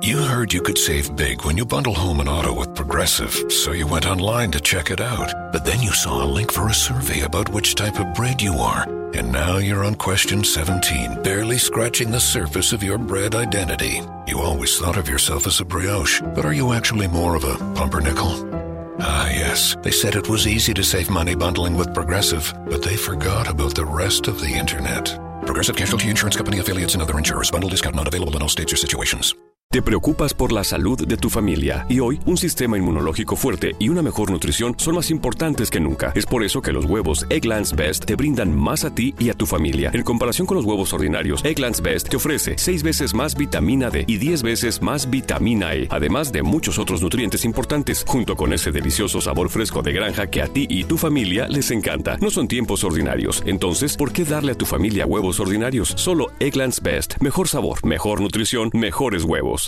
You heard you could save big when you bundle home and auto with Progressive, so you went online to check it out. But then you saw a link for a survey about which type of bread you are. And now you're on question 17, barely scratching the surface of your bread identity. You always thought of yourself as a brioche, but are you actually more of a pumpernickel? Ah, yes. They said it was easy to save money bundling with Progressive, but they forgot about the rest of the internet. Progressive Casualty Insurance Company, affiliates, and other insurers. Bundle discount not available in all states or situations. Te preocupas por la salud de tu familia y hoy un sistema inmunológico fuerte y una mejor nutrición son más importantes que nunca. Es por eso que los huevos Eggland's Best te brindan más a ti y a tu familia. En comparación con los huevos ordinarios, Eggland's Best te ofrece 6 veces más vitamina D y 10 veces más vitamina E, además de muchos otros nutrientes importantes, junto con ese delicioso sabor fresco de granja que a ti y tu familia les encanta. No son tiempos ordinarios, entonces, ¿por qué darle a tu familia huevos ordinarios? Solo Eggland's Best. Mejor sabor, mejor nutrición, mejores huevos.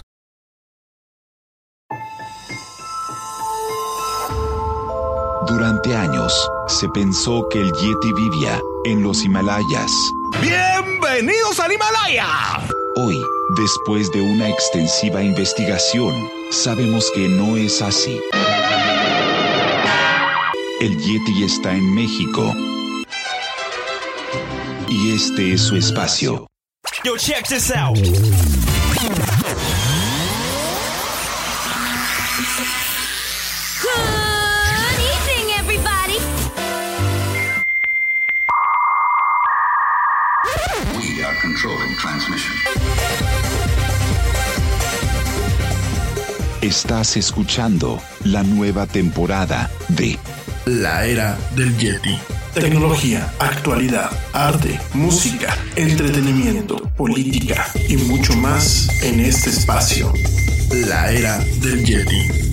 Durante años, se pensó que el Yeti vivía en los Himalayas. ¡Bienvenidos al Himalaya! Hoy, después de una extensiva investigación, sabemos que no es así. El Yeti está en México. Y este es su espacio. Yo, check this out. Controlling transmission. Estás escuchando la nueva temporada de La Era del Yeti. Tecnología, actualidad, arte, música, entretenimiento, política y mucho más en este espacio. La Era del Yeti.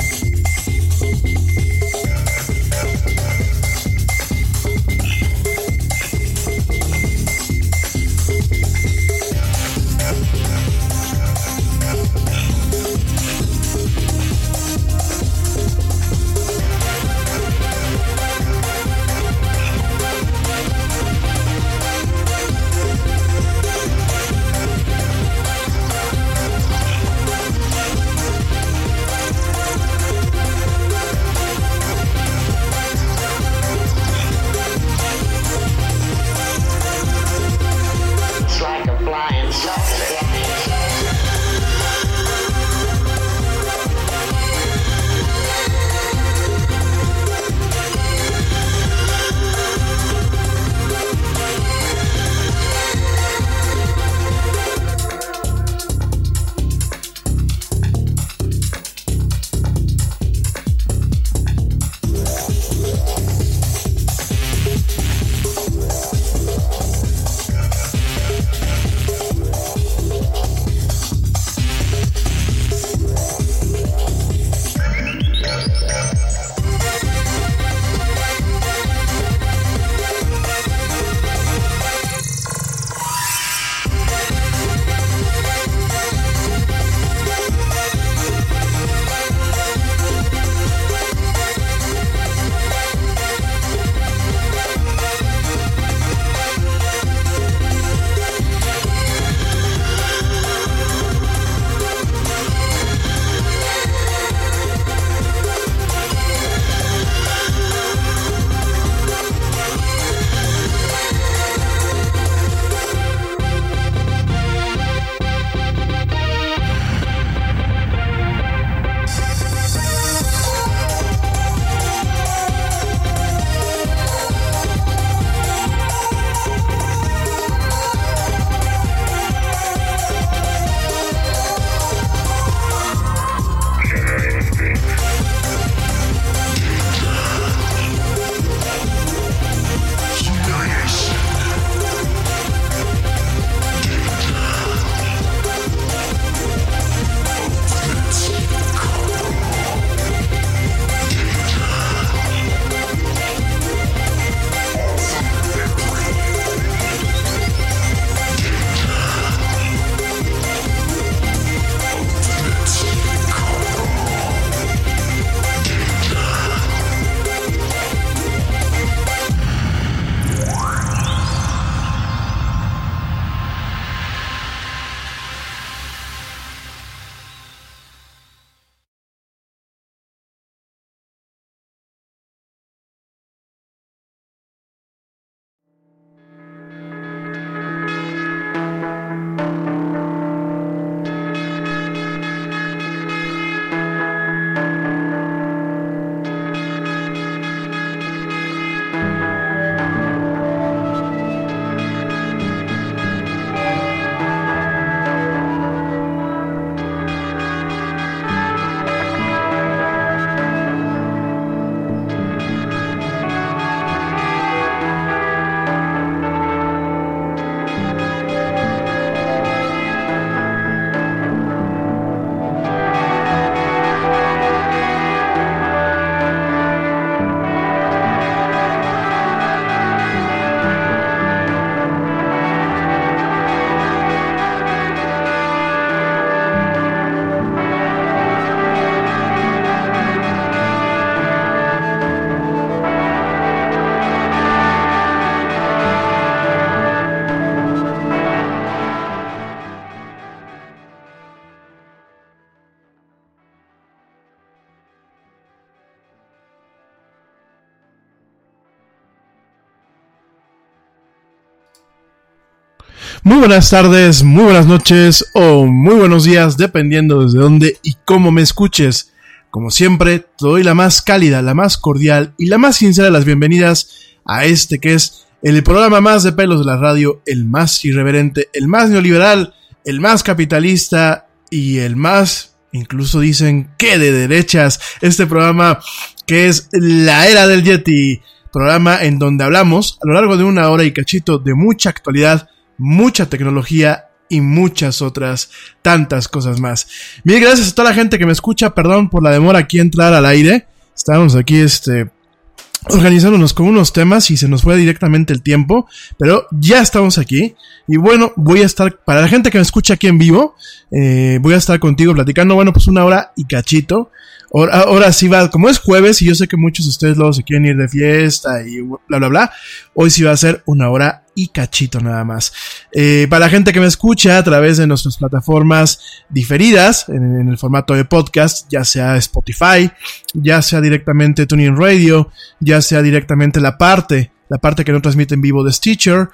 Muy buenas tardes, muy buenas noches o muy buenos días, dependiendo desde dónde y cómo me escuches. Como siempre, te doy la más cálida, la más cordial y la más sincera de las bienvenidas a este que es el programa más de pelos de la radio, el más irreverente, el más neoliberal, el más capitalista y el más, incluso dicen que de derechas, este programa que es La Era del Yeti, programa en donde hablamos a lo largo de una hora y cachito de mucha actualidad, mucha tecnología y muchas otras tantas cosas más. Mil gracias a toda la gente que me escucha, perdón por la demora aquí a entrar al aire, estábamos aquí organizándonos con unos temas y se nos fue directamente el tiempo, pero ya estamos aquí y bueno, voy a estar, para la gente que me escucha aquí en vivo, voy a estar contigo platicando, bueno, pues una hora y cachito. Ahora sí va, como es jueves y yo sé que muchos de ustedes luego se quieren ir de fiesta y bla bla bla, hoy sí va a ser una hora y cachito nada más. Para la gente que me escucha a través de nuestras plataformas diferidas, en el formato de podcast, ya sea Spotify, ya sea directamente TuneIn Radio, ya sea directamente la parte que no transmite en vivo de Stitcher,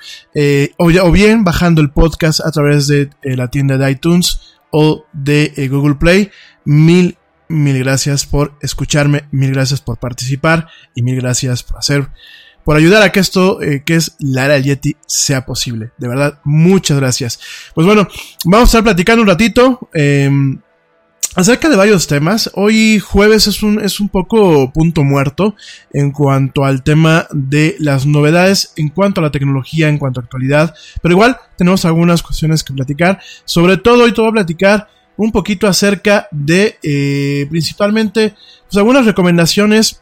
o bien bajando el podcast a través de la tienda de iTunes o de Google Play. Mil gracias por escucharme, mil gracias por participar y mil gracias por ayudar a que esto, que es La Era del Yeti, sea posible. De verdad, muchas gracias. Pues bueno, vamos a estar platicando un ratito acerca de varios temas. Hoy jueves es un poco punto muerto en cuanto al tema de las novedades, en cuanto a la tecnología, en cuanto a actualidad, pero igual tenemos algunas cuestiones que platicar. Sobre todo hoy te voy a platicar un poquito acerca de principalmente pues algunas recomendaciones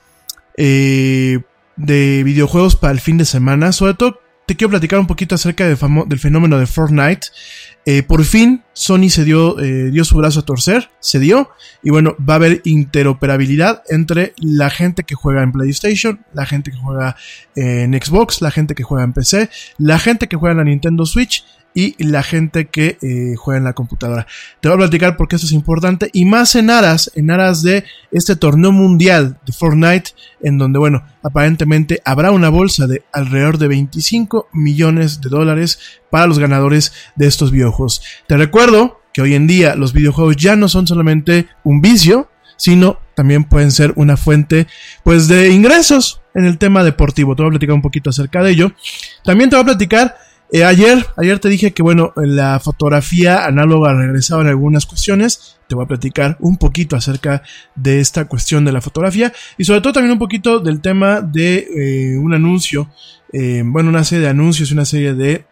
de videojuegos para el fin de semana. Sobre todo te quiero platicar un poquito acerca del fenómeno de Fortnite. Por fin Sony dio su brazo a torcer, y bueno, va a haber interoperabilidad entre la gente que juega en PlayStation, la gente que juega en Xbox, la gente que juega en PC, la gente que juega en la Nintendo Switch y la gente que juega en la computadora. Te voy a platicar por qué esto es importante y más en aras de este torneo mundial de Fortnite, en donde, bueno, aparentemente habrá una bolsa de alrededor de $25 millones para los ganadores de estos videojuegos. Te recuerdo que hoy en día los videojuegos ya no son solamente un vicio, sino también pueden ser una fuente, pues, de ingresos en el tema deportivo. Te voy a platicar un poquito acerca de ello. También te voy a platicar ayer te dije que bueno, la fotografía análoga regresaba en algunas cuestiones. Te voy a platicar un poquito acerca de esta cuestión de la fotografía y sobre todo también un poquito del tema de un anuncio, una serie de anuncios y una serie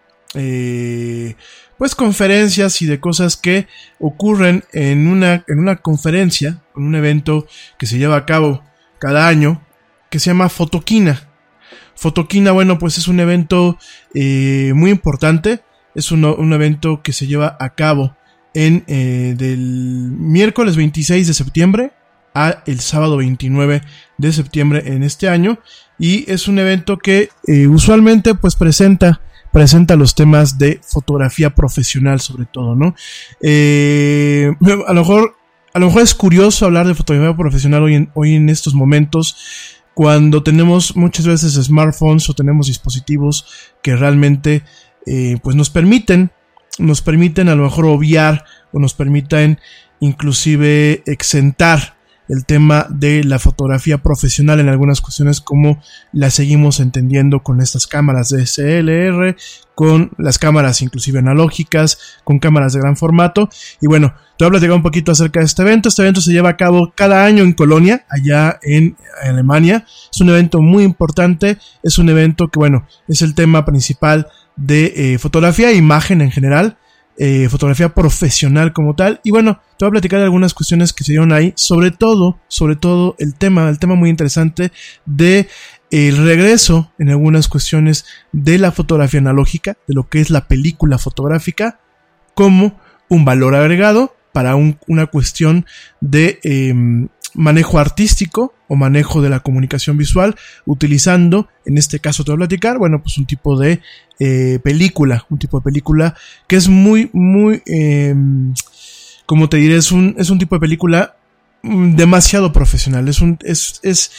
de pues conferencias y de cosas que ocurren en una conferencia, en un evento que se lleva a cabo cada año, que se llama Fotoquina. Fotoquina, bueno, pues es un evento muy importante. Es un evento que se lleva a cabo del miércoles 26 de septiembre a el sábado 29 de septiembre en este año. Y es un evento que usualmente pues presenta los temas de fotografía profesional sobre todo, ¿no? A lo mejor es curioso hablar de fotografía profesional hoy en estos momentos, cuando tenemos muchas veces smartphones o tenemos dispositivos que realmente pues nos permiten a lo mejor obviar o nos permiten inclusive exentar el tema de la fotografía profesional en algunas cuestiones como la seguimos entendiendo con estas cámaras de DSLR, con las cámaras inclusive analógicas, con cámaras de gran formato. Y bueno, te voy a platicar un poquito acerca de este evento. Este evento se lleva a cabo cada año en Colonia, allá en Alemania. Es un evento muy importante, es un evento que bueno, es el tema principal de fotografía e imagen en general. Fotografía profesional como tal. Y bueno, te voy a platicar de algunas cuestiones que se dieron ahí, sobre todo el tema muy interesante de el regreso en algunas cuestiones de la fotografía analógica, de lo que es la película fotográfica, como un valor agregado para una cuestión de manejo artístico o manejo de la comunicación visual, utilizando, en este caso te voy a platicar, bueno, pues un tipo de película que es muy, como te diré, es un tipo de película demasiado profesional.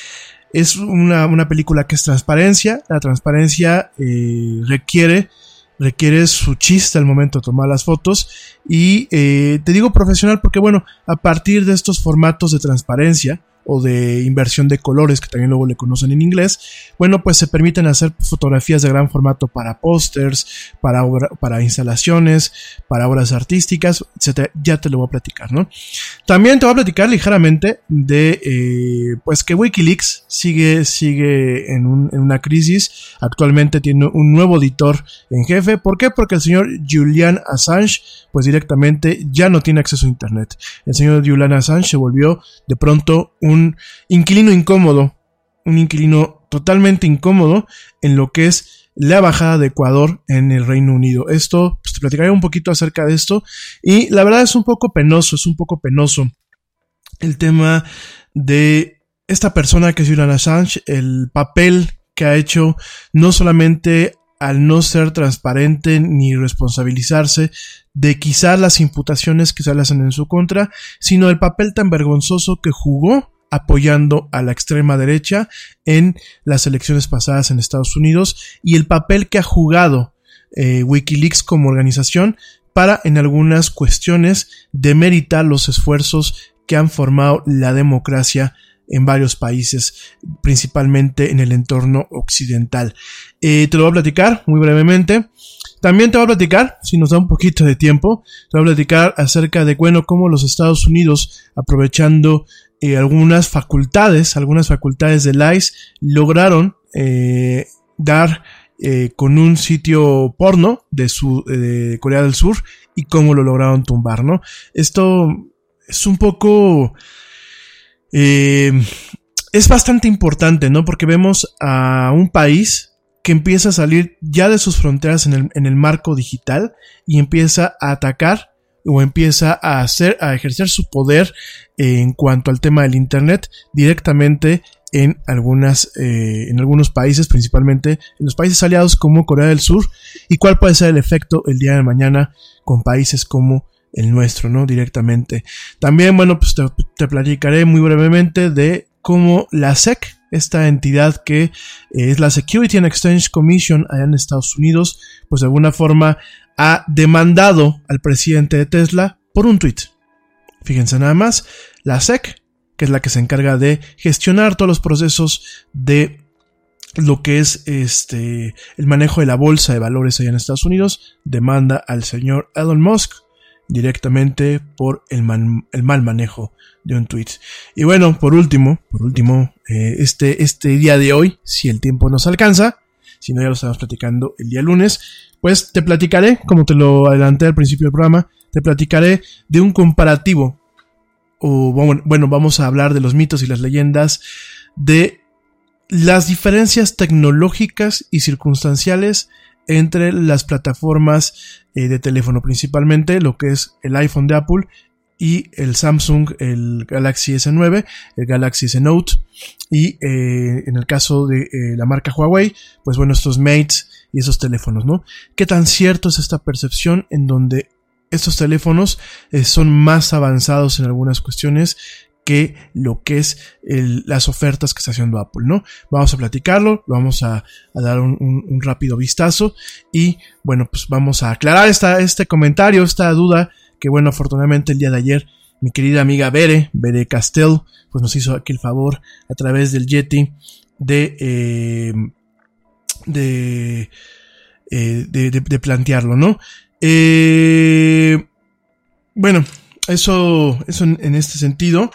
Es una película que es transparencia. La transparencia requiere requiere su chiste al momento de tomar las fotos y te digo profesional porque bueno, a partir de estos formatos de transparencia o de inversión de colores, que también luego le conocen en inglés, bueno, pues se permiten hacer fotografías de gran formato para pósters, para instalaciones, para obras artísticas, etcétera. Ya te lo voy a platicar, ¿no? También te voy a platicar ligeramente de, pues que Wikileaks sigue en una crisis. Actualmente tiene un nuevo editor en jefe. ¿Por qué? Porque el señor Julian Assange, pues directamente ya no tiene acceso a internet. El señor Julian Assange se volvió de pronto un inquilino incómodo, un inquilino totalmente incómodo en lo que es la embajada de Ecuador en el Reino Unido. Esto, pues te platicaré un poquito acerca de esto y la verdad es un poco penoso el tema de esta persona que es Julian Assange, el papel que ha hecho no solamente al no ser transparente ni responsabilizarse de quizás las imputaciones que se le hacen en su contra, sino el papel tan vergonzoso que jugó apoyando a la extrema derecha en las elecciones pasadas en Estados Unidos y el papel que ha jugado Wikileaks como organización para en algunas cuestiones demeritar los esfuerzos que han formado la democracia en varios países, principalmente en el entorno occidental. Te lo voy a platicar muy brevemente. También te voy a platicar, si nos da un poquito de tiempo, te voy a platicar acerca de, bueno, cómo los Estados Unidos, aprovechando algunas facultades del ICE, lograron dar con un sitio porno de Corea del Sur y cómo lo lograron tumbar, ¿no? Esto es un poco... es bastante importante, ¿no? Porque vemos a un país que empieza a salir ya de sus fronteras en el marco digital y empieza a atacar o empieza a ejercer su poder en cuanto al tema del internet directamente en algunos países, principalmente en los países aliados como Corea del Sur, y cuál puede ser el efecto el día de mañana con países como el nuestro, ¿no? Directamente. También, bueno, pues te platicaré muy brevemente de cómo la SEC, esta entidad que es la Security and Exchange Commission allá en Estados Unidos, pues de alguna forma ha demandado al presidente de Tesla por un tweet. Fíjense nada más, la SEC, que es la que se encarga de gestionar todos los procesos de lo que es el manejo de la bolsa de valores allá en Estados Unidos, demanda al señor Elon Musk directamente por el mal manejo de un tweet. Y bueno, por último, este día de hoy, si el tiempo nos alcanza, si no ya lo estamos platicando el día lunes, pues te platicaré, como te lo adelanté al principio del programa, te platicaré de un comparativo, o bueno, vamos a hablar de los mitos y las leyendas de las diferencias tecnológicas y circunstanciales entre las plataformas de teléfono, principalmente lo que es el iPhone de Apple y el Samsung, el Galaxy S9, el Galaxy S Note y en el caso de la marca Huawei, pues bueno, estos Mates y esos teléfonos, ¿no? ¿Qué tan cierto es esta percepción en donde estos teléfonos son más avanzados en algunas cuestiones que lo que es las ofertas que está haciendo Apple, ¿no? Vamos a platicarlo, lo vamos a dar un rápido vistazo y bueno, pues vamos a aclarar este comentario, esta duda que bueno, afortunadamente el día de ayer mi querida amiga Bere Castell, pues nos hizo aquí el favor a través del Yeti de plantearlo, ¿no? Bueno, eso en este sentido.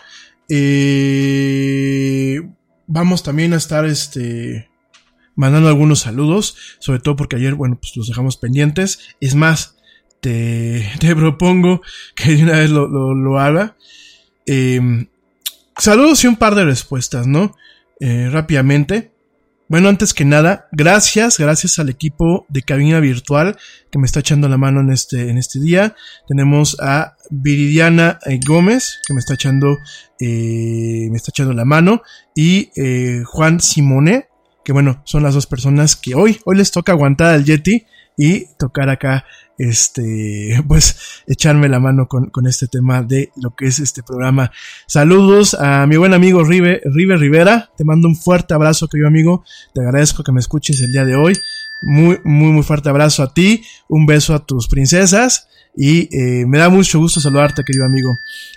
Vamos también a estar mandando algunos saludos, sobre todo porque ayer, bueno, pues los dejamos pendientes. Es más, te propongo que de una vez lo haga. Saludos y un par de respuestas, ¿no? Rápidamente. Bueno, antes que nada, gracias al equipo de Cabina Virtual que me está echando la mano en este día. Tenemos a Viridiana Gómez que me está echando la mano y Juan Simone, que bueno, son las dos personas que hoy les toca aguantar al Yeti y tocar acá pues echarme la mano con este tema de lo que es este programa. Saludos a mi buen amigo Rive Rivera, te mando un fuerte abrazo, querido amigo, te agradezco que me escuches el día de hoy muy fuerte abrazo a ti, un beso a tus princesas y me da mucho gusto saludarte, querido amigo.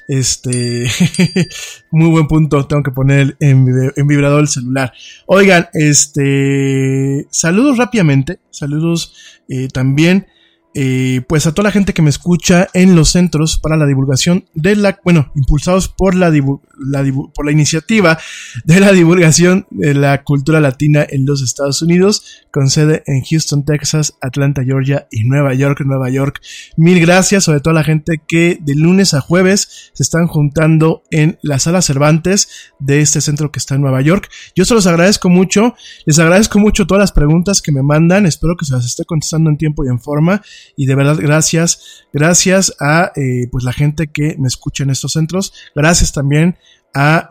Muy buen punto, tengo que poner en vibrador el celular. Oigan, saludos rápidamente, saludos también pues a toda la gente que me escucha en los centros para la divulgación de impulsados por por la iniciativa de la divulgación de la cultura latina en los Estados Unidos, con sede en Houston, Texas, Atlanta, Georgia y Nueva York. Mil gracias, sobre todo a la gente que de lunes a jueves se están juntando en la Sala Cervantes de este centro que está en Nueva York. Yo se los agradezco mucho, les agradezco mucho todas las preguntas que me mandan, espero que se las esté contestando en tiempo y en forma. Y de verdad, gracias a pues la gente que me escucha en estos centros. Gracias también a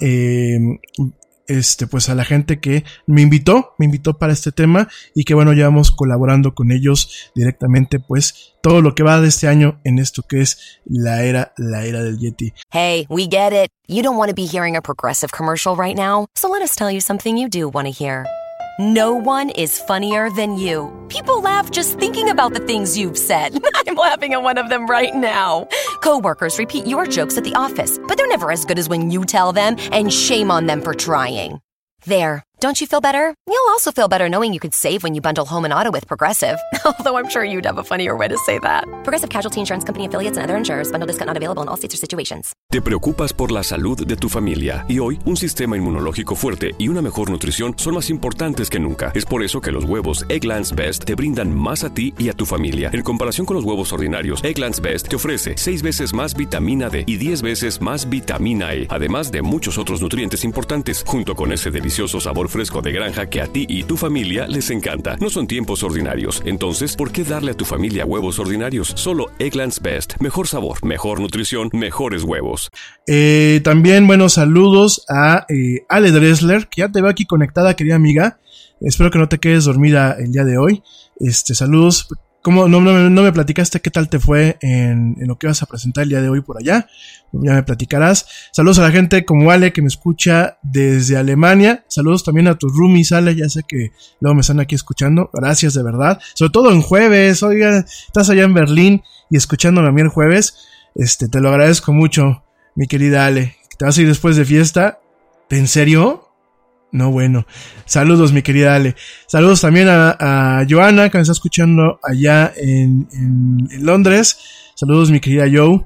pues a la gente que me invitó para este tema y que bueno, llevamos colaborando con ellos directamente, pues todo lo que va de este año en esto que es la era del Yeti. Hey, we get it. You don't want to be hearing a Progressive commercial right now, so let us tell you something you do want to hear. No one is funnier than you. People laugh just thinking about the things you've said. I'm laughing at one of them right now. Coworkers repeat your jokes at the office, but they're never as good as when you tell them, and shame on them for trying. There. Don't you feel better? You'll also feel better knowing you could save when you bundle home and auto with Progressive. Although I'm sure you'd have a funnier way to say that. Progressive Casualty Insurance Company Affiliates and other insurers. Bundle discount not available in all states or situations. Te preocupas por la salud de tu familia y hoy un sistema inmunológico fuerte y una mejor nutrición son más importantes que nunca. Es por eso que los huevos Eggland's Best te brindan más a ti y a tu familia. En comparación con los huevos ordinarios, Eggland's Best te ofrece 6 veces más vitamina D y 10 veces más vitamina E, además de muchos otros nutrientes importantes, junto con ese delicioso sabor fresco de granja que a ti y tu familia les encanta. No son tiempos ordinarios, entonces, ¿por qué darle a tu familia huevos ordinarios? Solo Eggland's Best. Mejor sabor, mejor nutrición, mejores huevos. También, buenos saludos a Ale Dressler, que ya te veo aquí conectada, querida amiga. Espero que no te quedes dormida el día de hoy. Saludos. ¿Cómo no me platicaste qué tal te fue en lo que vas a presentar el día de hoy por allá? Ya me platicarás. Saludos a la gente como Ale que me escucha desde Alemania. Saludos también a tus roomies, Ale. Ya sé que luego me están aquí escuchando. Gracias de verdad. Sobre todo en jueves. Oiga, estás allá en Berlín y escuchándome a mí el jueves. Te lo agradezco mucho, mi querida Ale. ¿Te vas a ir después de fiesta? ¿En serio? No, bueno. Saludos, mi querida Ale. Saludos también a Joana, que me está escuchando allá en Londres. Saludos, mi querida Joe.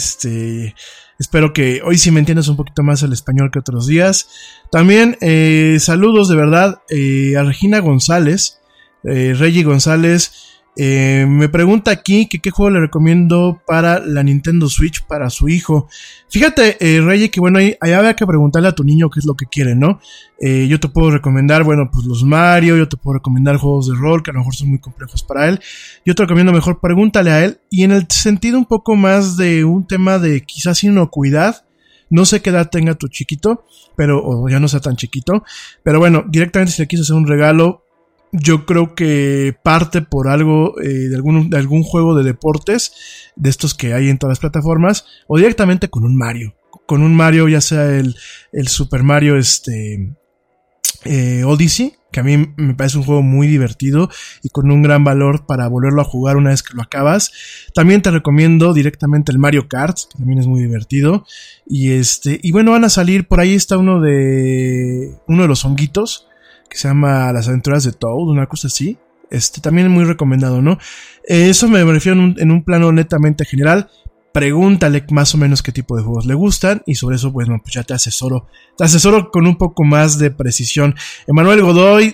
Espero que hoy sí me entiendas un poquito más el español que otros días. También, saludos de verdad a Regina González. Reggie González. Me pregunta aquí que qué juego le recomiendo para la Nintendo Switch para su hijo. Fíjate, Reggie, que bueno, ahí habría que preguntarle a tu niño qué es lo que quiere, ¿no? Yo te puedo recomendar, bueno, pues los Mario, yo te puedo recomendar juegos de rol que a lo mejor son muy complejos para él. Yo te recomiendo mejor pregúntale a él, y en el sentido un poco más de un tema de quizás inocuidad. No sé qué edad tenga tu chiquito, o ya no sea tan chiquito, pero bueno, directamente si le quieres hacer un regalo, yo creo que parte por algo de algún juego de deportes de estos que hay en todas las plataformas, o directamente con un Mario, ya sea el Super Mario Odyssey, que a mí me parece un juego muy divertido y con un gran valor para volverlo a jugar una vez que lo acabas. También te recomiendo directamente el Mario Kart, que también es muy divertido, y bueno, van a salir, por ahí está uno de los honguitos que se llama Las Aventuras de Toad, una cosa así. También es muy recomendado, ¿no? Eso me refiero en un plano netamente general. Pregúntale más o menos qué tipo de juegos le gustan, y sobre eso, bueno, pues ya te asesoro con un poco más de precisión. Emanuel Godoy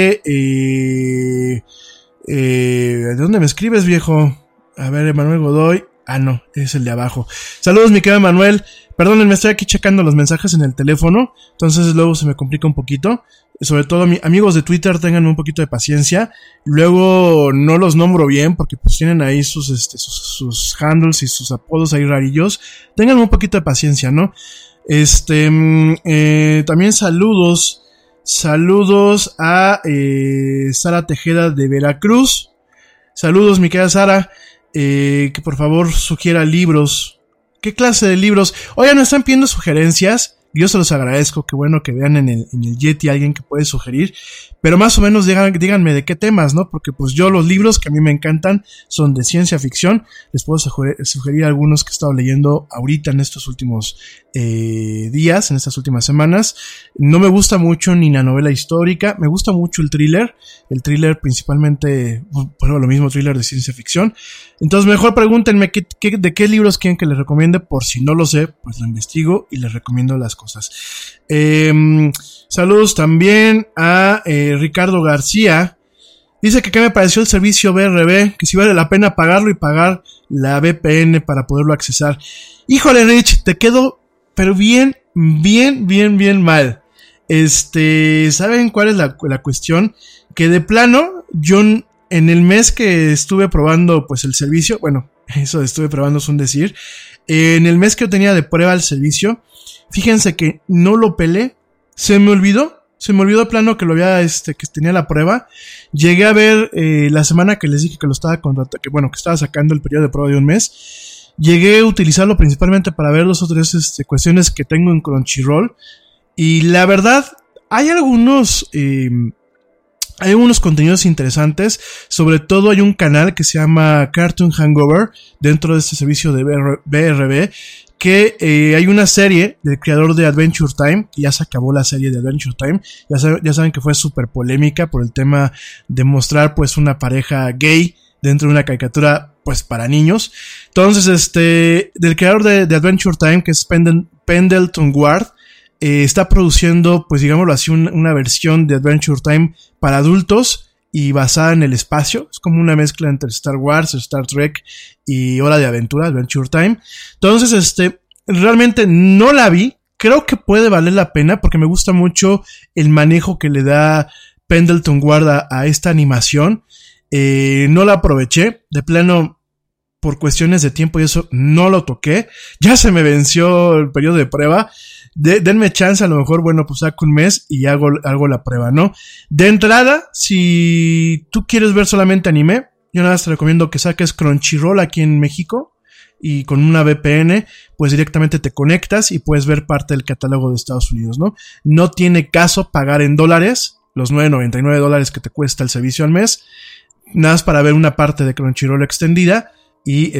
¿de dónde me escribes, viejo? A ver, Emanuel Godoy. Ah, no, es el de abajo. Saludos, mi querido Emanuel. Perdónenme, estoy aquí checando los mensajes en el teléfono, entonces luego se me complica un poquito. Sobre todo, amigos de Twitter, tengan un poquito de paciencia. Luego no los nombro bien porque pues tienen ahí sus handles y sus apodos ahí rarillos. Tengan un poquito de paciencia, ¿no? También saludos a Sara Tejeda de Veracruz. Saludos, mi querida Sara. Que por favor sugiera libros. ¿Qué clase de libros? Oigan, me están pidiendo sugerencias. Yo se los agradezco, qué bueno que vean en el Yeti a alguien que puede sugerir, pero más o menos díganme de qué temas, ¿no? Porque pues yo los libros que a mí me encantan son de ciencia ficción, les puedo sugerir algunos que he estado leyendo ahorita en estos últimos días, en estas últimas semanas. No me gusta mucho ni la novela histórica, me gusta mucho el thriller principalmente, bueno, lo mismo, thriller de ciencia ficción. Entonces mejor pregúntenme de qué libros quieren que les recomiende, por si no lo sé, pues lo investigo y les recomiendo las cosas. Saludos también a Ricardo García. Dice que qué me pareció el servicio BRB, que si vale la pena pagarlo y pagar la VPN para poderlo accesar. Híjole, Rich, te quedo pero bien mal. ¿Saben cuál es la cuestión? Que de plano, yo en el mes que estuve probando pues el servicio, bueno, eso de estuve probando es un decir, en el mes que yo tenía de prueba el servicio, fíjense que no lo pelé, se me olvidó de plano que lo había, que tenía la prueba. Llegué a ver, la semana que les dije que lo estaba que estaba sacando el periodo de prueba de un mes, llegué a utilizarlo principalmente para ver 2 o 3 cuestiones que tengo en Crunchyroll, y la verdad, hay algunos contenidos interesantes. Sobre todo hay un canal que se llama Cartoon Hangover dentro de este servicio de BRB, que hay una serie del creador de Adventure Time, que ya se acabó la serie de Adventure Time, ya saben que fue súper polémica por el tema de mostrar pues una pareja gay dentro de una caricatura pues para niños. Entonces del creador de Adventure Time, que es Pendleton Ward, está produciendo, pues digámoslo así, una versión de Adventure Time para adultos y basada en el espacio. Es como una mezcla entre Star Wars, Star Trek y Hora de Aventura, Adventure Time. Entonces, realmente no la vi. Creo que puede valer la pena porque me gusta mucho el manejo que le da Pendleton Ward a esta animación. No la aproveché. De plano, por cuestiones de tiempo y eso, no lo toqué. Ya se me venció el periodo de prueba. Denme chance, a lo mejor, bueno, pues saco un mes y hago la prueba, ¿no? De entrada, si tú quieres ver solamente anime, yo nada más te recomiendo que saques Crunchyroll aquí en México y con una VPN, pues directamente te conectas y puedes ver parte del catálogo de Estados Unidos, ¿no? No tiene caso pagar en dólares, los $9.99 que te cuesta el servicio al mes, nada más para ver una parte de Crunchyroll extendida y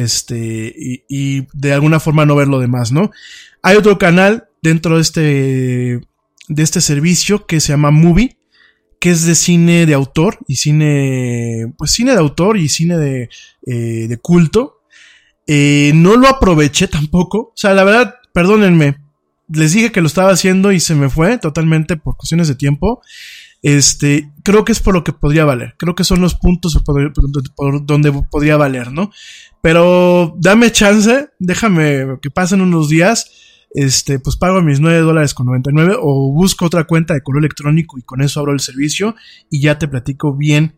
de alguna forma no ver lo demás, ¿no? Hay otro canal dentro de este servicio que se llama Movie, que es de cine de autor y cine de autor y cine de culto. No lo aproveché tampoco, o sea, la verdad, perdónenme, les dije que lo estaba haciendo y se me fue totalmente por cuestiones de tiempo. Creo que es por lo que podría valer, creo que son los puntos por donde podría valer, ¿no? Pero dame chance, déjame que pasen unos días. Pues pago mis $9.99 o busco otra cuenta de correo electrónico y con eso abro el servicio y ya te platico bien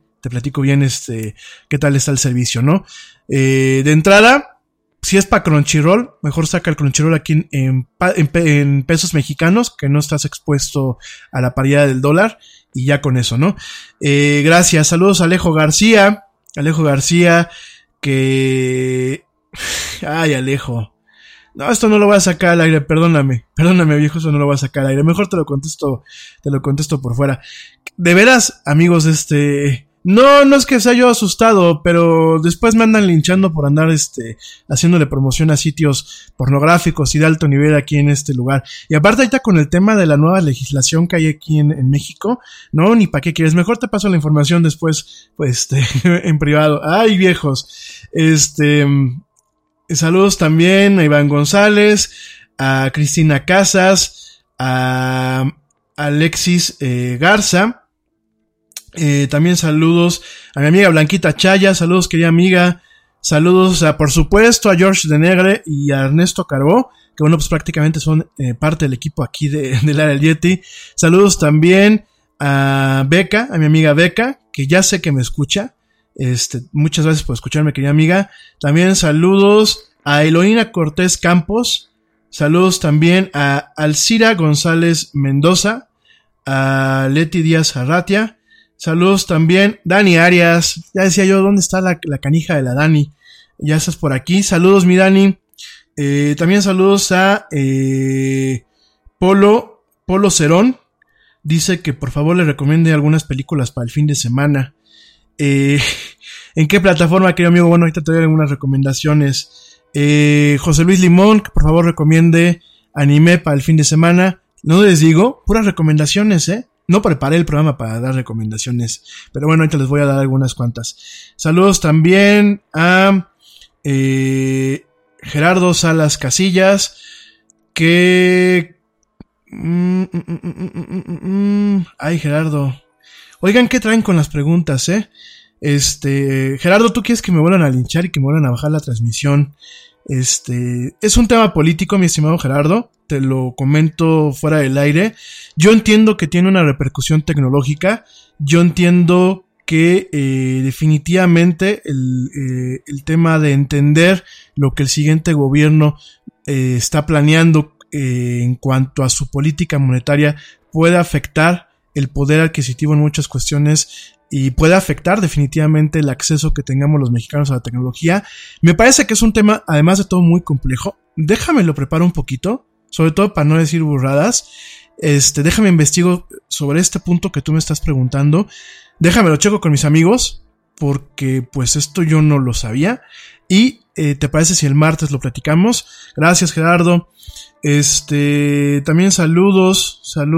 qué tal está el servicio, ¿no? De entrada, si es para Crunchyroll, mejor saca el Crunchyroll aquí en pesos mexicanos, que no estás expuesto a la paridad del dólar, y ya con eso, ¿no? Gracias, saludos a Alejo García, que... Ay, Alejo. No, esto no lo voy a sacar al aire, perdóname viejo, eso no lo voy a sacar al aire, mejor te lo contesto por fuera. De veras, amigos, no es que sea yo asustado, pero después me andan linchando por andar, haciéndole promoción a sitios pornográficos y de alto nivel aquí en este lugar. Y aparte ahorita con el tema de la nueva legislación que hay aquí en México, no, ni para qué quieres, mejor te paso la información después, pues, en privado. Ay, viejos, saludos también a Iván González, a Cristina Casas, a Alexis Garza. También saludos a mi amiga Blanquita Chaya, saludos querida amiga, saludos por supuesto a George de Negre y a Ernesto Carbó, que bueno, pues prácticamente son parte del equipo aquí del área del Yeti. Saludos también a Beca, a mi amiga Beca, que ya sé que me escucha. Muchas gracias por escucharme, querida amiga. También saludos a Eloína Cortés Campos. Saludos también a Alcira González Mendoza, a Leti Díaz Arratia. Saludos también Dani Arias. Ya decía yo, ¿dónde está la canija de la Dani? Ya estás por aquí. Saludos, mi Dani. También saludos a Polo Cerón dice que por favor le recomiende algunas películas para el fin de semana. ¿En qué plataforma, querido amigo? Bueno, ahorita te doy algunas recomendaciones. José Luis Limón, que por favor recomiende anime para el fin de semana. No les digo, puras recomendaciones, No preparé el programa para dar recomendaciones, pero bueno, ahorita les voy a dar algunas cuantas. Saludos también a Gerardo Salas Casillas, que... Ay, Gerardo. Oigan, ¿qué traen con las preguntas, Gerardo, ¿tú quieres que me vuelvan a linchar y que me vuelvan a bajar la transmisión? Es un tema político, mi estimado Gerardo, te lo comento fuera del aire. Yo entiendo que tiene una repercusión tecnológica, yo entiendo que definitivamente el tema de entender lo que el siguiente gobierno está planeando en cuanto a su política monetaria puede afectar el poder adquisitivo en muchas cuestiones y puede afectar definitivamente el acceso que tengamos los mexicanos a la tecnología. Me parece que es un tema, además de todo, muy complejo. Déjame lo preparo un poquito, sobre todo para no decir burradas. Déjame investigo sobre este punto que tú me estás preguntando. Déjame lo checo con mis amigos, porque pues esto yo no lo sabía. Y ¿te parece si el martes lo platicamos? Gracias, Gerardo. También saludos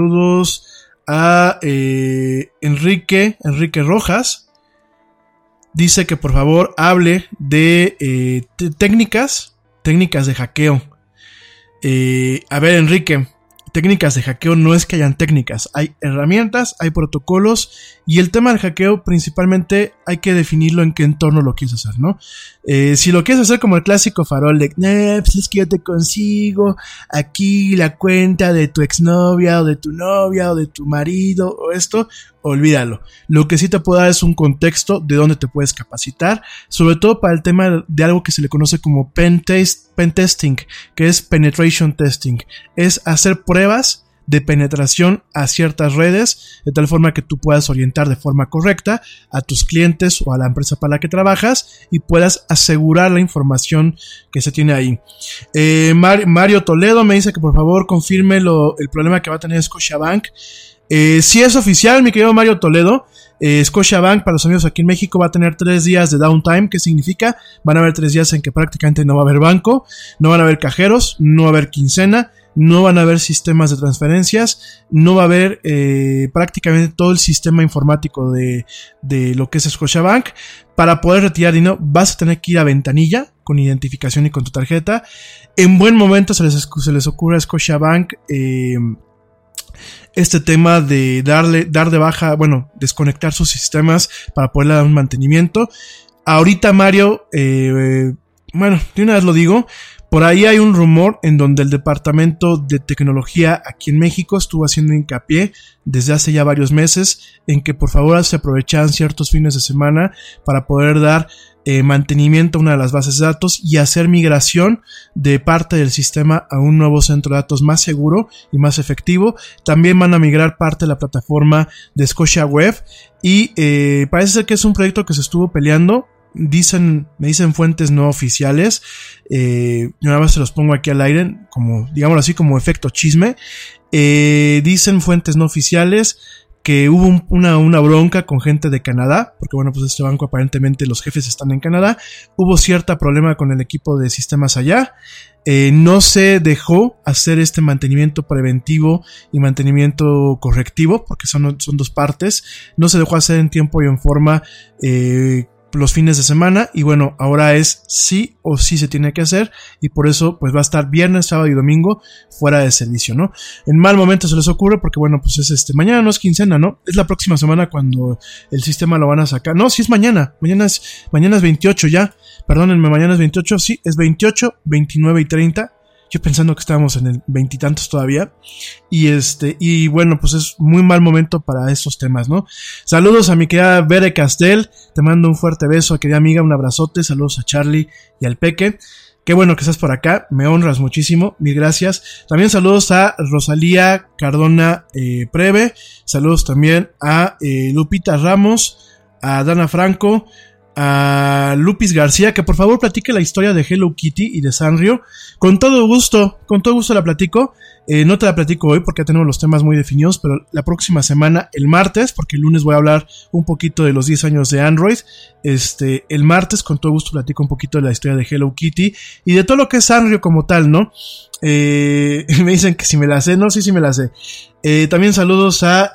a Enrique Rojas. Dice que por favor hable de técnicas de hackeo. A ver, Enrique, técnicas de hackeo no es que hayan técnicas, hay herramientas, hay protocolos, y el tema del hackeo principalmente hay que definirlo en qué entorno lo quieres hacer, ¿no? Si lo quieres hacer como el clásico farol de pues es que yo te consigo aquí la cuenta de tu exnovia o de tu novia o de tu marido o esto, olvídalo. Lo que sí te puedo dar es un contexto de dónde te puedes capacitar, sobre todo para el tema de algo que se le conoce como pen testing, que es penetration testing, es hacer pruebas de penetración a ciertas redes, de tal forma que tú puedas orientar de forma correcta a tus clientes o a la empresa para la que trabajas y puedas asegurar la información que se tiene ahí. Mario Toledo me dice que por favor confirme el problema que va a tener Scotiabank. Si es oficial, mi querido Mario Toledo, Scotiabank para los amigos aquí en México va a tener 3 días de downtime. ¿Qué significa? Van a haber 3 días en que prácticamente no va a haber banco, no van a haber cajeros, no va a haber quincena, no van a haber sistemas de transferencias, no va a haber prácticamente todo el sistema informático de lo que es Scotiabank. Para poder retirar dinero vas a tener que ir a ventanilla con identificación y con tu tarjeta. En buen momento se les ocurre a Scotiabank este tema de dar de baja, bueno, desconectar sus sistemas para poderle dar un mantenimiento. Ahorita, Mario, bueno, de una vez lo digo, por ahí hay un rumor en donde el departamento de tecnología aquí en México estuvo haciendo hincapié desde hace ya varios meses en que por favor se aprovecharan ciertos fines de semana para poder dar mantenimiento a una de las bases de datos y hacer migración de parte del sistema a un nuevo centro de datos más seguro y más efectivo. También van a migrar parte de la plataforma de Scotia Web y parece ser que es un proyecto que se estuvo peleando. Me dicen fuentes no oficiales, yo nada más se los pongo aquí al aire, como, digámoslo así, como efecto chisme. Dicen fuentes no oficiales que hubo una bronca con gente de Canadá, porque bueno, pues este banco aparentemente los jefes están en Canadá, hubo cierto problema con el equipo de sistemas allá, no se dejó hacer este mantenimiento preventivo y mantenimiento correctivo, porque son 2 partes, no se dejó hacer en tiempo y en forma los fines de semana, y bueno, ahora es sí o sí se tiene que hacer, y por eso pues va a estar viernes, sábado y domingo fuera de servicio, ¿no? En mal momento se les ocurre porque bueno, pues es mañana no es quincena, ¿no? Es la próxima semana cuando el sistema lo van a sacar. No, sí es mañana es 28 ya, perdónenme, mañana es 28, sí, es 28, 29 y 30. Yo pensando que estábamos en el 20 y tantos todavía. Y bueno, pues es muy mal momento para estos temas, ¿no? Saludos a mi querida Bere Castel. Te mando un fuerte beso, querida amiga, un abrazote. Saludos a Charlie y al Peque. Qué bueno que estás por acá. Me honras muchísimo. Mil gracias. También saludos a Rosalía Cardona Preve. Saludos también a Lupita Ramos, a Dana Franco, a Lupis García, que por favor platique la historia de Hello Kitty y de Sanrio. Con todo gusto la platico. No te la platico hoy porque ya tenemos los temas muy definidos, pero la próxima semana, el martes, porque el lunes voy a hablar un poquito de los 10 años de Android. El martes con todo gusto platico un poquito de la historia de Hello Kitty y de todo lo que es Sanrio como tal, ¿no? Me dicen que si me la sé, no, sí me la sé. También saludos a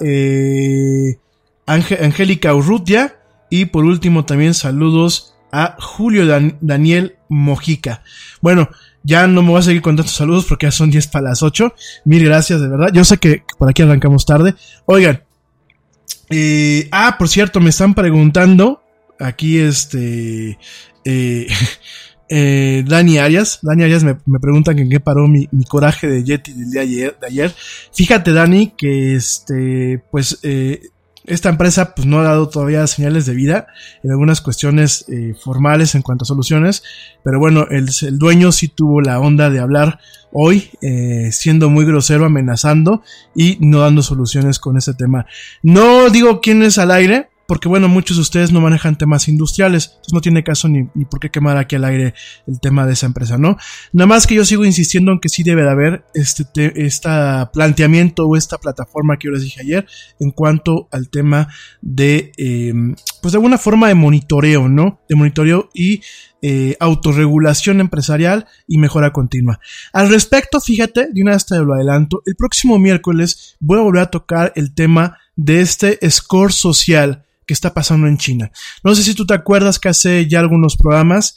Angélica Urrutia y por último también saludos a Julio Daniel Mojica. Bueno, ya no me voy a seguir con tantos saludos porque ya son 10 para las 8. Mil gracias, de verdad. Yo sé que por aquí arrancamos tarde. Oigan, por cierto, me están preguntando aquí Dani Arias me preguntan en qué paró mi coraje de Yeti del día de ayer. Fíjate, Dani, que esta empresa pues no ha dado todavía señales de vida en algunas cuestiones formales en cuanto a soluciones, pero bueno, el dueño sí tuvo la onda de hablar hoy, siendo muy grosero, amenazando y no dando soluciones con ese tema. No digo quién es al aire, porque bueno, muchos de ustedes no manejan temas industriales, entonces no tiene caso ni por qué quemar aquí al aire el tema de esa empresa, ¿no? Nada más que yo sigo insistiendo en que sí debe de haber este planteamiento o esta plataforma que yo les dije ayer en cuanto al tema de, pues de alguna forma de monitoreo, ¿no? De monitoreo y autorregulación empresarial y mejora continua. Al respecto, fíjate, de una vez te lo adelanto, el próximo miércoles voy a volver a tocar el tema de este score social que está pasando en China. No sé si tú te acuerdas que hace ya algunos programas,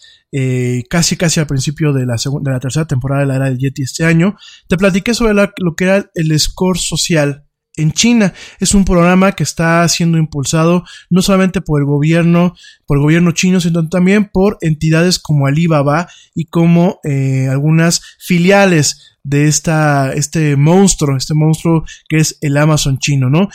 casi al principio de la tercera temporada de la era del Yeti este año, te platiqué sobre lo que era el score social en China. Es un programa que está siendo impulsado no solamente por el gobierno chino, sino también por entidades como Alibaba y como algunas filiales de este monstruo que es el Amazon chino, ¿no?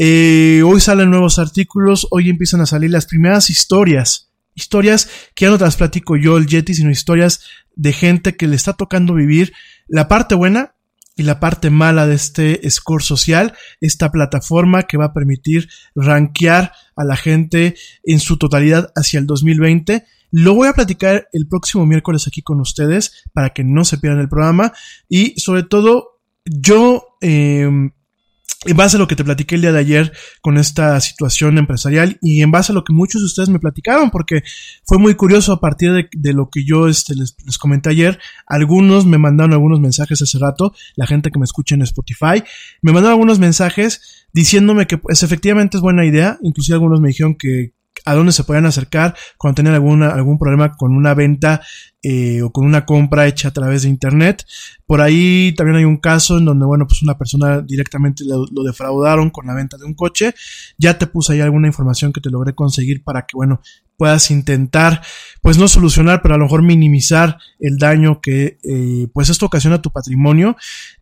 Hoy salen nuevos artículos, hoy empiezan a salir las primeras historias que ya no te las platico yo, el Yeti, sino historias de gente que le está tocando vivir la parte buena y la parte mala de este score social, esta plataforma que va a permitir rankear a la gente en su totalidad hacia el 2020. Lo voy a platicar el próximo miércoles aquí con ustedes para que no se pierdan el programa y sobre todo yo, en base a lo que te platiqué el día de ayer con esta situación empresarial y en base a lo que muchos de ustedes me platicaron, porque fue muy curioso a partir de lo que yo les comenté ayer. Algunos me mandaron algunos mensajes hace rato, la gente que me escucha en Spotify, me mandaron algunos mensajes diciéndome que pues efectivamente es buena idea, inclusive algunos me dijeron que a dónde se podían acercar cuando tenían algún problema con una venta o con una compra hecha a través de internet. Por ahí también hay un caso en donde, bueno, pues una persona directamente lo defraudaron con la venta de un coche. Ya te puse ahí alguna información que te logré conseguir para que, bueno, puedas intentar, pues no solucionar, pero a lo mejor minimizar el daño que, pues esto ocasiona a tu patrimonio.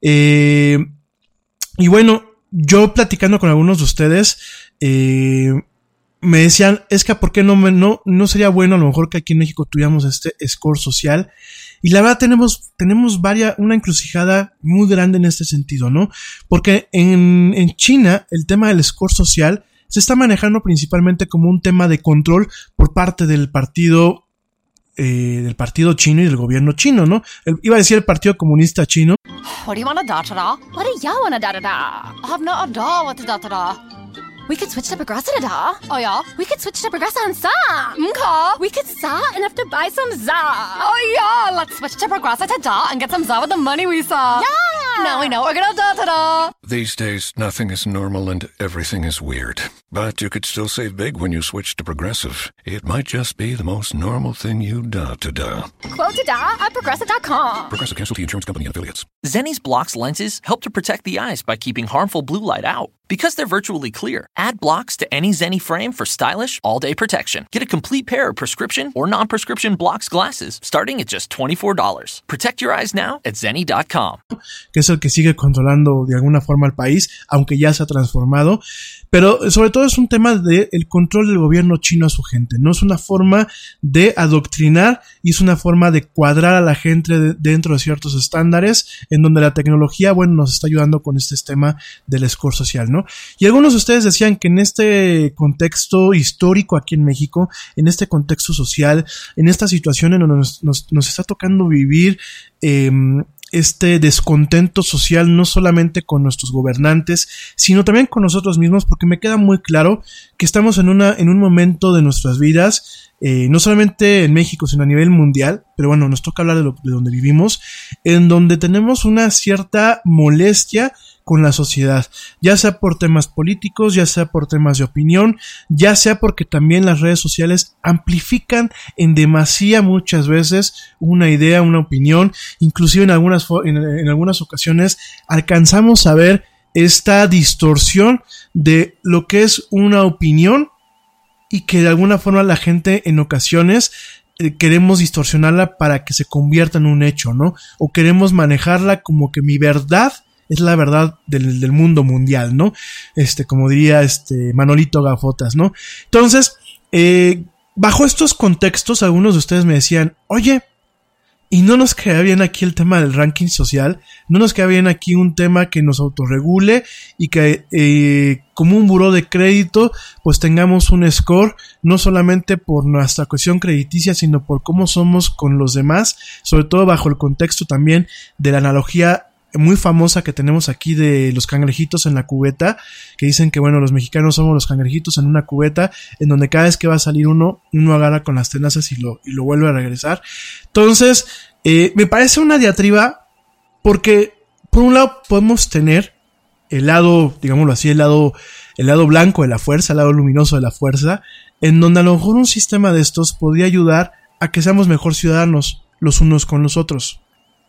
Y bueno, yo platicando con algunos de ustedes, me decían, es que ¿por qué no sería bueno a lo mejor que aquí en México tuviéramos este score social? Y la verdad tenemos una encrucijada muy grande en este sentido, ¿no? Porque en China el tema del score social se está manejando principalmente como un tema de control por parte del partido chino y del gobierno chino, ¿no? Iba a decir el Partido Comunista Chino. What do you want a da-da-da? What do you want a da-da-da? I've not a da, what a da-da-da? We could switch to Progressive da. Oh yeah? We could switch to Progressive and sa. Okay. We could sa and have to buy some za. Oh yeah, let's switch to Progressive da and get some za with the money we saw. Yeah! Now we know we're gonna da-da-da. These days, nothing is normal and everything is weird. But you could still save big when you switch to Progressive. It might just be the most normal thing you da-da-da. Quote to da at Progressive.com. Progressive Casualty Insurance Company and Affiliates. Zenni's Blocks lenses help to protect the eyes by keeping harmful blue light out. Because they're virtually clear, add blocks to any Zenni frame for stylish, all-day protection. Get a complete pair of prescription or non-prescription blocks glasses starting at just $24. Protect your eyes now at Zenni.com. Que es el que sigue controlando de alguna forma al país, aunque ya se ha transformado. Pero sobre todo todo es un tema de el control del gobierno chino a su gente, ¿no? Es una forma de adoctrinar y es una forma de cuadrar a la gente dentro de ciertos estándares en donde la tecnología, bueno, nos está ayudando con este tema del score social, ¿no? Y algunos de ustedes decían que en este contexto histórico aquí en México, en este contexto social, en esta situación en donde nos está tocando vivir este descontento social, no solamente con nuestros gobernantes, sino también con nosotros mismos, porque me queda muy claro que estamos en un momento de nuestras vidas, no solamente en México, sino a nivel mundial, pero bueno, nos toca hablar de donde vivimos, en donde tenemos una cierta molestia con la sociedad, ya sea por temas políticos, ya sea por temas de opinión, ya sea porque también las redes sociales amplifican en demasía muchas veces una idea, una opinión, inclusive en algunas ocasiones alcanzamos a ver esta distorsión de lo que es una opinión y que de alguna forma la gente en ocasiones queremos distorsionarla para que se convierta en un hecho, ¿no? O queremos manejarla como que mi verdad es la verdad del mundo mundial, ¿no? Como diría Manolito Gafotas, ¿no? Entonces, bajo estos contextos, algunos de ustedes me decían, oye, ¿y no nos queda bien aquí el tema del ranking social? ¿No nos queda bien aquí un tema que nos autorregule y que como un buró de crédito, pues tengamos un score, no solamente por nuestra cuestión crediticia, sino por cómo somos con los demás, sobre todo bajo el contexto también de la analogía muy famosa que tenemos aquí de los cangrejitos en la cubeta, que dicen que bueno, los mexicanos somos los cangrejitos en una cubeta, en donde cada vez que va a salir uno agarra con las tenazas y lo vuelve a regresar. Entonces, me parece una diatriba, porque por un lado podemos tener el lado, digámoslo así, el lado blanco de la fuerza, el lado luminoso de la fuerza, en donde a lo mejor un sistema de estos podría ayudar a que seamos mejor ciudadanos los unos con los otros.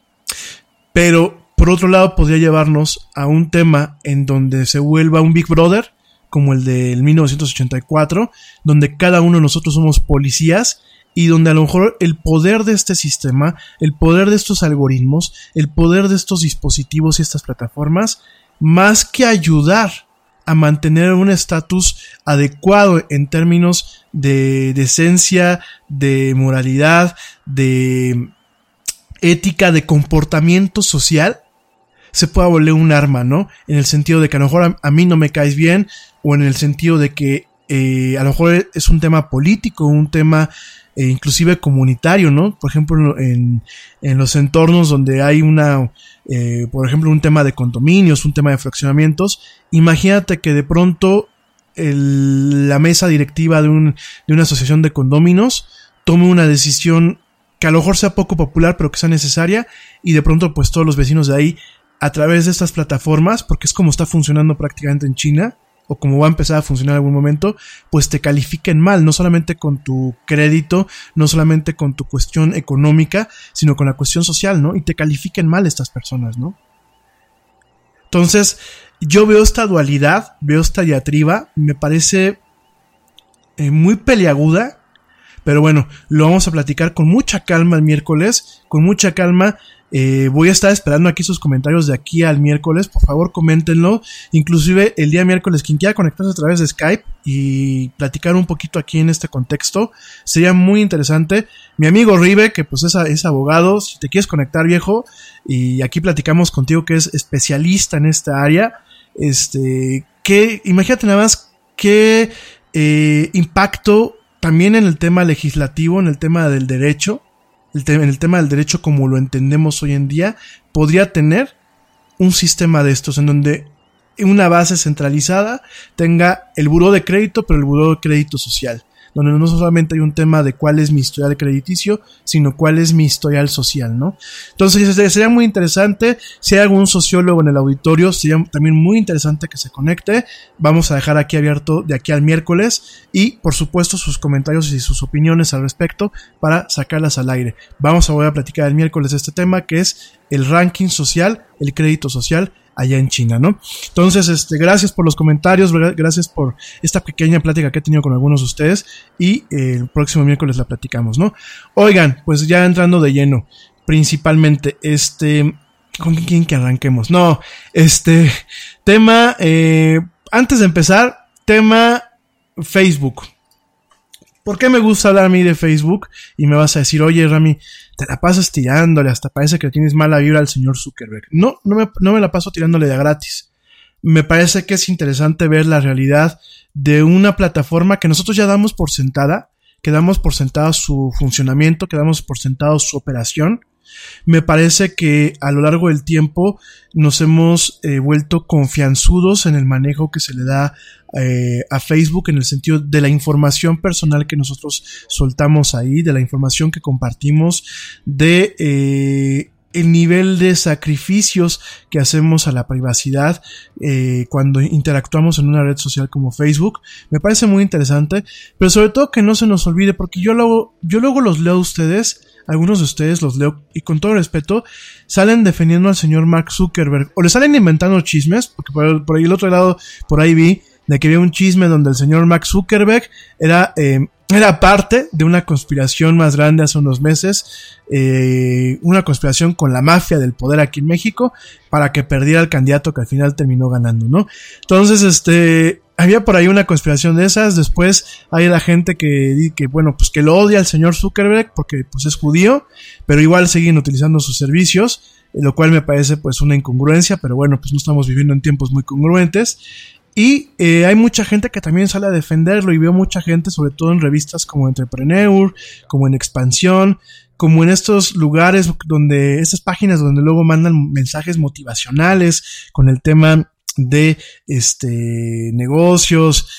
Pero por otro lado, podría llevarnos a un tema en donde se vuelva un Big Brother, como el del 1984, donde cada uno de nosotros somos policías y donde a lo mejor el poder de este sistema, el poder de estos algoritmos, el poder de estos dispositivos y estas plataformas, más que ayudar a mantener un estatus adecuado en términos de decencia, de moralidad, de ética, de comportamiento social, se pueda volver un arma, ¿no? En el sentido de que a lo mejor a mí no me caes bien, o en el sentido de que a lo mejor es un tema político, un tema inclusive comunitario, ¿no? Por ejemplo, en los entornos donde hay por ejemplo, un tema de condominios, un tema de fraccionamientos, imagínate que de pronto la mesa directiva de una asociación de condóminos tome una decisión que a lo mejor sea poco popular, pero que sea necesaria, y de pronto pues todos los vecinos de ahí, a través de estas plataformas, porque es como está funcionando prácticamente en China, o como va a empezar a funcionar en algún momento, pues te califiquen mal, no solamente con tu crédito, no solamente con tu cuestión económica, sino con la cuestión social, ¿no? Y te califiquen mal estas personas, ¿no? Entonces, yo veo esta dualidad, veo esta diatriba, me parece muy peliaguda, pero bueno, lo vamos a platicar con mucha calma el miércoles, con mucha calma. Voy a estar esperando aquí sus comentarios de aquí al miércoles, por favor coméntenlo, inclusive el día miércoles quien quiera conectarse a través de Skype y platicar un poquito aquí en este contexto, sería muy interesante. Mi amigo Ribe, que pues es abogado, si te quieres conectar, viejo, y aquí platicamos contigo, que es especialista en esta área, que imagínate nada más qué impacto también en el tema legislativo, en el tema del derecho, en el tema del derecho como lo entendemos hoy en día, podría tener un sistema de estos en donde una base centralizada tenga el buró de crédito, pero el buró de crédito social, donde no solamente hay un tema de cuál es mi historial crediticio, sino cuál es mi historial social, ¿no? Entonces sería muy interesante, si hay algún sociólogo en el auditorio, sería también muy interesante que se conecte. Vamos a dejar aquí abierto de aquí al miércoles y por supuesto sus comentarios y sus opiniones al respecto para sacarlas al aire. Vamos a volver a platicar el miércoles de este tema, que es el ranking social, el crédito social allá en China, ¿no? Entonces, gracias por los comentarios, gracias por esta pequeña plática que he tenido con algunos de ustedes y el próximo miércoles la platicamos, ¿no? Oigan, pues ya entrando de lleno, principalmente, ¿con quién que arranquemos? No, tema, antes de empezar, tema Facebook. ¿Por qué me gusta hablar a mí de Facebook? Y me vas a decir, oye Rami, te la pasas tirándole, hasta parece que tienes mala vibra al señor Zuckerberg. No me la paso tirándole de gratis. Me parece que es interesante ver la realidad de una plataforma que nosotros ya damos por sentada, que damos por sentado su funcionamiento, que damos por sentado su operación. Me parece que a lo largo del tiempo nos hemos vuelto confianzudos en el manejo que se le da a Facebook, en el sentido de la información personal que nosotros soltamos ahí, de la información que compartimos, de el nivel de sacrificios que hacemos a la privacidad cuando interactuamos en una red social como Facebook. Me parece muy interesante, pero sobre todo que no se nos olvide, porque yo luego los leo a ustedes. Algunos de ustedes los leo y con todo respeto salen defendiendo al señor Mark Zuckerberg o le salen inventando chismes, porque por ahí el otro lado, por ahí vi de que había un chisme donde el señor Mark Zuckerberg era parte de una conspiración más grande hace unos meses, una conspiración con la mafia del poder aquí en México para que perdiera el candidato que al final terminó ganando, ¿no? Entonces, había por ahí una conspiración de esas. Después hay la gente que bueno, pues que lo odia al señor Zuckerberg porque pues es judío, pero igual siguen utilizando sus servicios, lo cual me parece pues una incongruencia, pero bueno, pues no estamos viviendo en tiempos muy congruentes. Y hay mucha gente que también sale a defenderlo, y veo mucha gente, sobre todo en revistas como Entrepreneur, como en Expansión, como en estos lugares donde, estas páginas donde luego mandan mensajes motivacionales con el tema de negocios,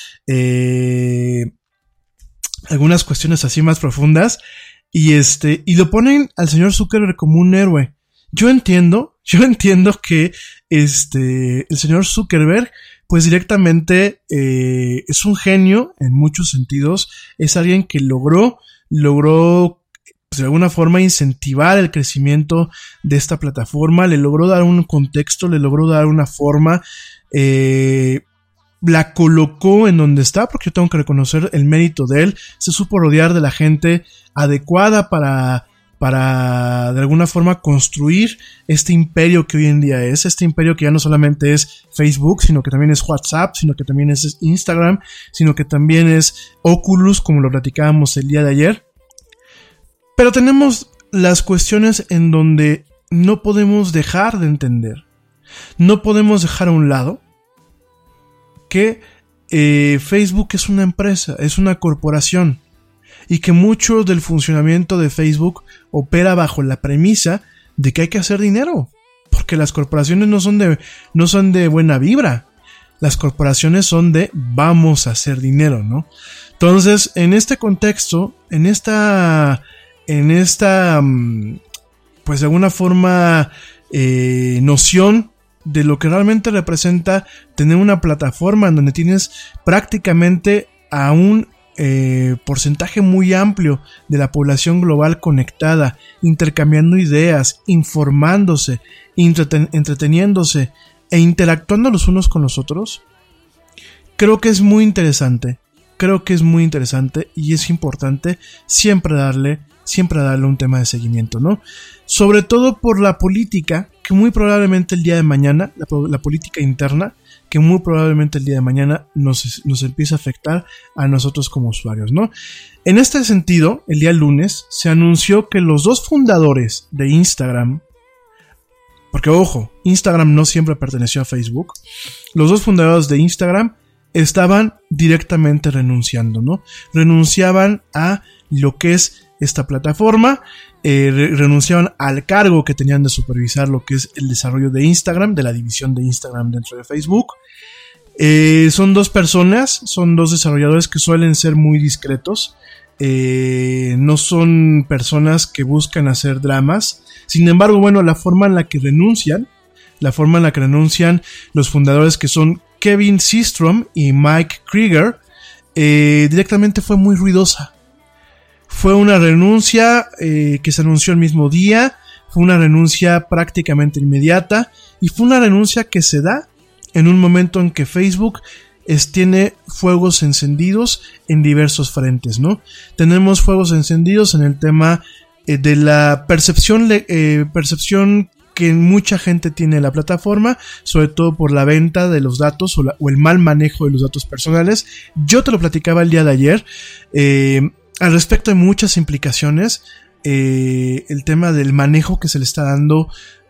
algunas cuestiones así más profundas, y lo ponen al señor Zuckerberg como un héroe. Yo entiendo que el señor Zuckerberg pues directamente es un genio en muchos sentidos, es alguien que logró pues, de alguna forma incentivar el crecimiento de esta plataforma, le logró dar un contexto, le logró dar una forma, la colocó en donde está, porque yo tengo que reconocer el mérito de él, se supo rodear de la gente adecuada para de alguna forma construir este imperio que hoy en día es, este imperio que ya no solamente es Facebook, sino que también es WhatsApp, sino que también es Instagram, sino que también es Oculus, como lo platicábamos el día de ayer. Pero tenemos las cuestiones en donde no podemos dejar de entender, no podemos dejar a un lado que Facebook es una empresa, es una corporación, y que mucho del funcionamiento de Facebook opera bajo la premisa de que hay que hacer dinero, porque las corporaciones no son de buena vibra, las corporaciones son de vamos a hacer dinero, ¿no? Entonces, en este contexto, en esta pues de alguna forma noción de lo que realmente representa tener una plataforma en donde tienes prácticamente a un porcentaje muy amplio de la población global conectada, intercambiando ideas, informándose, entreteniéndose e interactuando los unos con los otros, creo que es muy interesante, y es importante siempre darle un tema de seguimiento, ¿no? Sobre todo por la política, que muy probablemente el día de mañana, la política interna, que muy probablemente el día de mañana nos empieza a afectar a nosotros como usuarios, ¿no? En este sentido, el día lunes se anunció que los dos fundadores de Instagram, porque ojo, Instagram no siempre perteneció a Facebook, los dos fundadores de Instagram estaban directamente renunciando, ¿no? Renunciaban a lo que es esta plataforma, renunciaban al cargo que tenían de supervisar lo que es el desarrollo de Instagram, de la división de Instagram dentro de Facebook. Son dos personas, son dos desarrolladores que suelen ser muy discretos, no son personas que buscan hacer dramas. Sin embargo, bueno, la forma en la que renuncian los fundadores, que son Kevin Systrom y Mike Krieger, directamente fue muy ruidosa. Fue una renuncia que se anunció el mismo día, fue una renuncia prácticamente inmediata, y fue una renuncia que se da en un momento en que Facebook tiene fuegos encendidos en diversos frentes, ¿no? Tenemos fuegos encendidos en el tema de la percepción que mucha gente tiene en la plataforma, sobre todo por la venta de los datos o el mal manejo de los datos personales. Yo te lo platicaba el día de ayer. Al respecto hay muchas implicaciones. El tema del manejo que se le está dando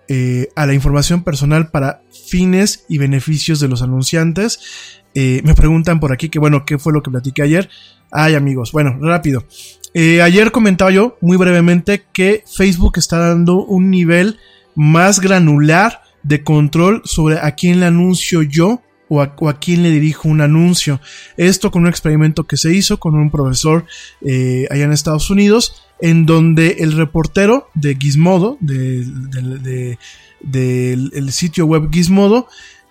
a la información personal para fines y beneficios de los anunciantes. Me preguntan por aquí que bueno, ¿qué fue lo que platiqué ayer? Ay, amigos, bueno, rápido. Ayer comentaba yo muy brevemente que Facebook está dando un nivel más granular de control sobre a quién le anuncio yo o a quién le dirijo un anuncio. Esto con un experimento que se hizo con un profesor allá en Estados Unidos, en donde el reportero de Gizmodo, del sitio web Gizmodo,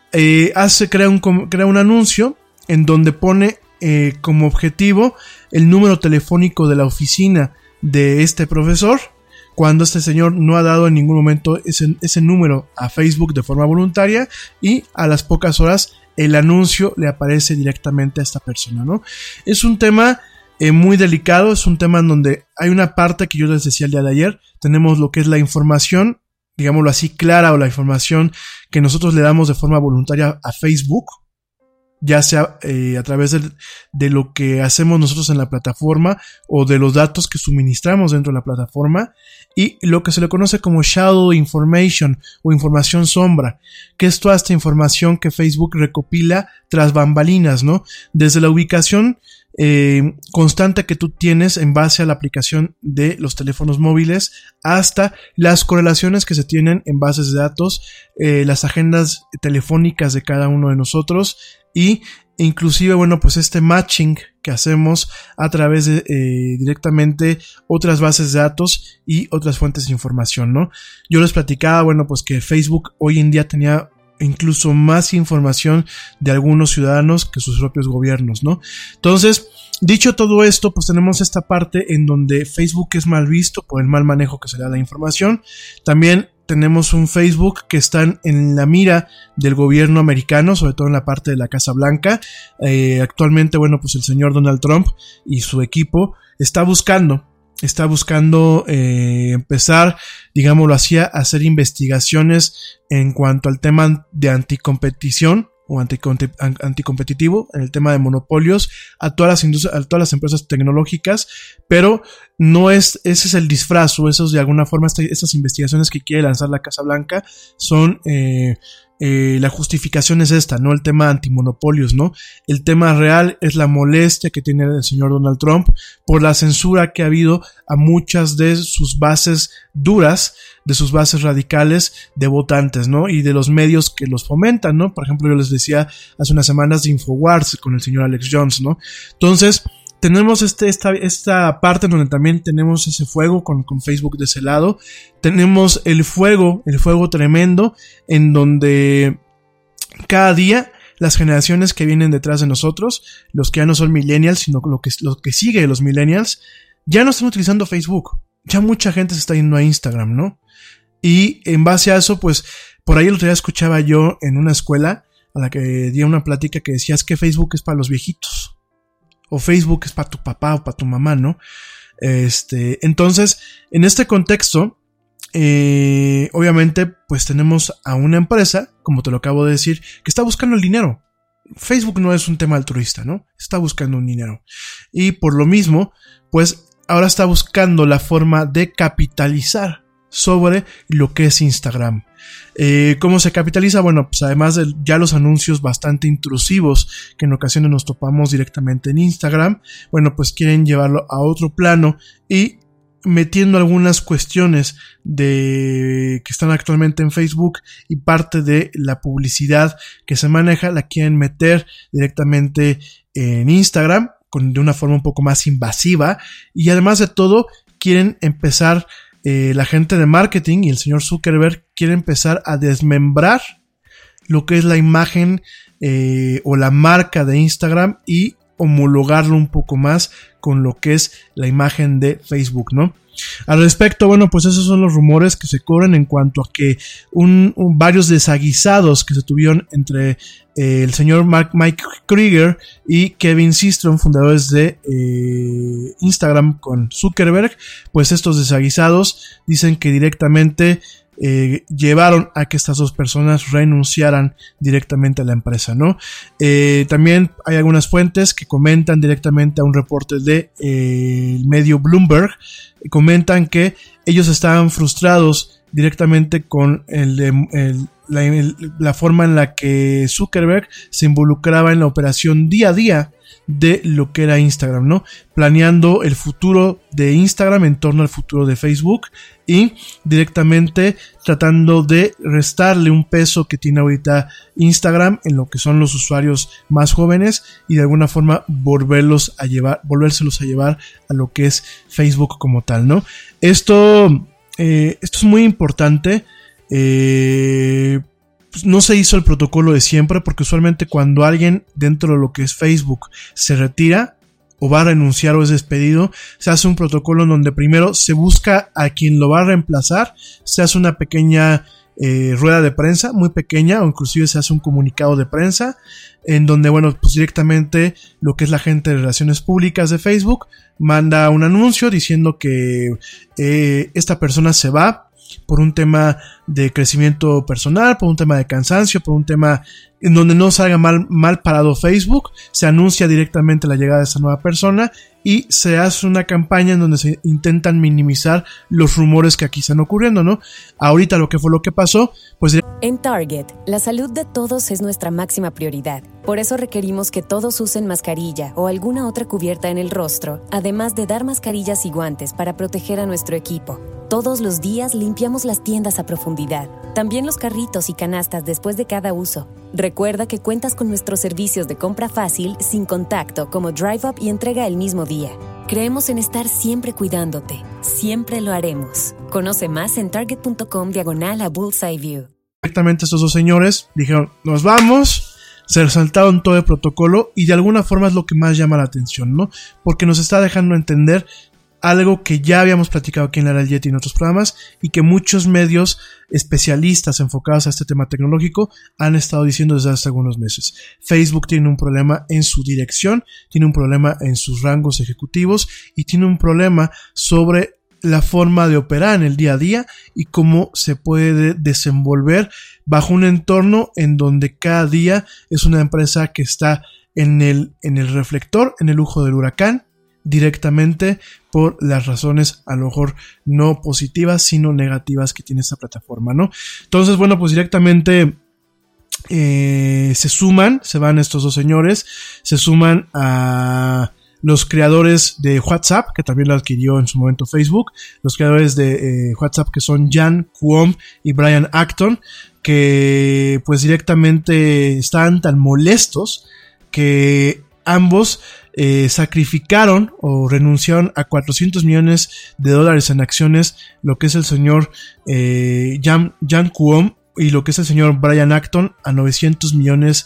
crea un anuncio en donde pone como objetivo el número telefónico de la oficina de este profesor, cuando este señor no ha dado en ningún momento ese número a Facebook de forma voluntaria, y a las pocas horas el anuncio le aparece directamente a esta persona, ¿no? Es un tema muy delicado, es un tema en donde hay una parte que yo les decía el día de ayer. Tenemos lo que es la información, digámoslo así, clara, o la información que nosotros le damos de forma voluntaria a Facebook, ya sea a través de lo que hacemos nosotros en la plataforma o de los datos que suministramos dentro de la plataforma, y lo que se le conoce como shadow information o información sombra, que es toda esta información que Facebook recopila tras bambalinas, ¿no? Desde la ubicación constante que tú tienes en base a la aplicación de los teléfonos móviles, hasta las correlaciones que se tienen en bases de datos, las agendas telefónicas de cada uno de nosotros, y inclusive, bueno, pues este matching que hacemos a través de directamente otras bases de datos y otras fuentes de información, ¿no? Yo les platicaba, bueno, pues que Facebook hoy en día tenía incluso más información de algunos ciudadanos que sus propios gobiernos, ¿no? Entonces, dicho todo esto, pues tenemos esta parte en donde Facebook es mal visto por el mal manejo que se le da a la información. También tenemos un Facebook que está en la mira del gobierno americano, sobre todo en la parte de la Casa Blanca. Actualmente, bueno, pues el señor Donald Trump y su equipo está buscando empezar, digámoslo así, a hacer investigaciones en cuanto al tema de anticompetición o anticompetitivo, en el tema de monopolios a todas las empresas tecnológicas, pero no ese es el disfraz, o esos de alguna forma estas investigaciones que quiere lanzar la Casa Blanca son la justificación es esta, no el tema antimonopolios, ¿no? El tema real es la molestia que tiene el señor Donald Trump por la censura que ha habido a muchas de sus bases duras, de sus bases radicales de votantes, ¿no? Y de los medios que los fomentan, ¿no? Por ejemplo, yo les decía hace unas semanas de InfoWars con el señor Alex Jones, ¿no? Entonces, tenemos esta parte en donde también tenemos ese fuego con Facebook de ese lado. Tenemos el fuego tremendo en donde cada día las generaciones que vienen detrás de nosotros, los que ya no son millennials, sino lo que sigue de los millennials, ya no están utilizando Facebook. Ya mucha gente se está yendo a Instagram, ¿no? Y en base a eso, pues, por ahí el otro día escuchaba yo en una escuela a la que di una plática que decía, es que Facebook es para los viejitos. O Facebook es para tu papá o para tu mamá, ¿no? Entonces, en este contexto, obviamente, pues tenemos a una empresa, como te lo acabo de decir, que está buscando el dinero. Facebook no es un tema altruista, ¿no? Está buscando un dinero. Y por lo mismo, pues ahora está buscando la forma de capitalizar sobre lo que es Instagram. ¿Cómo se capitaliza? Bueno, pues además de ya los anuncios bastante intrusivos que en ocasiones nos topamos directamente en Instagram, bueno, pues quieren llevarlo a otro plano y metiendo algunas cuestiones que están actualmente en Facebook y parte de la publicidad que se maneja la quieren meter directamente en Instagram de una forma un poco más invasiva, y además de todo quieren empezar la gente de marketing y el señor Zuckerberg quiere empezar a desmembrar lo que es la imagen o la marca de Instagram y homologarlo un poco más con lo que es la imagen de Facebook, ¿no? Al respecto, bueno, pues esos son los rumores que se corren en cuanto a que varios desaguisados que se tuvieron entre el señor Mike Krieger y Kevin Systrom, fundadores de Instagram con Zuckerberg, pues estos desaguisados dicen que directamente llevaron a que estas dos personas renunciaran directamente a la empresa, ¿no? También hay algunas fuentes que comentan directamente a un reporte de el medio Bloomberg, comentan que ellos estaban frustrados directamente con la forma en la que Zuckerberg se involucraba en la operación día a día de lo que era Instagram, ¿no? Planeando el futuro de Instagram en torno al futuro de Facebook y directamente tratando de restarle un peso que tiene ahorita Instagram en lo que son los usuarios más jóvenes y de alguna forma volvérselos a llevar a lo que es Facebook como tal, ¿no? Esto es muy importante. Pues no se hizo el protocolo de siempre, porque usualmente cuando alguien dentro de lo que es Facebook se retira o va a renunciar o es despedido, se hace un protocolo en donde primero se busca a quien lo va a reemplazar, se hace una pequeña rueda de prensa, muy pequeña, o inclusive se hace un comunicado de prensa en donde, bueno, pues directamente lo que es la gente de relaciones públicas de Facebook manda un anuncio diciendo que esta persona se va por un tema de crecimiento personal, por un tema de cansancio, por un tema en donde no salga mal parado Facebook. Se anuncia directamente la llegada de esta nueva persona y se hace una campaña en donde se intentan minimizar los rumores que aquí están ocurriendo, ¿no? Ahorita lo que pasó, pues... En Target, la salud de todos es nuestra máxima prioridad. Por eso requerimos que todos usen mascarilla o alguna otra cubierta en el rostro, además de dar mascarillas y guantes para proteger a nuestro equipo. Todos los días limpiamos las tiendas a profundidad, también los carritos y canastas después de cada uso. Recuerda que cuentas con nuestros servicios de compra fácil, sin contacto, como Drive Up y entrega el mismo día. Creemos en estar siempre cuidándote. Siempre lo haremos. Conoce más en target.com/a-bullseye-view. Directamente estos dos señores dijeron, nos vamos, se saltaron todo el protocolo y de alguna forma es lo que más llama la atención, ¿no? Porque nos está dejando entender algo que ya habíamos platicado aquí en la Era del Yeti y en otros programas y que muchos medios especialistas enfocados a este tema tecnológico han estado diciendo desde hace algunos meses. Facebook tiene un problema en su dirección, tiene un problema en sus rangos ejecutivos y tiene un problema sobre la forma de operar en el día a día y cómo se puede desenvolver bajo un entorno en donde cada día es una empresa que está en el reflector, en el ojo del huracán, directamente por las razones a lo mejor no positivas sino negativas que tiene esta plataforma, ¿no? Entonces, bueno, pues directamente se van estos dos señores, se suman a los creadores de WhatsApp, que también lo adquirió en su momento Facebook, los creadores de WhatsApp, que son Jan Kuom y Brian Acton, que pues directamente estaban tan molestos que ambos sacrificaron o renunciaron a $400 millones en acciones, lo que es el señor Jan Kuom y lo que es el señor Brian Acton, a $900 millones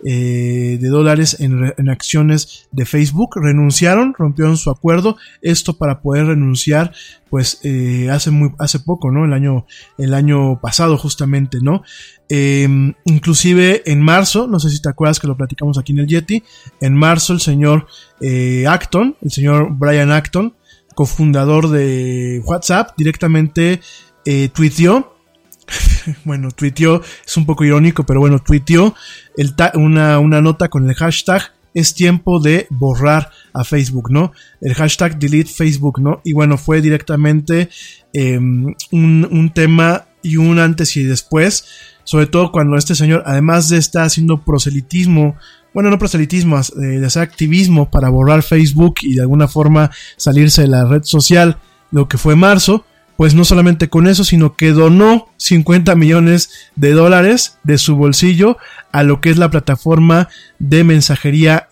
en acciones de Facebook. Renunciaron, rompieron su acuerdo, esto para poder renunciar pues hace poco, ¿no? El año pasado justamente, ¿no? Inclusive en marzo, no sé si te acuerdas que lo platicamos aquí en el Yeti, en marzo el señor Acton, el señor Brian Acton, cofundador de WhatsApp, directamente tuiteó, bueno, tuiteó, es un poco irónico, pero bueno, tuiteó una nota con el hashtag "es tiempo de borrar a Facebook", ¿no? El hashtag delete Facebook, ¿no? Y bueno, fue directamente un tema y un antes y después, sobre todo cuando este señor, además de estar haciendo proselitismo, bueno, no proselitismo, de hacer activismo para borrar Facebook y de alguna forma salirse de la red social, lo que fue marzo, pues no solamente con eso, sino que donó $50 millones de su bolsillo a lo que es la plataforma de mensajería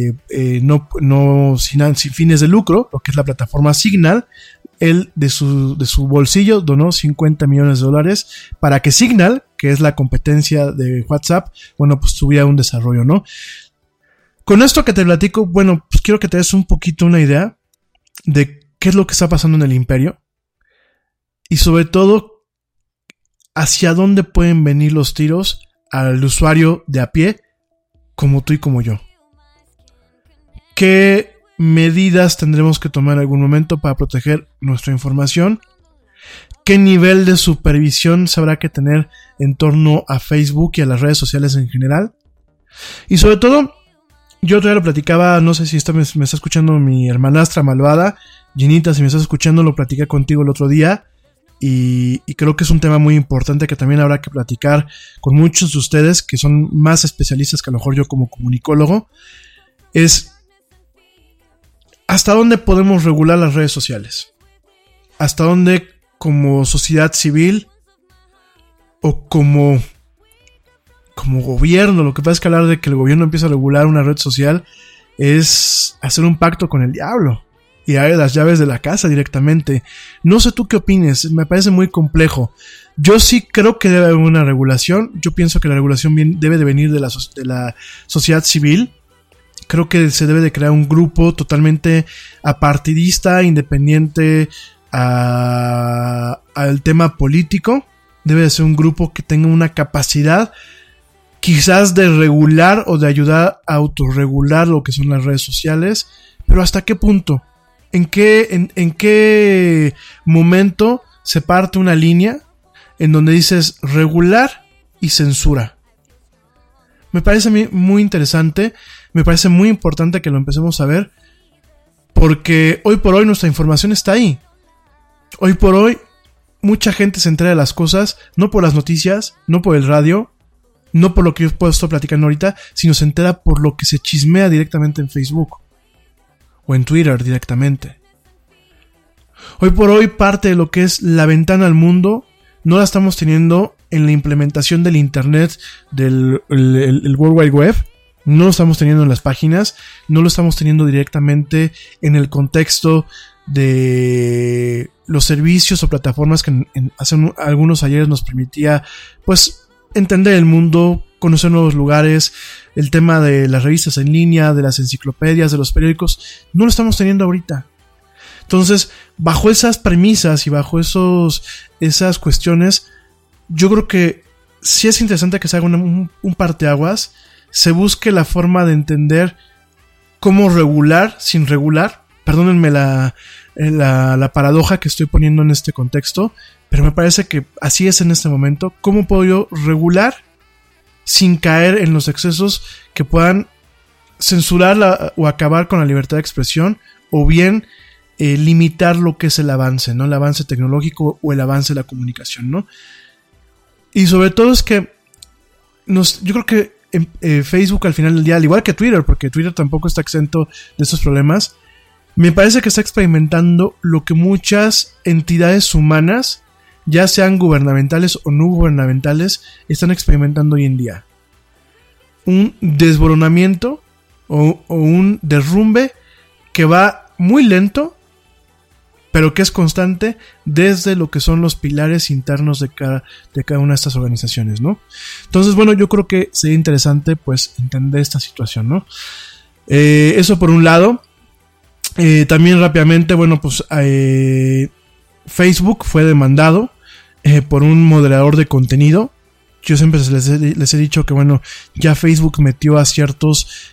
sin fines de lucro, lo que es la plataforma Signal. Él de su bolsillo donó $50 millones para que Signal, que es la competencia de WhatsApp, bueno, pues tuviera un desarrollo, ¿no? Con esto que te platico, bueno, pues quiero que te des un poquito una idea de qué es lo que está pasando en el imperio. Y sobre todo, hacia dónde pueden venir los tiros al usuario de a pie, como tú y como yo. ¿Qué medidas tendremos que tomar en algún momento para proteger nuestra información? qué nivel de supervisión se habrá que tener en torno a Facebook y a las redes sociales en general. Y sobre todo, yo todavía lo platicaba, no sé si me está escuchando mi hermanastra malvada, Ginita, si me estás escuchando, lo platiqué contigo el otro día. Y creo que es un tema muy importante que también habrá que platicar con muchos de ustedes que son más especialistas que a lo mejor yo como comunicólogo. Es ¿hasta dónde podemos regular las redes sociales? ¿Hasta dónde como sociedad civil o como gobierno? Lo que pasa es que hablar de que el gobierno empieza a regular una red social es hacer un pacto con el diablo y darle las llaves de la casa directamente. No sé tú qué opines, me parece muy complejo. Yo sí creo que debe haber una regulación. Yo pienso que la regulación debe de venir de la sociedad civil. Creo que se debe de crear un grupo totalmente apartidista, independiente al tema político. Debe de ser un grupo que tenga una capacidad quizás de regular o de ayudar a autorregular lo que son las redes sociales. Pero ¿hasta qué punto? ¿En qué momento se parte una línea en donde dices regular y censura? Me parece a mí muy interesante, me parece muy importante que lo empecemos a ver, porque hoy por hoy nuestra información está ahí. Hoy por hoy mucha gente se entera de las cosas, no por las noticias, no por el radio, no por lo que yo puedo estar platicando ahorita, sino se entera por lo que se chismea directamente en Facebook o en Twitter directamente. Hoy por hoy parte de lo que es la ventana al mundo no la estamos teniendo en la implementación del internet, del el World Wide Web. No lo estamos teniendo en las páginas, no lo estamos teniendo directamente en el contexto de los servicios o plataformas que hace algunos ayeres nos permitía pues entender el mundo, conocer nuevos lugares, el tema de las revistas en línea, de las enciclopedias, de los periódicos. No lo estamos teniendo ahorita. Entonces, bajo esas premisas y bajo esas cuestiones, yo creo que sí es interesante que se haga un parteaguas, se busque la forma de entender cómo regular sin regular. Perdónenme la paradoja que estoy poniendo en este contexto, pero me parece que así es en este momento. ¿Cómo puedo yo regular sin caer en los excesos que puedan censurar o acabar con la libertad de expresión, o bien limitar lo que es el avance, ¿no? El avance tecnológico o el avance de la comunicación, ¿no? Y sobre todo es que yo creo que Facebook al final del día, al igual que Twitter, porque Twitter tampoco está exento de estos problemas, me parece que está experimentando lo que muchas entidades humanas, ya sean gubernamentales o no gubernamentales, están experimentando hoy en día. Un desboronamiento o un derrumbe que va muy lento, pero que es constante desde lo que son los pilares internos de cada una de estas organizaciones, ¿no? Entonces, bueno, yo creo que sería interesante, pues, entender esta situación, ¿no? Eso por un lado. También rápidamente, bueno, pues, Facebook fue demandado por un moderador de contenido. Yo siempre les he dicho que, bueno, ya Facebook metió a ciertos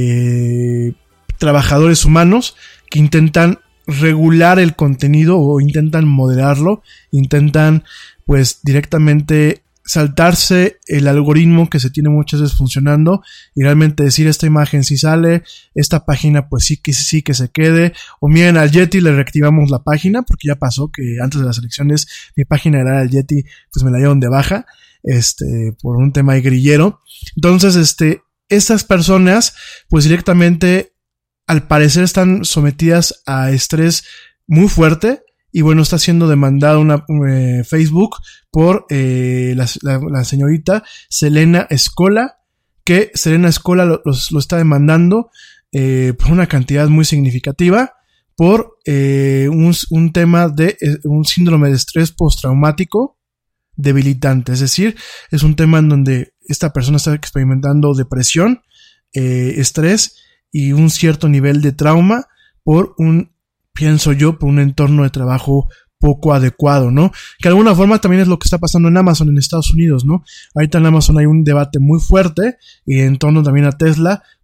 trabajadores humanos que intentan regular el contenido o intentan moderarlo, intentan pues directamente saltarse el algoritmo que se tiene muchas veces funcionando y realmente decir esta imagen sí sale, esta página pues sí que se quede, o miren, al Yeti le reactivamos la página porque ya pasó que antes de las elecciones mi página era el Yeti, pues me la dieron de baja por un tema de grillero. Entonces estas personas pues directamente al parecer están sometidas a estrés muy fuerte y bueno, está siendo demandada Facebook por la señorita Selena Escola, que Selena Escola lo está demandando por una cantidad muy significativa por un tema de un síndrome de estrés postraumático debilitante, es decir, es un tema en donde esta persona está experimentando depresión, estrés y un cierto nivel de trauma por pienso yo, por un entorno de trabajo poco adecuado, ¿no? Que de alguna forma también es lo que está pasando en Amazon en Estados Unidos, ¿no? Ahorita en Amazon hay un debate muy fuerte y en torno también a Tesla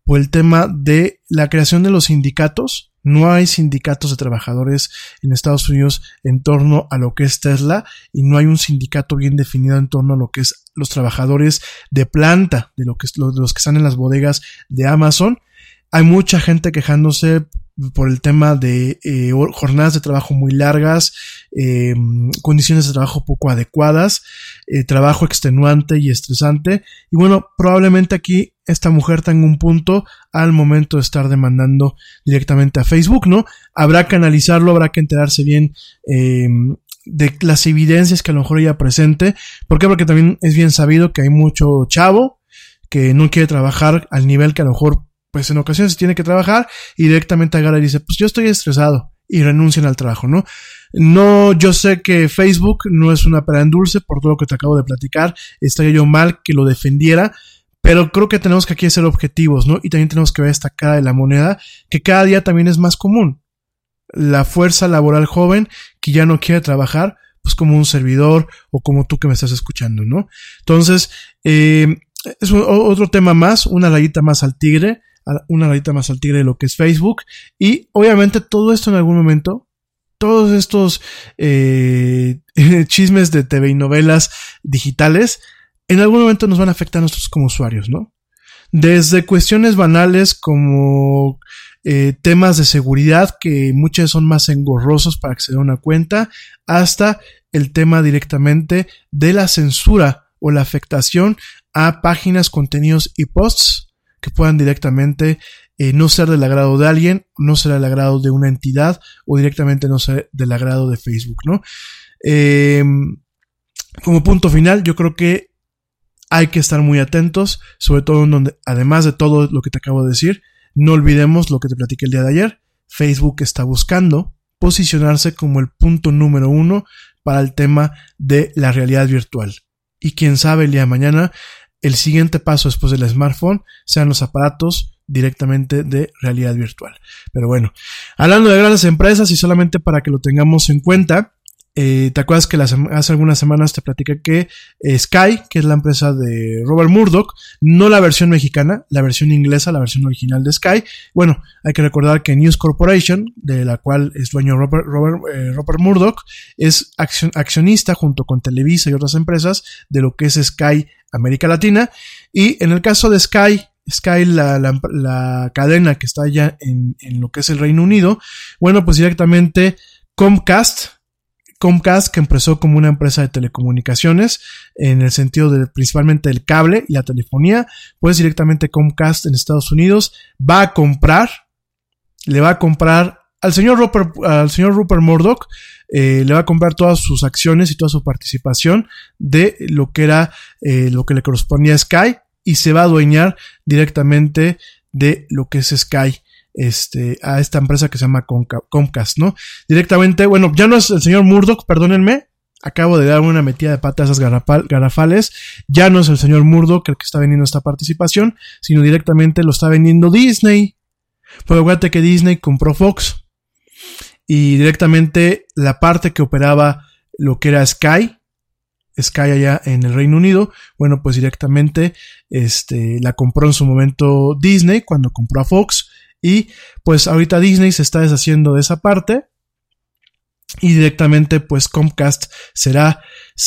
por el tema de la creación de los sindicatos. No hay sindicatos de trabajadores en Estados Unidos en torno a lo que es Tesla, y no hay un sindicato bien definido en torno a lo que es los trabajadores de planta, de los que están en las bodegas de Amazon. Hay mucha gente quejándose por el tema de jornadas de trabajo muy largas, condiciones de trabajo poco adecuadas, trabajo extenuante y estresante. Y bueno, probablemente aquí esta mujer tenga un punto al momento de estar demandando directamente a Facebook, ¿no? Habrá que analizarlo, habrá que enterarse bien de las evidencias que a lo mejor ella presente. ¿Por qué? Porque también es bien sabido que hay mucho chavo que no quiere trabajar al nivel que a lo mejor pues en ocasiones tiene que trabajar, y directamente agarra y dice, pues yo estoy estresado, y renuncian al trabajo, ¿no? No, yo sé que Facebook no es una pera en dulce, por todo lo que te acabo de platicar, estaría yo mal que lo defendiera, pero creo que tenemos que aquí ser objetivos, ¿no? Y también tenemos que ver esta cara de la moneda, que cada día también es más común. La fuerza laboral joven que ya no quiere trabajar, pues como un servidor, o como tú que me estás escuchando, ¿no? Entonces, es otro tema más, una rayita más al tigre de lo que es Facebook. Y obviamente todo esto en algún momento, todos estos chismes de TV y novelas digitales, en algún momento nos van a afectar a nosotros como usuarios, ¿no? Desde cuestiones banales como temas de seguridad, que muchos son más engorrosos para acceder a una cuenta, hasta el tema directamente de la censura o la afectación a páginas, contenidos y posts que puedan directamente no ser del agrado de alguien, no ser del agrado de una entidad, o directamente no ser del agrado de Facebook, ¿no? Como punto final, yo creo que hay que estar muy atentos, sobre todo en donde, además de todo lo que te acabo de decir, no olvidemos lo que te platiqué el día de ayer. Facebook está buscando posicionarse como el punto número 1 para el tema de la realidad virtual. Y quién sabe el día de mañana, el siguiente paso después del smartphone sean los aparatos directamente de realidad virtual. Pero bueno, hablando de grandes empresas, y solamente para que lo tengamos en cuenta, ¿te acuerdas que hace algunas semanas te platiqué que Sky, que es la empresa de Robert Murdoch, no la versión mexicana, la versión inglesa, la versión original de Sky? Bueno, hay que recordar que News Corporation, de la cual es dueño Robert Murdoch, es accionista junto con Televisa y otras empresas de lo que es Sky América Latina. Y en el caso de Sky, la cadena que está allá en lo que es el Reino Unido, bueno, pues directamente Comcast, que empezó como una empresa de telecomunicaciones en el sentido de principalmente del cable y la telefonía, pues directamente Comcast en Estados Unidos le va a comprar al señor Rupert Murdoch, le va a comprar todas sus acciones y toda su participación de lo que era lo que le correspondía a Sky, y se va a adueñar directamente de lo que es Sky, a esta empresa que se llama Comcast, ¿no? Directamente, bueno, ya no es el señor Murdoch, perdónenme, acabo de dar una metida de pata a esas garrafales, ya no es el señor Murdoch el que está vendiendo esta participación, sino directamente lo está vendiendo Disney. Pero acuérdate que Disney compró Fox, y directamente la parte que operaba lo que era Sky allá en el Reino Unido, bueno, pues directamente la compró en su momento Disney cuando compró a Fox. Y pues ahorita Disney se está deshaciendo de esa parte, y directamente pues Comcast será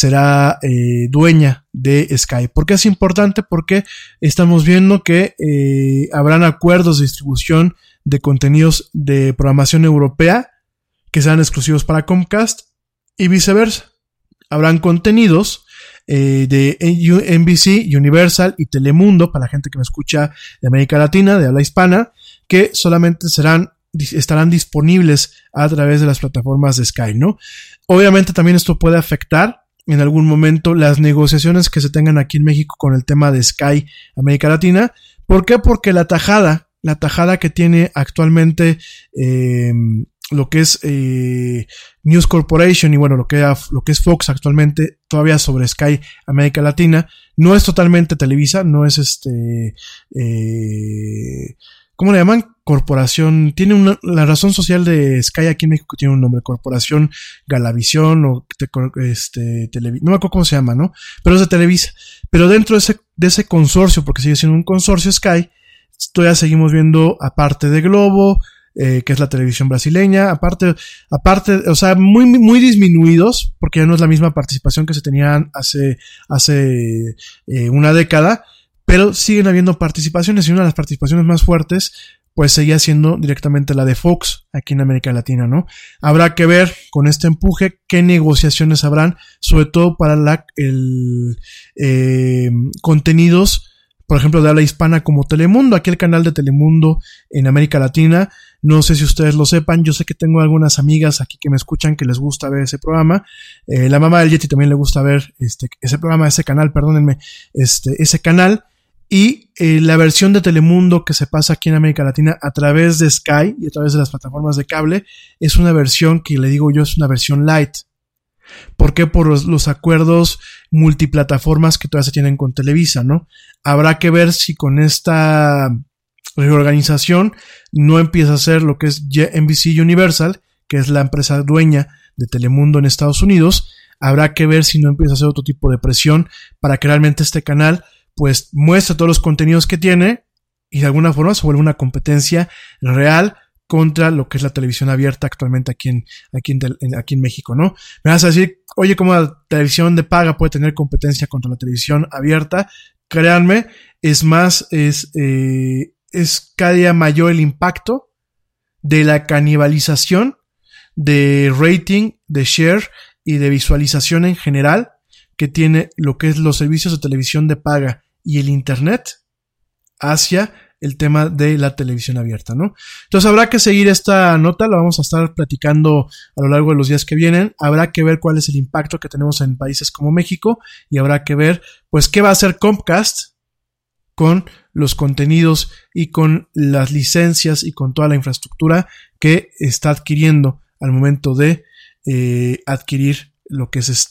dueña de Sky. ¿Por qué es importante? Porque estamos viendo que habrán acuerdos de distribución de contenidos de programación europea que serán exclusivos para Comcast, y viceversa. Habrán contenidos de NBC, Universal y Telemundo, para la gente que me escucha de América Latina, de habla hispana, que solamente estarán disponibles a través de las plataformas de Sky, ¿no? Obviamente también esto puede afectar en algún momento las negociaciones que se tengan aquí en México con el tema de Sky América Latina. ¿Por qué? Porque la tajada que tiene actualmente lo que es News Corporation, y bueno, lo que es Fox actualmente todavía sobre Sky América Latina, no es totalmente Televisa, no es ¿cómo le llaman? Corporación, tiene la razón social de Sky aquí en México tiene un nombre, Corporación Galavisión, o no me acuerdo cómo se llama, ¿no? Pero es de Televisa. Pero dentro de ese consorcio, porque sigue siendo un consorcio Sky, todavía seguimos viendo, aparte de Globo, que es la televisión brasileña, aparte, o sea, muy disminuidos, porque ya no es la misma participación que se tenían hace una década, pero siguen habiendo participaciones, y una de las participaciones más fuertes pues seguía siendo directamente la de Fox aquí en América Latina, ¿no? Habrá que ver con este empuje qué negociaciones habrán, sobre todo para contenidos, por ejemplo, de habla hispana como Telemundo, aquí el canal de Telemundo en América Latina. No sé si ustedes lo sepan, yo sé que tengo algunas amigas aquí que me escuchan que les gusta ver ese programa. La mamá del Yeti también le gusta ver ese canal. Y la versión de Telemundo que se pasa aquí en América Latina a través de Sky y a través de las plataformas de cable es una versión que le digo yo es una versión light. ¿Por qué? Por los acuerdos multiplataformas que todavía se tienen con Televisa, ¿no? Habrá que ver si con esta reorganización no empieza a ser lo que es NBC Universal, que es la empresa dueña de Telemundo en Estados Unidos. Habrá que ver si no empieza a hacer otro tipo de presión para que realmente este canal pues muestre todos los contenidos que tiene y de alguna forma se vuelve una competencia real contra lo que es la televisión abierta actualmente aquí en México, ¿no? Me vas a decir, oye, ¿cómo la televisión de paga puede tener competencia contra la televisión abierta? Créanme, es cada día mayor el impacto de la canibalización de rating, de share y de visualización en general que tiene lo que es los servicios de televisión de paga y el internet hacia el tema de la televisión abierta, ¿no? Entonces habrá que seguir esta nota, la vamos a estar platicando a lo largo de los días que vienen. Habrá que ver cuál es el impacto que tenemos en países como México y habrá que ver pues qué va a hacer Comcast con los contenidos y con las licencias y con toda la infraestructura que está adquiriendo al momento de adquirir lo que es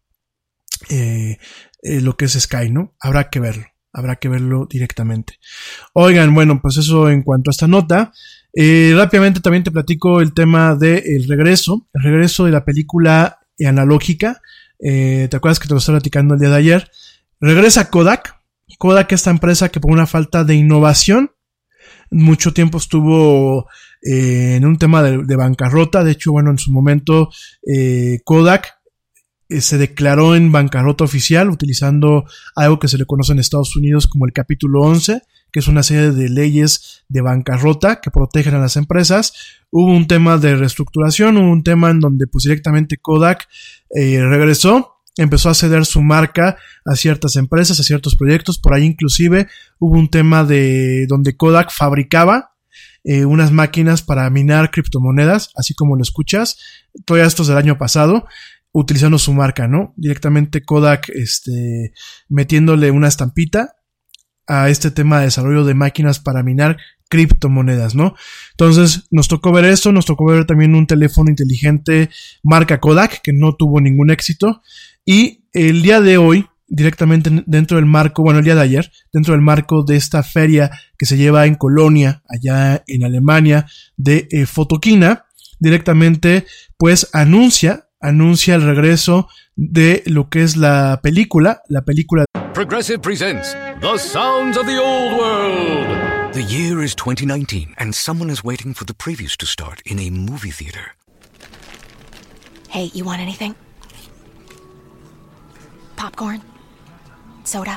Sky, ¿no? Habrá que verlo directamente. Oigan, bueno, pues eso en cuanto a esta nota. Rápidamente también te platico el tema del regreso de la película analógica. ¿Te acuerdas que te lo estaba platicando el día de ayer? Regresa Kodak, esta empresa que por una falta de innovación, mucho tiempo estuvo en un tema de bancarrota. De hecho, bueno, en su momento Kodak se declaró en bancarrota oficial utilizando algo que se le conoce en Estados Unidos como el capítulo 11, que es una serie de leyes de bancarrota que protegen a las empresas. Hubo un tema de reestructuración, hubo un tema en donde pues directamente Kodak regresó, empezó a ceder su marca a ciertas empresas, a ciertos proyectos. Por ahí inclusive hubo un tema de donde Kodak fabricaba unas máquinas para minar criptomonedas, así como lo escuchas. Todo esto es del año pasado, utilizando su marca, ¿no? Directamente Kodak, metiéndole una estampita a este tema de desarrollo de máquinas para minar criptomonedas, ¿no? Entonces, nos tocó ver esto, nos tocó ver también un teléfono inteligente marca Kodak, que no tuvo ningún éxito, y el día de hoy, directamente dentro del marco, bueno, el día de ayer, dentro del marco de esta feria que se lleva en Colonia, allá en Alemania, de Photokina, directamente, pues, anuncia el regreso de lo que es la película. Progressive presents The Sounds of the Old World. The year is 2019 and someone is waiting for the previews to start in a movie theater. Hey, you want anything? Popcorn? Soda?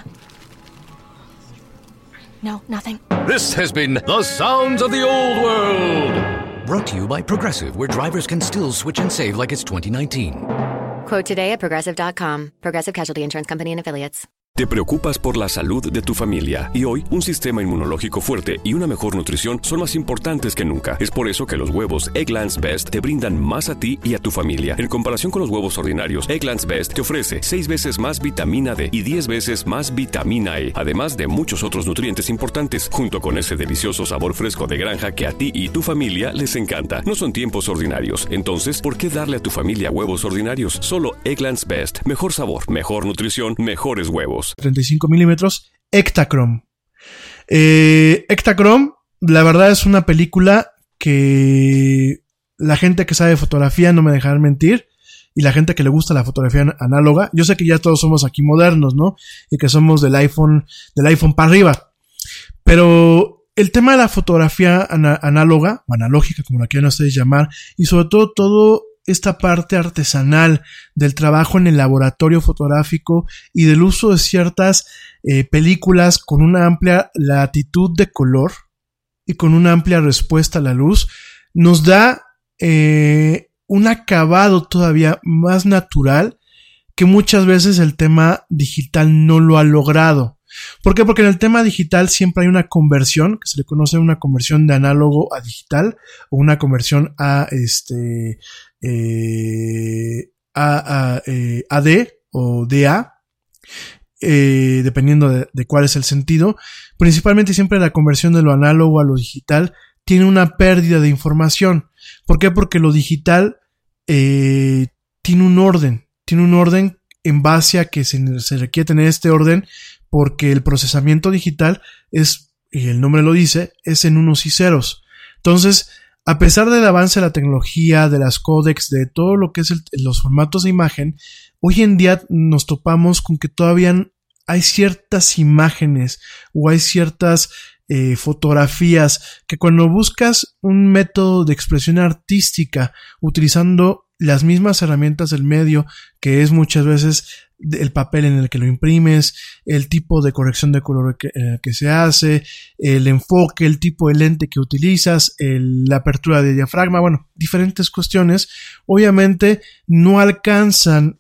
No, nothing? This has been The Sounds of the Old World. Brought to you by Progressive, where drivers can still switch and save like it's 2019. Quote today at Progressive.com. Progressive Casualty Insurance Company and Affiliates. Te preocupas por la salud de tu familia y hoy un sistema inmunológico fuerte y una mejor nutrición son más importantes que nunca. Es por eso que los huevos Eggland's Best te brindan más a ti y a tu familia. En comparación con los huevos ordinarios, Eggland's Best te ofrece 6 veces más vitamina D y 10 veces más vitamina E, además de muchos otros nutrientes importantes, junto con ese delicioso sabor fresco de granja que a ti y tu familia les encanta. No son tiempos ordinarios, entonces, ¿por qué darle a tu familia huevos ordinarios? Solo Eggland's Best. Mejor sabor, mejor nutrición, mejores huevos. 35 milímetros, Ektachrome. Ektachrome, la verdad es una película que la gente que sabe fotografía no me dejará mentir, y la gente que le gusta la fotografía análoga, yo sé que ya todos somos aquí modernos, ¿no? Y que somos del iPhone para arriba, pero el tema de la fotografía análoga, o analógica, como la quieran ustedes llamar, y sobre todo esta parte artesanal del trabajo en el laboratorio fotográfico y del uso de ciertas películas con una amplia latitud de color y con una amplia respuesta a la luz, nos da un acabado todavía más natural que muchas veces el tema digital no lo ha logrado. ¿Por qué? Porque en el tema digital siempre hay una conversión, que se le conoce una conversión de análogo a digital, o una conversión a AD o DA, dependiendo de cuál es el sentido. Principalmente siempre la conversión de lo análogo a lo digital tiene una pérdida de información. ¿Por qué? Porque lo digital tiene un orden en base a que se requiere tener este orden, porque el procesamiento digital es, y el nombre lo dice, es en unos y ceros. Entonces, a pesar del avance de la tecnología, de las códecs, de todo lo que es los formatos de imagen, hoy en día nos topamos con que todavía hay ciertas imágenes o hay ciertas fotografías que cuando buscas un método de expresión artística utilizando las mismas herramientas del medio, que es muchas veces el papel en el que lo imprimes, el tipo de corrección de color que se hace, el enfoque, el tipo de lente que utilizas, la apertura de diafragma, bueno, diferentes cuestiones, obviamente no alcanzan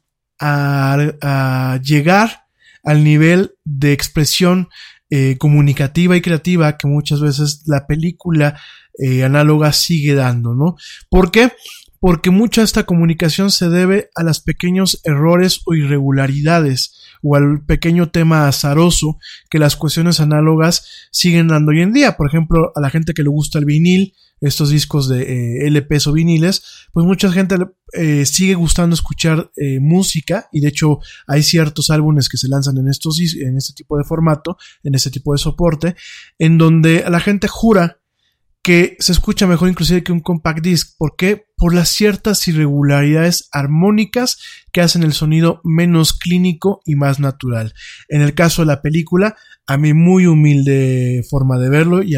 a llegar al nivel de expresión comunicativa y creativa que muchas veces la película análoga sigue dando, ¿no? ¿Por qué? Porque mucha de esta comunicación se debe a los pequeños errores o irregularidades o al pequeño tema azaroso que las cuestiones análogas siguen dando hoy en día. Por ejemplo, a la gente que le gusta el vinil, estos discos de LPs o viniles, pues mucha gente sigue gustando escuchar música, y de hecho hay ciertos álbumes que se lanzan en este tipo de formato, en este tipo de soporte, en donde la gente jura que se escucha mejor inclusive que un compact disc. ¿Por qué? Por las ciertas irregularidades armónicas que hacen el sonido menos clínico y más natural. En el caso de la película, a mi muy humilde forma de verlo, y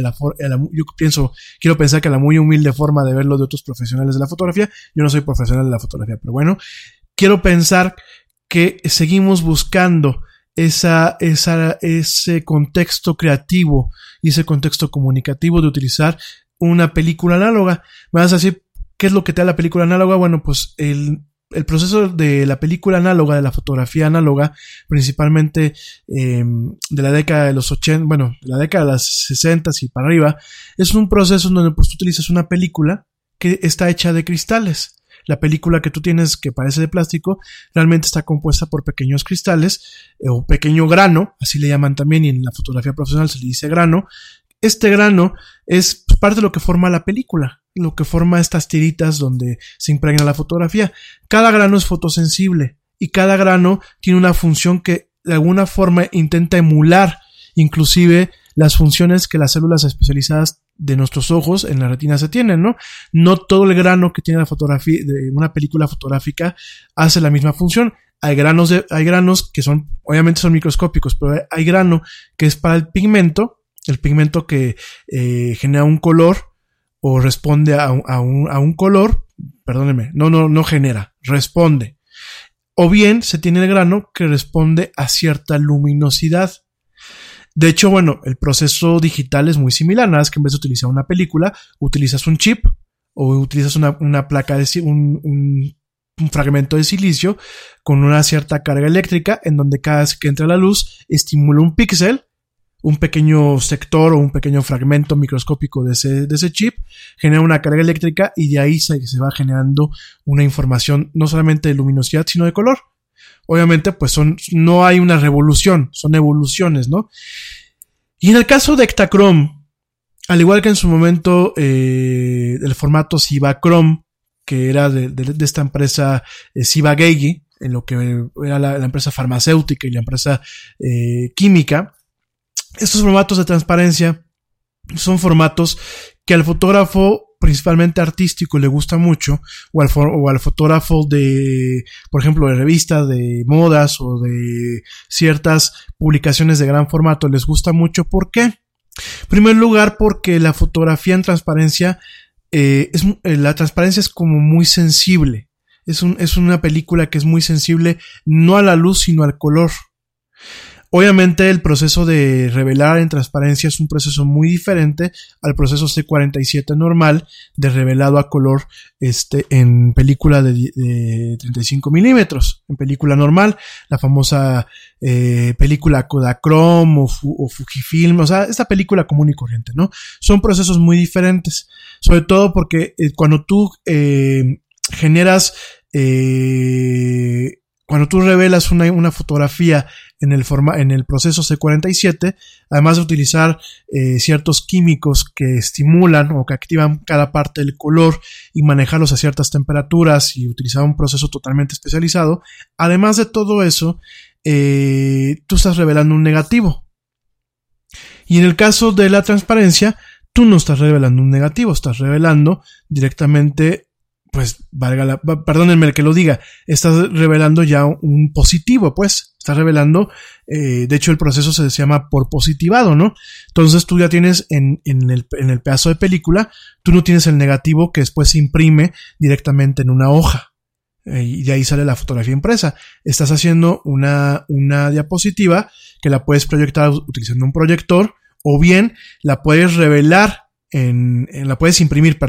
quiero pensar que a la muy humilde forma de verlo de otros profesionales de la fotografía, yo no soy profesional de la fotografía, pero bueno, quiero pensar que seguimos buscando ese contexto creativo y ese contexto comunicativo de utilizar una película análoga. Me vas a decir, ¿qué es lo que te da la película análoga? Bueno, pues el proceso de la película análoga, de la fotografía análoga, principalmente de la década de los 80, bueno, de la década de las 60 y para arriba, es un proceso en donde pues tú utilizas una película que está hecha de cristales. La película que tú tienes, que parece de plástico, realmente está compuesta por pequeños cristales o pequeño grano, así le llaman también, y en la fotografía profesional se le dice grano. Este grano es parte de lo que forma la película, lo que forma estas tiritas donde se impregna la fotografía. Cada grano es fotosensible y cada grano tiene una función que de alguna forma intenta emular inclusive las funciones que las células especializadas de nuestros ojos en la retina se tienen, ¿no? No todo el grano que tiene la fotografía de una película fotográfica hace la misma función. Hay granos que son, obviamente son microscópicos, pero hay grano que es para el pigmento que genera un color o responde a un color, perdónenme, no genera, responde. O bien se tiene el grano que responde a cierta luminosidad. De hecho, bueno, el proceso digital es muy similar, nada más que en vez de utilizar una película, utilizas un chip o utilizas una placa de un fragmento de silicio con una cierta carga eléctrica, en donde cada vez que entra la luz estimula un píxel, un pequeño sector o un pequeño fragmento microscópico de ese chip, genera una carga eléctrica y de ahí se va generando una información no solamente de luminosidad, sino de color. Obviamente, pues no hay una revolución, son evoluciones, ¿no? Y en el caso de Ektachrome, al igual que en su momento el formato Cibachrome, que era de esta empresa Ciba-Geigy, en lo que era la empresa farmacéutica y la empresa química, estos formatos de transparencia son formatos que al fotógrafo principalmente artístico le gusta mucho, o al fotógrafo de, por ejemplo, de revistas de modas o de ciertas publicaciones de gran formato les gusta mucho. ¿Por qué? En primer lugar, porque la fotografía en transparencia, la transparencia es como muy sensible. Es una película que es muy sensible, no a la luz, sino al color. Obviamente el proceso de revelar en transparencia es un proceso muy diferente al proceso C47 normal de revelado a color en película de 35 milímetros, en película normal, la famosa película Kodachrome o Fujifilm, o sea, esta película común y corriente, ¿no? Son procesos muy diferentes, sobre todo porque cuando tú cuando tú revelas una fotografía en el proceso C47, además de utilizar ciertos químicos que estimulan o que activan cada parte del color y manejarlos a ciertas temperaturas y utilizar un proceso totalmente especializado, además de todo eso, tú estás revelando un negativo. Y en el caso de la transparencia, tú no estás revelando un negativo, estás revelando directamente, pues, perdónenme que lo diga, estás revelando ya un positivo, pues, estás revelando, de hecho el proceso se llama por positivado, ¿no? Entonces tú ya tienes en el pedazo de película, tú no tienes el negativo que después se imprime directamente en una hoja, y de ahí sale la fotografía impresa. Estás haciendo una diapositiva que la puedes proyectar utilizando un proyector, o bien la puedes revelar la puedes imprimir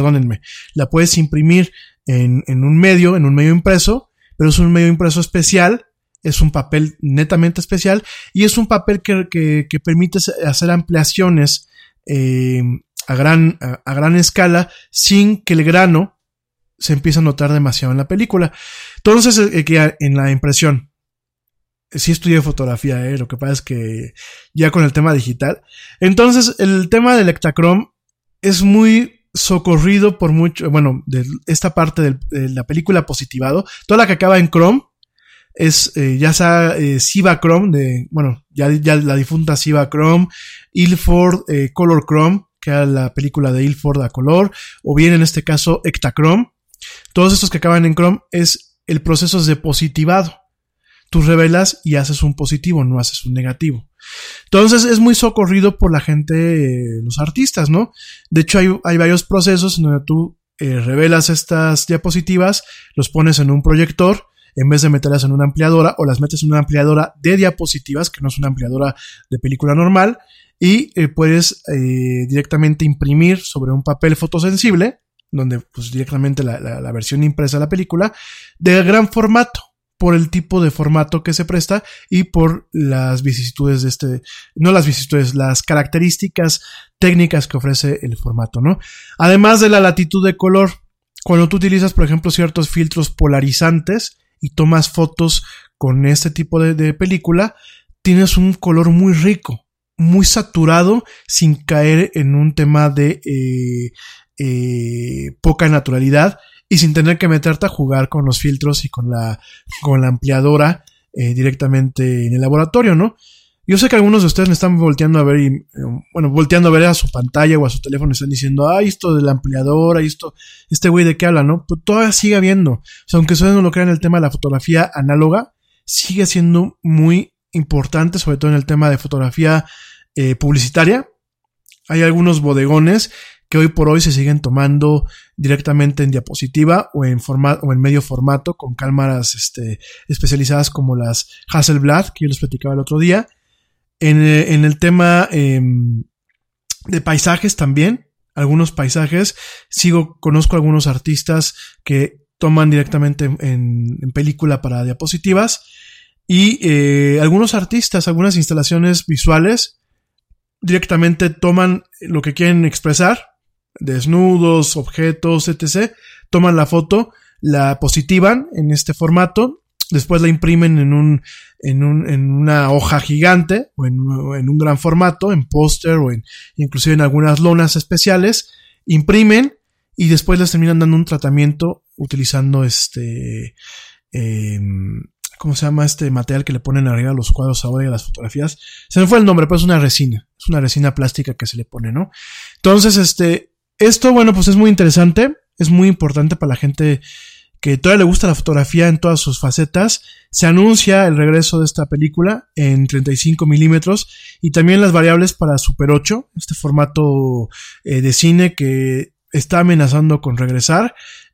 en un medio impreso, pero es un medio impreso especial, es un papel netamente especial y es un papel que permite hacer ampliaciones a gran escala sin que el grano se empiece a notar demasiado en la película. Entonces, en la impresión, sí estudié fotografía, lo que pasa es que ya con el tema digital. Entonces, el tema del Ektachrome es muy socorrido por mucho, bueno, de esta parte de la película positivado. Toda la que acaba en Chrome es ya sea Cibachrome, ya la difunta Cibachrome, Ilford, Color Chrome, que era la película de Ilford a color, o bien en este caso Ektachrome. Todos estos que acaban en Chrome es el proceso de positivado. Tú revelas y haces un positivo, no haces un negativo. Entonces es muy socorrido por la gente, los artistas, ¿no? De hecho hay varios procesos en donde tú revelas estas diapositivas, los pones en un proyector, en vez de meterlas en una ampliadora, o las metes en una ampliadora de diapositivas, que no es una ampliadora de película normal, y puedes directamente imprimir sobre un papel fotosensible, donde pues directamente la versión impresa de la película, de gran formato, por el tipo de formato que se presta y por las vicisitudes las características técnicas que ofrece el formato, ¿no? Además de la latitud de color, cuando tú utilizas, por ejemplo, ciertos filtros polarizantes y tomas fotos con este tipo de película, tienes un color muy rico, muy saturado, sin caer en un tema de poca naturalidad, y sin tener que meterte a jugar con los filtros y con la ampliadora directamente en el laboratorio, ¿no? Yo sé que algunos de ustedes me están volteando a ver volteando a ver a su pantalla o a su teléfono y están diciendo, esto de la ampliadora, este güey de qué habla, ¿no? Pero todavía sigue habiendo. O sea, aunque ustedes no lo crean, el tema de la fotografía análoga sigue siendo muy importante, sobre todo en el tema de fotografía publicitaria. Hay algunos bodegones que hoy por hoy se siguen tomando directamente en diapositiva o en medio formato con cámaras especializadas como las Hasselblad, que yo les platicaba el otro día. En el tema de paisajes también, algunos paisajes, conozco algunos artistas que toman directamente en película para diapositivas, y algunos artistas, algunas instalaciones visuales directamente toman lo que quieren expresar, desnudos, objetos, etc. Toman la foto, la positivan en este formato, después la imprimen en una hoja gigante o en un gran formato, en póster o inclusive en algunas lonas especiales, imprimen y después les terminan dando un tratamiento utilizando ¿cómo se llama este material que le ponen arriba a los cuadros ahora y a las fotografías? Se me fue el nombre, pero es una resina plástica que se le pone, ¿no? Entonces, esto, bueno, pues es muy interesante, es muy importante para la gente que todavía le gusta la fotografía en todas sus facetas, se anuncia el regreso de esta película en 35 milímetros y también las variables para Super 8, este formato de cine que está amenazando con regresar.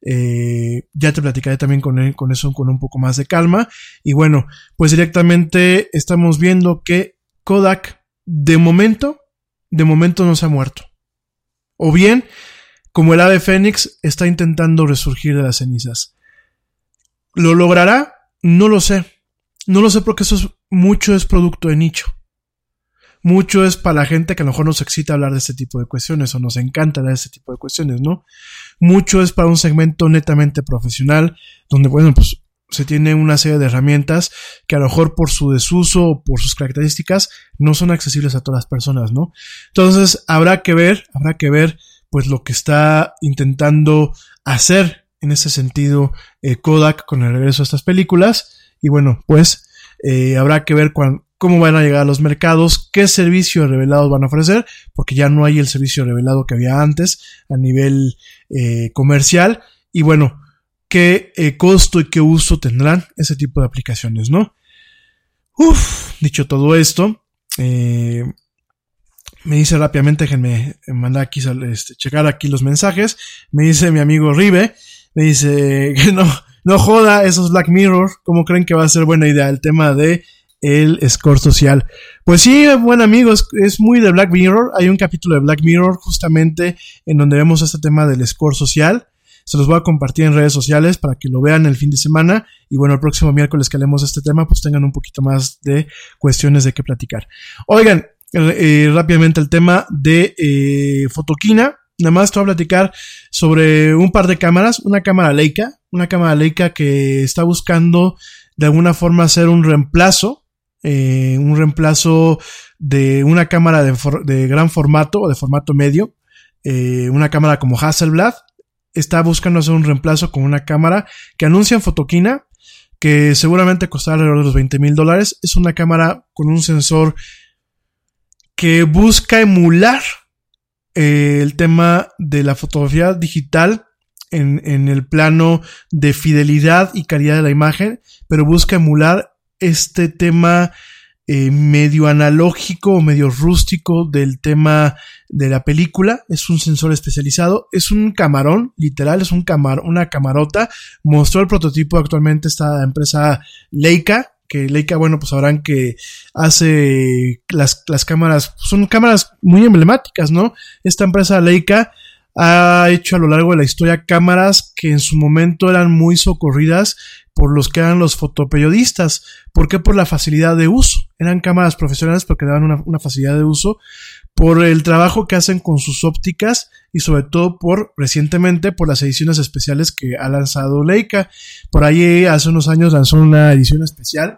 Ya te platicaré también con eso con un poco más de calma. Y bueno, pues directamente estamos viendo que Kodak de momento no se ha muerto. O bien, como el ave fénix, está intentando resurgir de las cenizas. ¿Lo logrará? No lo sé. No lo sé porque mucho es producto de nicho. Mucho es para la gente que a lo mejor nos excita hablar de este tipo de cuestiones o nos encanta hablar de este tipo de cuestiones, ¿no? Mucho es para un segmento netamente profesional donde, bueno, pues se tiene una serie de herramientas que a lo mejor por su desuso o por sus características no son accesibles a todas las personas, ¿no? Entonces habrá que ver pues lo que está intentando hacer en ese sentido Kodak con el regreso de estas películas y bueno, pues habrá que ver cómo van a llegar a los mercados, qué servicios revelados van a ofrecer, porque ya no hay el servicio revelado que había antes a nivel comercial y bueno, qué costo y qué uso tendrán ese tipo de aplicaciones, ¿no? Dicho todo esto, me dice rápidamente, déjenme mandar aquí, checar aquí los mensajes, me dice mi amigo Ribe, me dice que no joda, esos Black Mirror, ¿cómo creen que va a ser buena idea el tema de el score social? Pues sí, buen amigo, es muy de Black Mirror. Hay un capítulo de Black Mirror justamente en donde vemos este tema del score social. Se los voy a compartir en redes sociales para que lo vean el fin de semana y bueno, el próximo miércoles que hablemos de este tema pues tengan un poquito más de cuestiones de qué platicar. Oigan, rápidamente el tema de Photokina. Nada más te voy a platicar sobre un par de cámaras, una cámara Leica que está buscando de alguna forma hacer un reemplazo de una cámara de gran formato o de formato medio, una cámara como Hasselblad. Está buscando hacer un reemplazo con una cámara que anuncia en Photokina, que seguramente costará alrededor de los $20,000. Es una cámara con un sensor que busca emular el tema de la fotografía digital en el plano de fidelidad y calidad de la imagen, pero busca emular este tema medio analógico o medio rústico del tema de la película. Es un sensor especializado, es un camarón, literal, es una camarota. Mostró el prototipo actualmente esta empresa Leica, que Leica, bueno, pues sabrán que hace las cámaras, son cámaras muy emblemáticas, ¿no? Esta empresa Leica ha hecho a lo largo de la historia cámaras que en su momento eran muy socorridas por los que eran los fotoperiodistas. ¿Por qué? Por la facilidad de uso. Eran cámaras profesionales porque daban una facilidad de uso, por el trabajo que hacen con sus ópticas y sobre todo recientemente por las ediciones especiales que ha lanzado Leica. Por ahí hace unos años lanzó una edición especial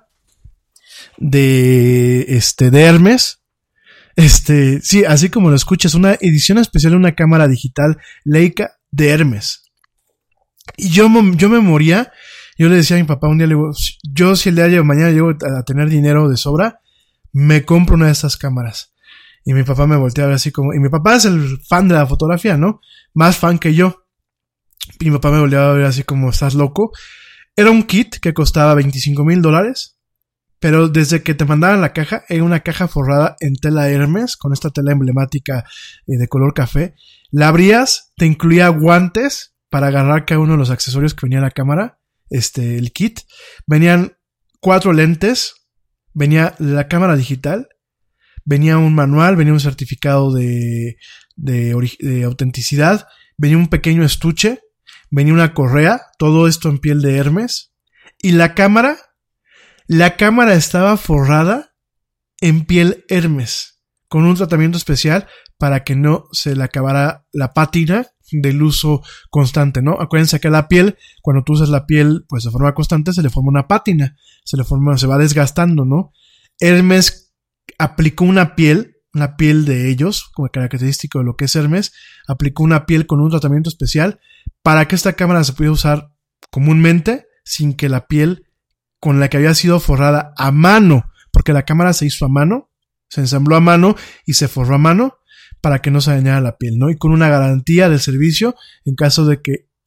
de Hermes. Sí, así como lo escuchas, una edición especial de una cámara digital Leica de Hermes. Y yo me moría. Yo le decía a mi papá un día, le digo, yo si el día de mañana llego a tener dinero de sobra, me compro una de estas cámaras. Y mi papá me voltea a ver así como, y mi papá es el fan de la fotografía, ¿no? Más fan que yo. Y mi papá me volteaba a ver así como, ¿estás loco? Era un kit que costaba $25,000. Pero desde que te mandaban la caja, era una caja forrada en tela Hermes, con esta tela emblemática de color café. La abrías, te incluía guantes para agarrar cada uno de los accesorios que venía en la cámara, el kit. Venían 4 lentes, venía la cámara digital, venía un manual, venía un certificado de autenticidad, venía un pequeño estuche, venía una correa, todo esto en piel de Hermes, y la cámara estaba forrada en piel Hermes, con un tratamiento especial para que no se le acabara la pátina del uso constante, ¿no? Acuérdense que la piel, cuando tú usas la piel, pues de forma constante, se le forma una pátina, se va desgastando, ¿no? Hermes aplicó una piel de ellos, como característico de lo que es Hermes, aplicó una piel con un tratamiento especial para que esta cámara se pudiera usar comúnmente sin que la piel con la que había sido forrada a mano, porque la cámara se hizo a mano, se ensambló a mano y se forró a mano para que no se dañara la piel, ¿no? Y con una garantía del servicio en caso de que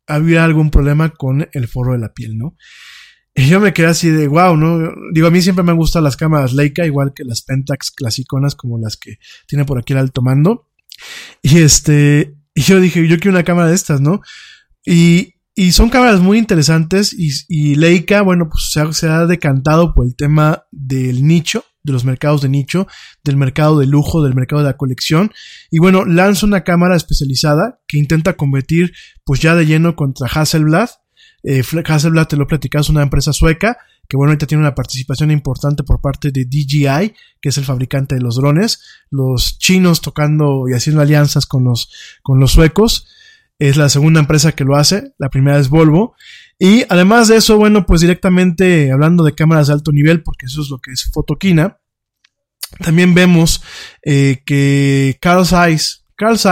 había algún problema con el forro de la piel, ¿no? Y yo me quedé así de wow, ¿no? Digo, a mí siempre me han gustado las cámaras Leica, igual que las Pentax clasiconas, como las que tiene por aquí el alto mando. Y yo dije, yo quiero una cámara de estas, ¿no? Y son cámaras muy interesantes y Leica, bueno, pues se ha decantado por el tema del nicho, de los mercados de nicho, del mercado de lujo, del mercado de la colección. Y bueno, lanza una cámara especializada que intenta competir pues ya de lleno contra Hasselblad. Hasselblad, te lo he platicado, es una empresa sueca que bueno, ahorita tiene una participación importante por parte de DJI, que es el fabricante de los drones. Los chinos tocando y haciendo alianzas con los suecos. Es la segunda empresa que lo hace, la primera es Volvo. Y además de eso, bueno, pues directamente hablando de cámaras de alto nivel, porque eso es lo que es Photokina, también vemos que Carl Zeiss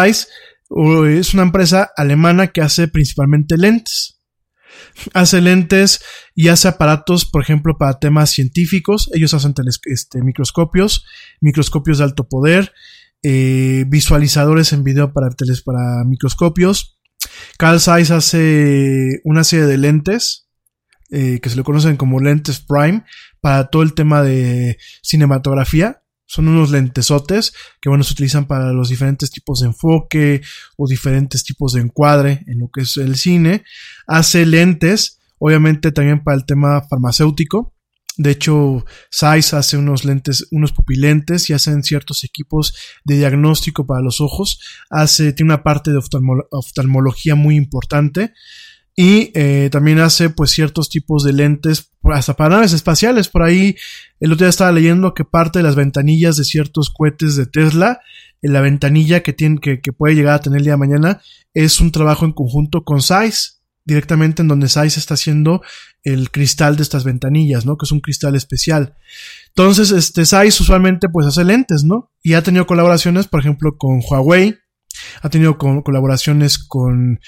es una empresa alemana que hace principalmente lentes. Hace lentes y hace aparatos, por ejemplo, para temas científicos. Ellos hacen microscopios de alto poder, visualizadores en video para microscopios. Carl Zeiss hace una serie de lentes que se le conocen como lentes Prime para todo el tema de cinematografía. Son unos lentesotes que bueno, se utilizan para los diferentes tipos de enfoque o diferentes tipos de encuadre en lo que es el cine. Hace lentes, obviamente también para el tema farmacéutico. De hecho, Zeiss hace unos lentes, unos pupilentes y hacen ciertos equipos de diagnóstico para los ojos. Tiene una parte de oftalmología muy importante. Y también hace pues ciertos tipos de lentes hasta para naves espaciales. Por ahí el otro día estaba leyendo que parte de las ventanillas de ciertos cohetes de Tesla, la ventanilla que puede llegar a tener el día de mañana, es un trabajo en conjunto con Zeiss, directamente en donde Zeiss está haciendo el cristal de estas ventanillas, ¿no? Que es un cristal especial. Entonces, Zeiss usualmente pues hace lentes, ¿no? Y ha tenido colaboraciones, por ejemplo, con Huawei. Ha tenido colaboraciones con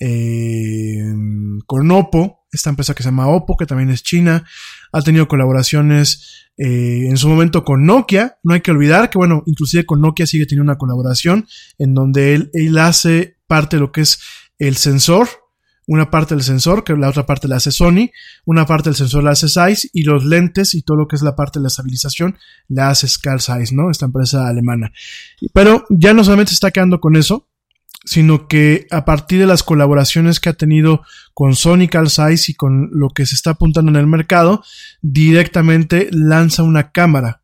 Oppo, esta empresa que se llama Oppo, que también es china. Ha tenido colaboraciones en su momento con Nokia. No hay que olvidar que, bueno, inclusive con Nokia sigue teniendo una colaboración en donde él hace parte de lo que es el sensor, una parte del sensor, que la otra parte la hace Sony, una parte del sensor la hace Zeiss, y los lentes y todo lo que es la parte de la estabilización la hace Carl Zeiss, ¿no? Esta empresa alemana. Pero ya no solamente se está quedando con eso, sino que a partir de las colaboraciones que ha tenido con Sony, Carl Zeiss y con lo que se está apuntando en el mercado, directamente lanza una cámara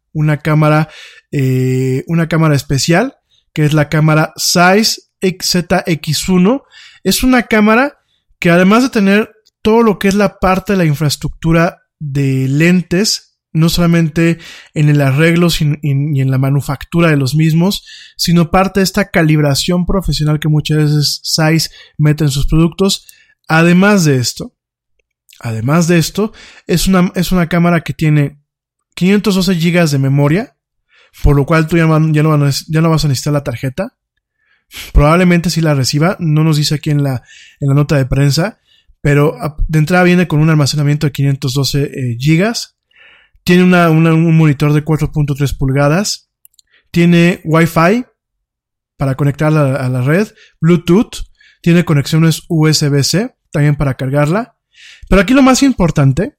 especial, que es la cámara Zeiss ZX1. Es una cámara que además de tener todo lo que es la parte de la infraestructura de lentes, no solamente en el arreglo y en la manufactura de los mismos, sino parte de esta calibración profesional que muchas veces Zeiss mete en sus productos. Además de esto, es una cámara que tiene 512 GB de memoria, por lo cual tú ya no vas a necesitar la tarjeta. Probablemente sí la reciba, no nos dice aquí en la nota de prensa, pero de entrada viene con un almacenamiento de 512 gigas, tiene un monitor de 4.3 pulgadas, tiene Wi-Fi para conectarla a la red, Bluetooth, tiene conexiones USB-C también para cargarla, pero aquí lo más importante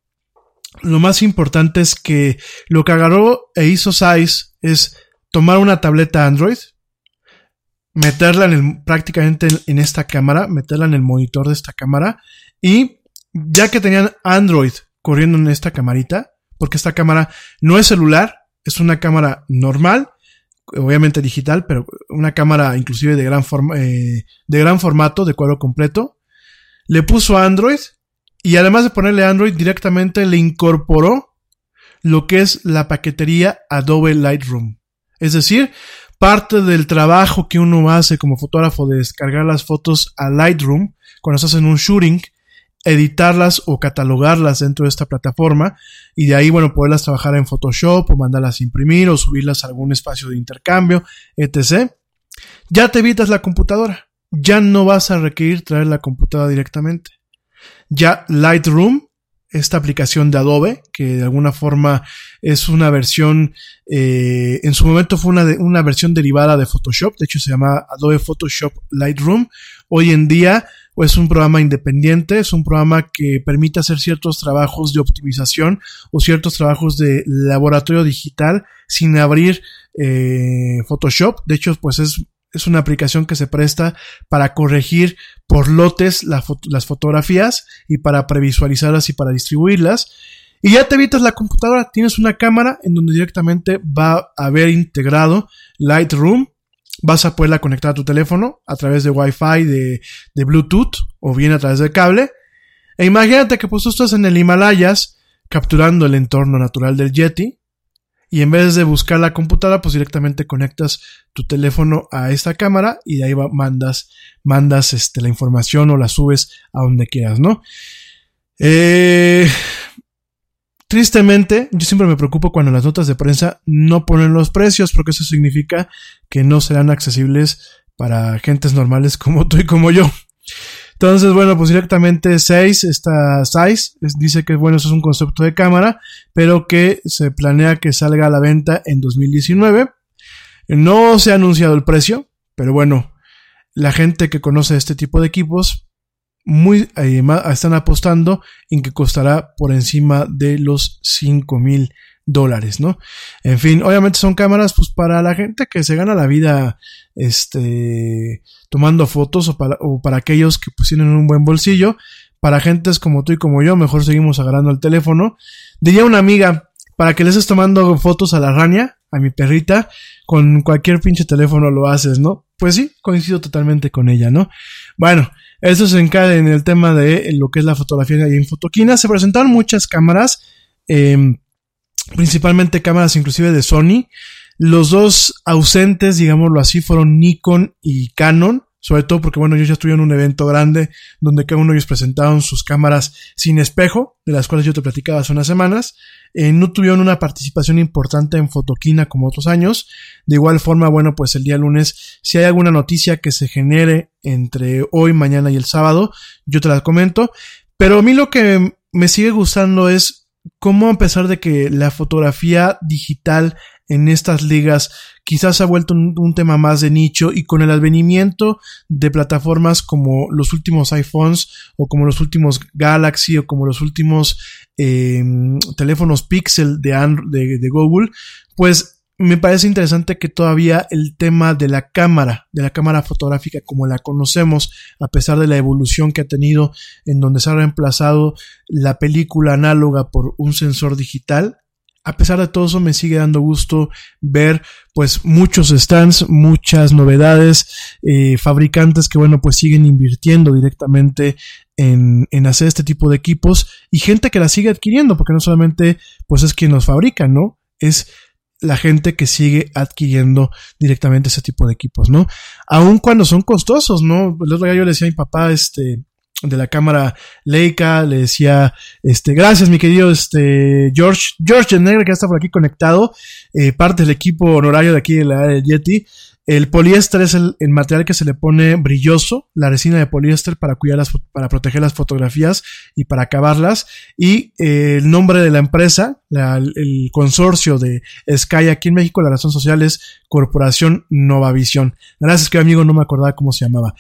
es que lo que agarró e hizo Zeiss es tomar una tableta Android, meterla prácticamente en esta cámara, meterla en el monitor de esta cámara, y ya que tenían Android corriendo en esta camarita, porque esta cámara no es celular, es una cámara normal, obviamente digital, pero una cámara inclusive de gran formato, de cuadro completo, le puso Android, y además de ponerle Android, directamente le incorporó lo que es la paquetería Adobe Lightroom. Es decir, parte del trabajo que uno hace como fotógrafo de descargar las fotos a Lightroom, cuando se hacen un shooting, editarlas o catalogarlas dentro de esta plataforma, y de ahí, bueno, poderlas trabajar en Photoshop o mandarlas a imprimir o subirlas a algún espacio de intercambio, etc. Ya te evitas la computadora. Ya no vas a requerir traer la computadora directamente. Ya Lightroom, esta aplicación de Adobe, que de alguna forma es una versión, en su momento fue una versión derivada de Photoshop, de hecho se llama Adobe Photoshop Lightroom. Hoy en día es un programa independiente, es un programa que permite hacer ciertos trabajos de optimización o ciertos trabajos de laboratorio digital sin abrir Photoshop. De hecho, pues es una aplicación que se presta para corregir por lotes las fotografías y para previsualizarlas y para distribuirlas. Y ya te evitas la computadora, tienes una cámara en donde directamente va a haber integrado Lightroom. Vas a poderla conectar a tu teléfono a través de Wi-Fi, de Bluetooth o bien a través del cable. E imagínate que pues tú estás en el Himalayas capturando el entorno natural del Yeti y en vez de buscar la computadora pues directamente conectas tu teléfono a esta cámara y de ahí mandas la información o la subes a donde quieras, ¿no? Tristemente, yo siempre me preocupo cuando las notas de prensa no ponen los precios, porque eso significa que no serán accesibles para gentes normales como tú y como yo. Entonces, bueno, pues directamente Zeiss dice que bueno, eso es un concepto de cámara, pero que se planea que salga a la venta en 2019. No se ha anunciado el precio, pero bueno, la gente que conoce este tipo de equipos están apostando en que costará por encima de los $5,000, ¿no? En fin, obviamente son cámaras pues para la gente que se gana la vida tomando fotos o para aquellos que pues tienen un buen bolsillo. Para gentes como tú y como yo, mejor seguimos agarrando el teléfono. Diría una amiga, para que le estés tomando fotos a la Rania, a mi perrita, con cualquier pinche teléfono lo haces, ¿no? Pues sí, coincido totalmente con ella, ¿no? Bueno, eso se encaja en el tema de lo que es la fotografía ahí en Fotoquina. Se presentaron muchas cámaras, principalmente cámaras inclusive de Sony. Los dos ausentes, digámoslo así, fueron Nikon y Canon. Sobre todo porque, bueno, ellos ya estuvieron en un evento grande donde cada uno de ellos presentaron sus cámaras sin espejo, de las cuales yo te platicaba hace unas semanas. No tuvieron una participación importante en Fotoquina como otros años. De igual forma, bueno, pues el día lunes, si hay alguna noticia que se genere entre hoy, mañana y el sábado, yo te la comento. Pero a mí lo que me sigue gustando es cómo, a pesar de que la fotografía digital en estas ligas quizás ha vuelto un tema más de nicho, y con el advenimiento de plataformas como los últimos iPhones o como los últimos Galaxy o como los últimos teléfonos Pixel de Google, pues me parece interesante que todavía el tema de la cámara fotográfica como la conocemos, a pesar de la evolución que ha tenido en donde se ha reemplazado la película análoga por un sensor digital, a pesar de todo eso me sigue dando gusto ver pues muchos stands, muchas novedades, fabricantes que bueno pues siguen invirtiendo directamente en hacer este tipo de equipos, y gente que la sigue adquiriendo, porque no solamente pues es quien los fabrica, ¿no? Es la gente que sigue adquiriendo directamente ese tipo de equipos, ¿no? Aun cuando son costosos, ¿no? El otro día yo le decía a mi papá, de la cámara Leica, le decía, gracias mi querido, George Negre, que está por aquí conectado, parte del equipo honorario de aquí de la área del Yeti. El poliéster es el material que se le pone brilloso, la resina de poliéster para para proteger las fotografías y para acabarlas. Y el nombre de la empresa, el consorcio de Sky aquí en México, la razón social es Corporación Novavisión. Gracias, que amigo, no me acordaba cómo se llamaba.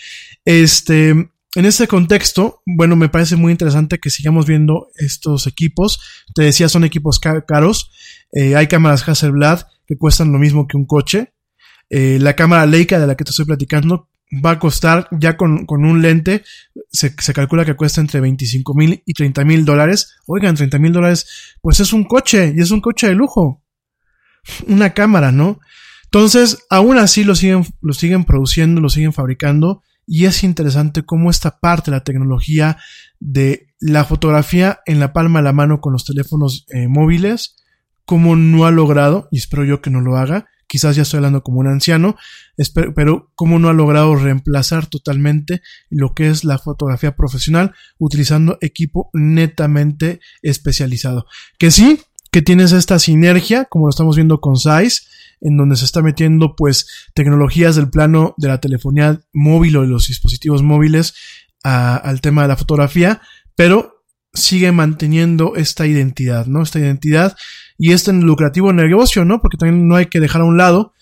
En este contexto, bueno, me parece muy interesante que sigamos viendo estos equipos. Te decía, son equipos caros. Hay cámaras Hasselblad que cuestan lo mismo que un coche. La cámara Leica de la que te estoy platicando va a costar, ya con un lente, se calcula que cuesta entre $25,000 y $30,000. Oigan, $30,000, pues es un coche, y es un coche de lujo. Una cámara, ¿no? Entonces, aún así lo siguen produciendo, lo siguen fabricando. Y es interesante cómo esta parte de la tecnología de la fotografía en la palma de la mano con los teléfonos móviles, cómo no ha logrado, y espero yo que no lo haga, quizás ya estoy hablando como un anciano, pero cómo no ha logrado reemplazar totalmente lo que es la fotografía profesional utilizando equipo netamente especializado. Que sí, que tienes esta sinergia, como lo estamos viendo con Zeiss, en donde se está metiendo pues tecnologías del plano de la telefonía móvil o de los dispositivos móviles al tema de la fotografía, pero sigue manteniendo esta identidad, ¿no? Esta identidad y este lucrativo negocio, ¿no? Porque también no hay que dejar a un lado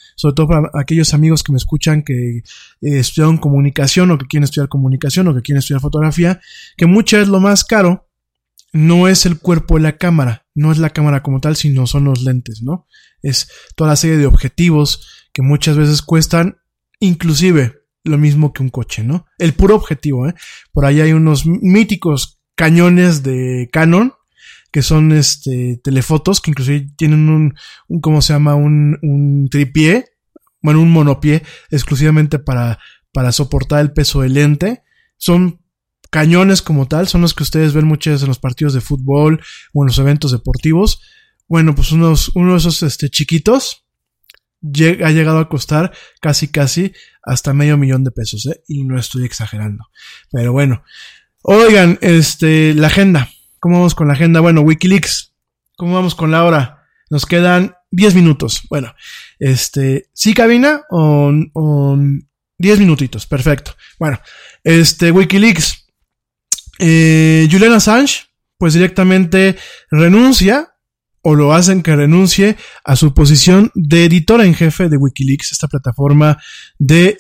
sobre todo para aquellos amigos que me escuchan que estudiaron comunicación o que quieren estudiar comunicación o que quieren estudiar fotografía, que muchas veces lo más caro no es el cuerpo de la cámara, no es la cámara como tal, sino son los lentes, ¿no? Es toda la serie de objetivos que muchas veces cuestan inclusive lo mismo que un coche, ¿no? El puro objetivo, ¿eh? Por ahí hay unos míticos cañones de Canon que son telefotos que inclusive tienen un ¿cómo se llama? Un tripié, bueno, un monopié exclusivamente para soportar el peso del lente. Son cañones como tal, son los que ustedes ven muchas veces en los partidos de fútbol o en los eventos deportivos. Bueno, pues uno de esos chiquitos ha llegado a costar casi hasta $500,000, ¿eh? Y no estoy exagerando. Pero bueno. Oigan, la agenda. ¿Cómo vamos con la agenda? Bueno, WikiLeaks. ¿Cómo vamos con la hora? Nos quedan 10 minutos. Bueno, ¿sí cabina o 10 minutitos? Perfecto. Bueno, WikiLeaks. Julian Assange, pues directamente renuncia, o lo hacen que renuncie a su posición de editor en jefe de WikiLeaks, esta plataforma de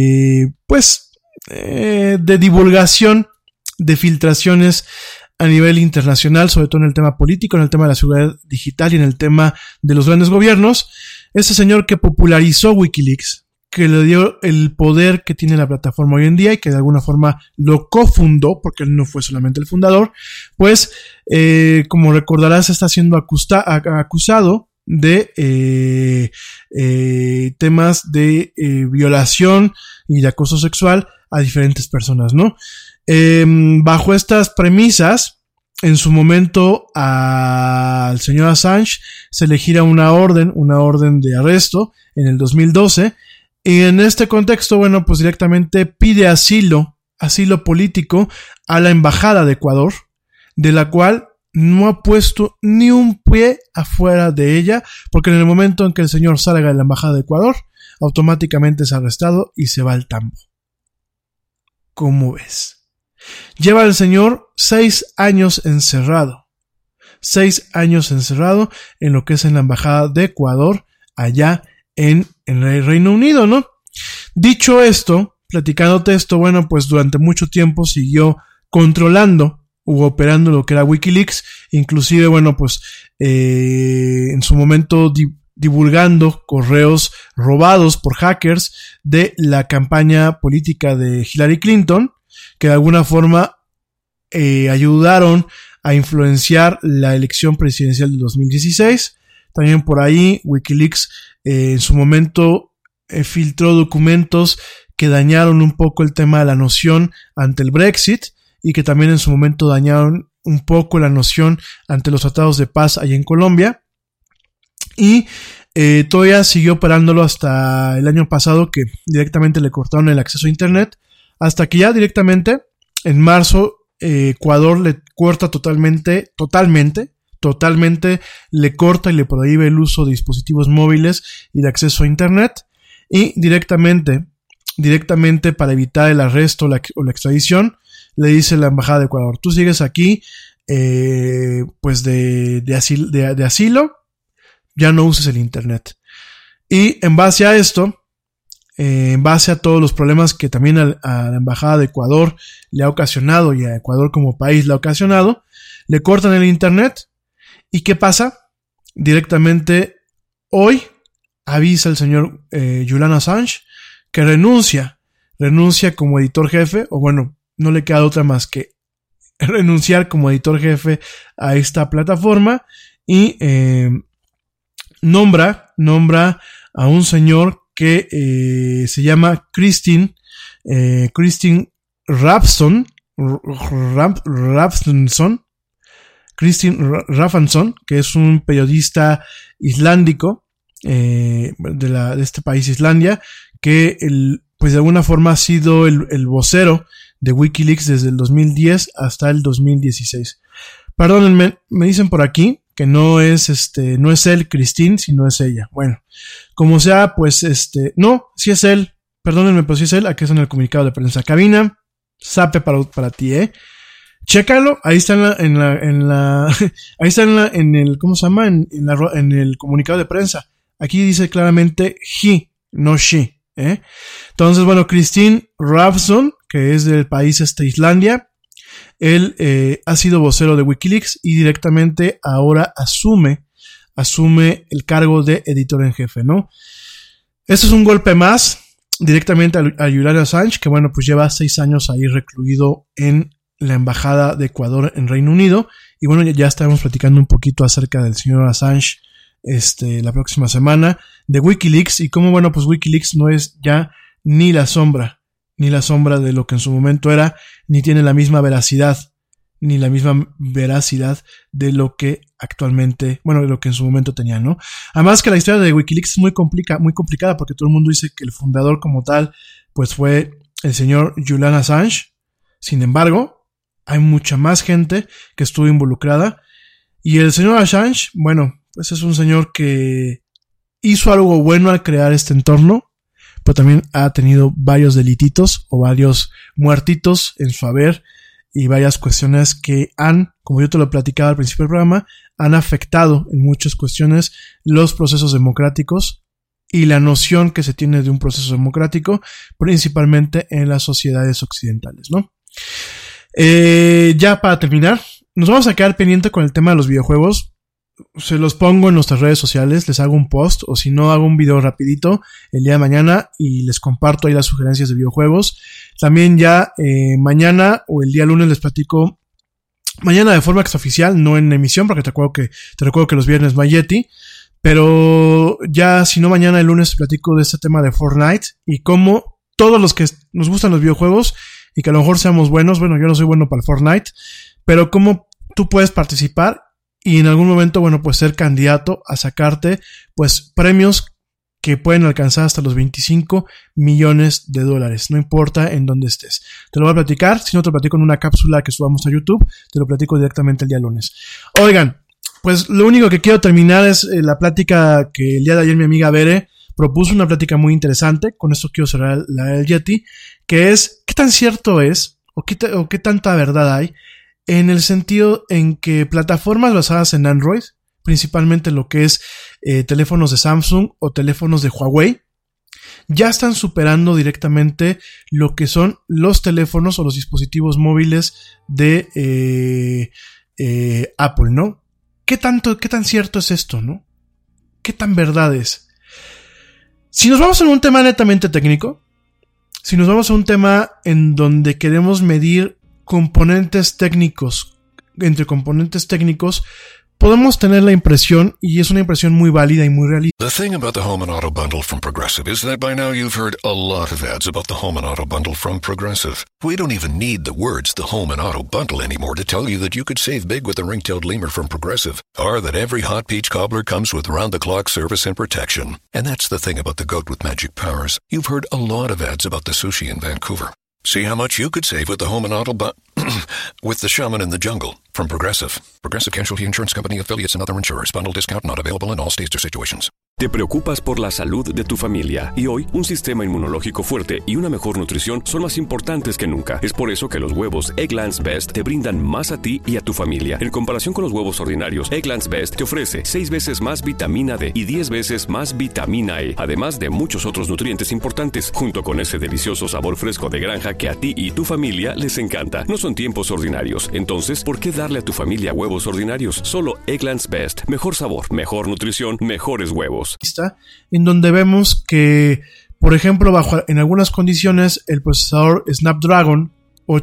divulgación de filtraciones a nivel internacional, sobre todo en el tema político, en el tema de la seguridad digital y en el tema de los grandes gobiernos. Ese señor que popularizó WikiLeaks, que le dio el poder que tiene la plataforma hoy en día y que de alguna forma lo cofundó, porque él no fue solamente el fundador, pues, como recordarás, está siendo acusado de temas de violación y de acoso sexual a diferentes personas, ¿no? Bajo estas premisas, en su momento al señor Assange se le gira una orden de arresto en el 2012, y en este contexto, bueno, pues directamente pide asilo político a la embajada de Ecuador, de la cual no ha puesto ni un pie afuera de ella, porque en el momento en que el señor salga de la embajada de Ecuador, automáticamente es arrestado y se va al tambo. ¿Cómo ves? Lleva el señor 6 años encerrado. 6 años encerrado en lo que es en la embajada de Ecuador, allá en el Reino Unido, ¿no? Dicho esto, platicándote esto, bueno, pues durante mucho tiempo siguió controlando u operando lo que era WikiLeaks, inclusive, bueno, pues en su momento divulgando correos robados por hackers de la campaña política de Hillary Clinton, que de alguna forma ayudaron a influenciar la elección presidencial del 2016. También por ahí WikiLeaks en su momento filtró documentos que dañaron un poco el tema de la noción ante el Brexit y que también en su momento dañaron un poco la noción ante los tratados de paz allá en Colombia. Y todavía siguió operándolo hasta el año pasado, que directamente le cortaron el acceso a internet, hasta que ya directamente en marzo Ecuador le corta totalmente le corta y le prohíbe el uso de dispositivos móviles y de acceso a internet, y directamente para evitar el arresto o la extradición le dice la embajada de Ecuador: tú sigues aquí pues de asilo, ya no uses el internet. Y en base a esto, en base a todos los problemas que también a la embajada de Ecuador le ha ocasionado y a Ecuador como país le ha ocasionado, le cortan el internet. ¿Y qué pasa? Directamente hoy avisa el señor Julian Assange que renuncia como editor jefe, o bueno, no le queda otra más que renunciar como editor jefe a esta plataforma, y nombra a un señor que se llama Christine Hrafnsson, que es un periodista islandico de este país, Islandia, que pues de alguna forma ha sido el vocero de WikiLeaks desde el 2010 hasta el 2016. Perdónenme, me dicen por aquí que no es él, Christine, sino es ella. Bueno, como sea, pues no, sí es él. Perdónenme, pero sí es él. Aquí está en el comunicado de prensa. Cabina, sape para ti, Chécalo, ahí está ahí está en el, ¿cómo se llama? En el comunicado de prensa. Aquí dice claramente he, no she. Entonces, bueno, Christine Hrafnsson, que es del país Islandia, él ha sido vocero de Wikileaks y directamente ahora asume el cargo de editor en jefe, ¿no? Esto es un golpe más directamente a Julian Assange, que bueno, pues lleva 6 años ahí recluido en la embajada de Ecuador en Reino Unido. Y bueno, ya estaremos platicando un poquito acerca del señor Assange la próxima semana, de Wikileaks, y cómo, bueno, pues Wikileaks no es ya ni la sombra de lo que en su momento era, ni tiene la misma veracidad de lo que actualmente, bueno, de lo que en su momento tenía, ¿no? Además que la historia de Wikileaks es muy complicada, porque todo el mundo dice que el fundador como tal, pues fue el señor Julian Assange. Sin embargo, hay mucha más gente que estuvo involucrada, y el señor Assange, bueno, pues es un señor que hizo algo bueno al crear este entorno, pero también ha tenido varios delititos o varios muertitos en su haber, y varias cuestiones que han, como yo te lo platicaba al principio del programa, han afectado en muchas cuestiones los procesos democráticos y la noción que se tiene de un proceso democrático, principalmente en las sociedades occidentales, ¿no? Ya para terminar, nos vamos a quedar pendiente con el tema de los videojuegos. Se los pongo en nuestras redes sociales, les hago un post, o si no, hago un video rapidito el día de mañana y les comparto ahí las sugerencias de videojuegos. También ya mañana o el día lunes les platico, mañana de forma extraoficial, no en emisión, porque te recuerdo que los viernes no hay Yeti, pero ya si no, mañana el lunes platico de este tema de Fortnite y cómo todos los que nos gustan los videojuegos y que a lo mejor seamos buenos, bueno, yo no soy bueno para el Fortnite, pero cómo tú puedes participar y en algún momento, bueno, pues ser candidato a sacarte, pues, premios que pueden alcanzar hasta los $25 millones, no importa en dónde estés. Te lo voy a platicar, si no te lo platico en una cápsula que subamos a YouTube, te lo platico directamente el día lunes. Oigan, pues lo único que quiero terminar es la plática que el día de ayer mi amiga Bere propuso, una plática muy interesante, con esto quiero cerrar la del Yeti, que es, ¿qué tan cierto es, o qué tanta verdad hay, en el sentido en que plataformas basadas en Android, principalmente lo que es teléfonos de Samsung o teléfonos de Huawei, ya están superando directamente lo que son los teléfonos o los dispositivos móviles de Apple, ¿no? ¿Qué tan cierto es esto, no? ¿Qué tan verdad es? Si nos vamos a un tema netamente técnico, si nos vamos a un tema en donde queremos medir componentes técnicos, entre componentes técnicos, podemos tener la impresión, y es una impresión muy válida y muy realista. The thing about the Home and Auto Bundle from Progressive is that by now you've heard a lot of ads about the Home and Auto Bundle from Progressive. We don't even need the words the Home and Auto Bundle anymore to tell you that you could save big with the ring-tailed lemur from Progressive, or that every hot peach cobbler comes with round-the-clock service and protection. And that's the thing about the goat with magic powers. You've heard a lot of ads about the sushi in Vancouver. See how much you could save with the Home and Auto with the Shaman in the Jungle from Progressive. Progressive Casualty Insurance Company, affiliates and other insurers. Bundle discount not available in all states or situations. Te preocupas por la salud de tu familia y hoy un sistema inmunológico fuerte y una mejor nutrición son más importantes que nunca. Es por eso que los huevos Eggland's Best te brindan más a ti y a tu familia. En comparación con los huevos ordinarios, Eggland's Best te ofrece 6 veces más vitamina D y 10 veces más vitamina E, además de muchos otros nutrientes importantes, junto con ese delicioso sabor fresco de granja que a ti y tu familia les encanta. No son tiempos ordinarios, entonces, ¿por qué darle a tu familia huevos ordinarios? Solo Eggland's Best. Mejor sabor, mejor nutrición, mejores huevos. En donde vemos que, por ejemplo, en algunas condiciones, el procesador Snapdragon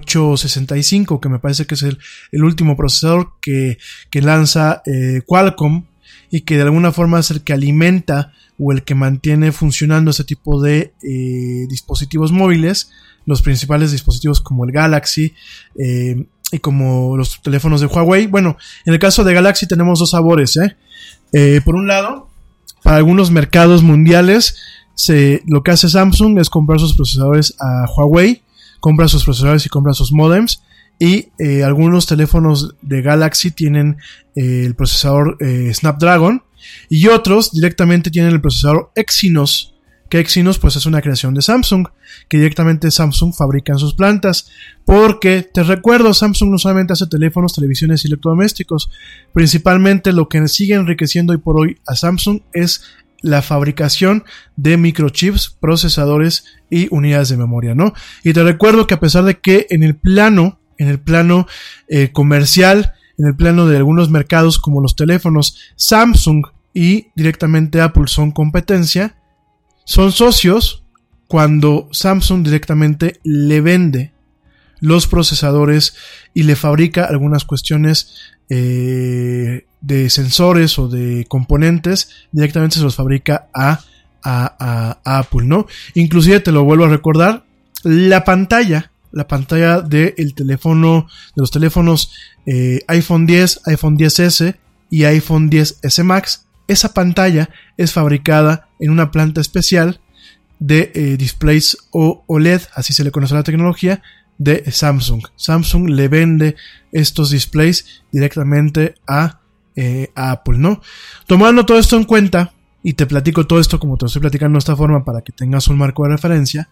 865, que me parece que es el último procesador que lanza Qualcomm, y que de alguna forma es el que alimenta o el que mantiene funcionando ese tipo de dispositivos móviles, los principales dispositivos como el Galaxy y como los teléfonos de Huawei. Bueno, en el caso de Galaxy tenemos dos sabores, por un lado, para algunos mercados mundiales, lo que hace Samsung es comprar sus procesadores a Huawei, compra sus procesadores y compra sus modems, y algunos teléfonos de Galaxy tienen el procesador Snapdragon, y otros directamente tienen el procesador Exynos, que Exynos pues es una creación de Samsung, que directamente Samsung fabrica en sus plantas, porque te recuerdo, Samsung no solamente hace teléfonos, televisiones y electrodomésticos, principalmente lo que sigue enriqueciendo hoy por hoy a Samsung es la fabricación de microchips, procesadores y unidades de memoria, ¿no? Y te recuerdo que a pesar de que en el plano comercial, en el plano de algunos mercados como los teléfonos, Samsung y directamente Apple son competencia, son socios cuando Samsung directamente le vende los procesadores y le fabrica algunas cuestiones de sensores o de componentes, directamente se los fabrica a Apple, ¿no? Inclusive te lo vuelvo a recordar, la pantalla del teléfono, de los teléfonos iPhone 10, iPhone 10S y iPhone 10S Max, esa pantalla es fabricada en una planta especial de displays OLED, así se le conoce a la tecnología, de Samsung. Samsung le vende estos displays directamente a Apple, ¿no? Tomando todo esto en cuenta, y te platico todo esto como te lo estoy platicando de esta forma para que tengas un marco de referencia,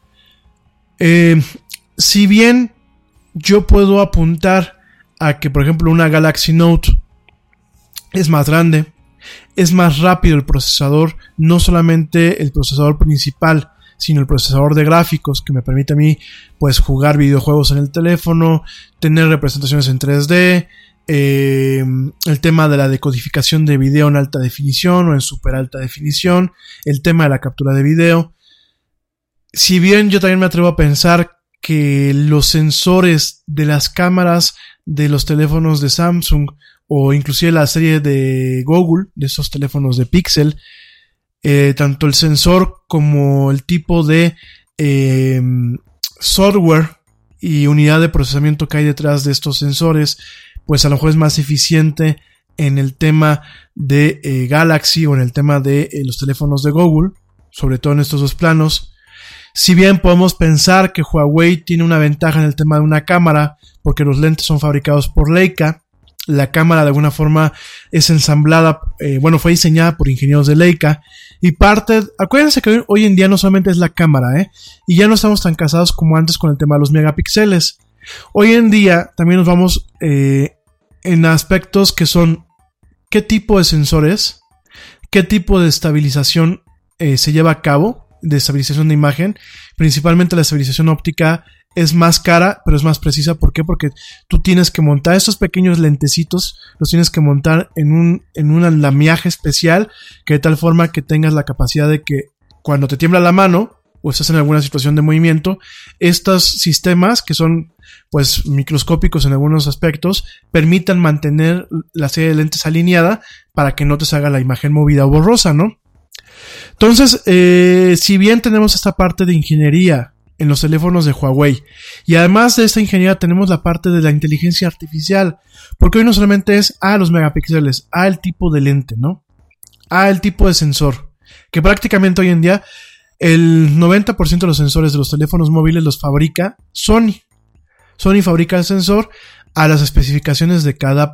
si bien yo puedo apuntar a que, por ejemplo, una Galaxy Note es más grande, es más rápido el procesador, no solamente el procesador principal, sino el procesador de gráficos que me permite a mí pues jugar videojuegos en el teléfono, tener representaciones en 3D, el tema de la decodificación de video en alta definición o en super alta definición, el tema de la captura de video. Si bien yo también me atrevo a pensar que los sensores de las cámaras de los teléfonos de Samsung o inclusive la serie de Google, de esos teléfonos de Pixel, tanto el sensor como el tipo de software y unidad de procesamiento que hay detrás de estos sensores, pues a lo mejor es más eficiente en el tema de Galaxy o en el tema de los teléfonos de Google, sobre todo en estos dos planos. Si bien podemos pensar que Huawei tiene una ventaja en el tema de una cámara, porque los lentes son fabricados por Leica, la cámara de alguna forma es ensamblada, fue diseñada por ingenieros de Leica, y acuérdense que hoy en día no solamente es la cámara, y ya no estamos tan casados como antes con el tema de los megapíxeles. Hoy en día también nos vamos en aspectos que son qué tipo de sensores, qué tipo de estabilización se lleva a cabo, de estabilización de imagen. Principalmente la estabilización óptica es más cara, pero es más precisa. ¿Por qué? Porque tú tienes que montar estos pequeños lentecitos, los tienes que montar en un andamiaje especial, que de tal forma que tengas la capacidad de que cuando te tiembla la mano o estás en alguna situación de movimiento, estos sistemas, que son pues microscópicos en algunos aspectos, permitan mantener la serie de lentes alineada para que no te salga la imagen movida o borrosa, ¿no? Entonces, si bien tenemos esta parte de ingeniería en los teléfonos de Huawei, y además de esta ingeniería tenemos la parte de la inteligencia artificial, porque hoy no solamente es los megapíxeles, el tipo de lente, ¿no? El tipo de sensor, que prácticamente hoy en día el 90% de los sensores de los teléfonos móviles los fabrica Sony. Sony fabrica el sensor a las especificaciones de cada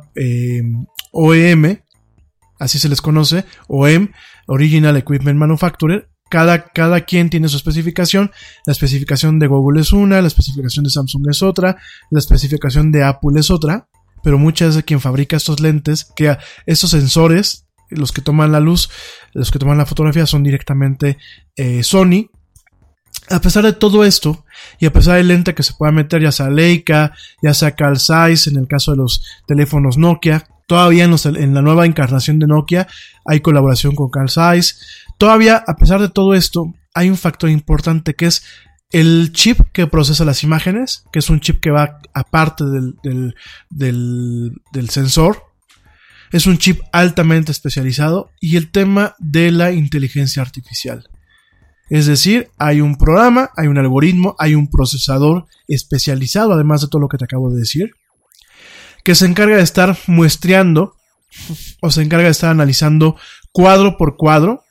OEM, así se les conoce, OEM, Original Equipment Manufacturer. Cada quien tiene su especificación. La especificación de Google es una, la especificación de Samsung es otra, la especificación de Apple es otra, pero muchas veces quien fabrica estos lentes, que estos sensores, los que toman la luz, los que toman la fotografía, son directamente Sony. A pesar de todo esto, y a pesar del lente que se pueda meter, ya sea Leica, ya sea Carl Zeiss, en el caso de los teléfonos Nokia, todavía en la nueva encarnación de Nokia hay colaboración con Carl Zeiss. Todavía, a pesar de todo esto, hay un factor importante que es el chip que procesa las imágenes, que es un chip que va aparte del sensor. Es un chip altamente especializado, y el tema de la inteligencia artificial. Es decir, hay un programa, hay un algoritmo, hay un procesador especializado, además de todo lo que te acabo de decir, que se encarga de estar muestreando o se encarga de estar analizando cuadro por cuadro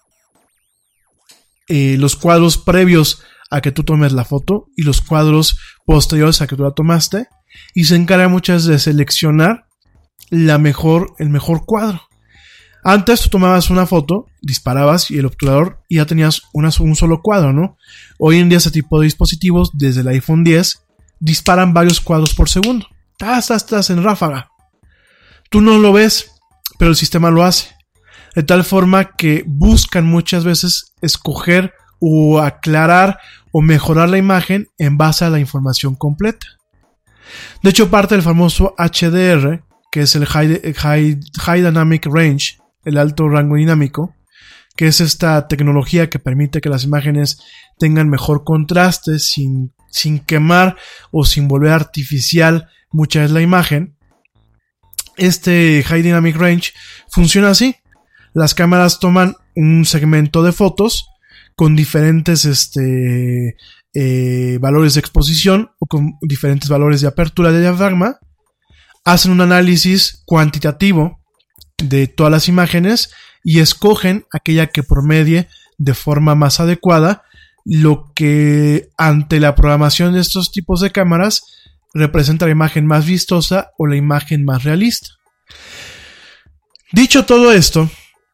los cuadros previos a que tú tomes la foto y los cuadros posteriores a que tú la tomaste, y se encarga muchas de seleccionar el mejor cuadro. Antes tú tomabas una foto, disparabas y el obturador y ya tenías un solo cuadro, ¿no? Hoy en día ese tipo de dispositivos, desde el iPhone 10, disparan varios cuadros por segundo. Estás en ráfaga. Tú no lo ves, pero el sistema lo hace. de tal forma que buscan muchas veces escoger o aclarar o mejorar la imagen en base a la información completa. De hecho, parte del famoso HDR, que es el High Dynamic Range, el alto rango dinámico, que es esta tecnología que permite que las imágenes tengan mejor contraste sin quemar o sin volver artificial mucha vez la imagen. Este High Dynamic Range funciona así. Las cámaras toman un segmento de fotos con diferentes valores de exposición o con diferentes valores de apertura de diafragma, hacen un análisis cuantitativo de todas las imágenes y escogen aquella que promedie de forma más adecuada, lo que ante la programación de estos tipos de cámaras representa la imagen más vistosa o la imagen más realista. Dicho todo esto,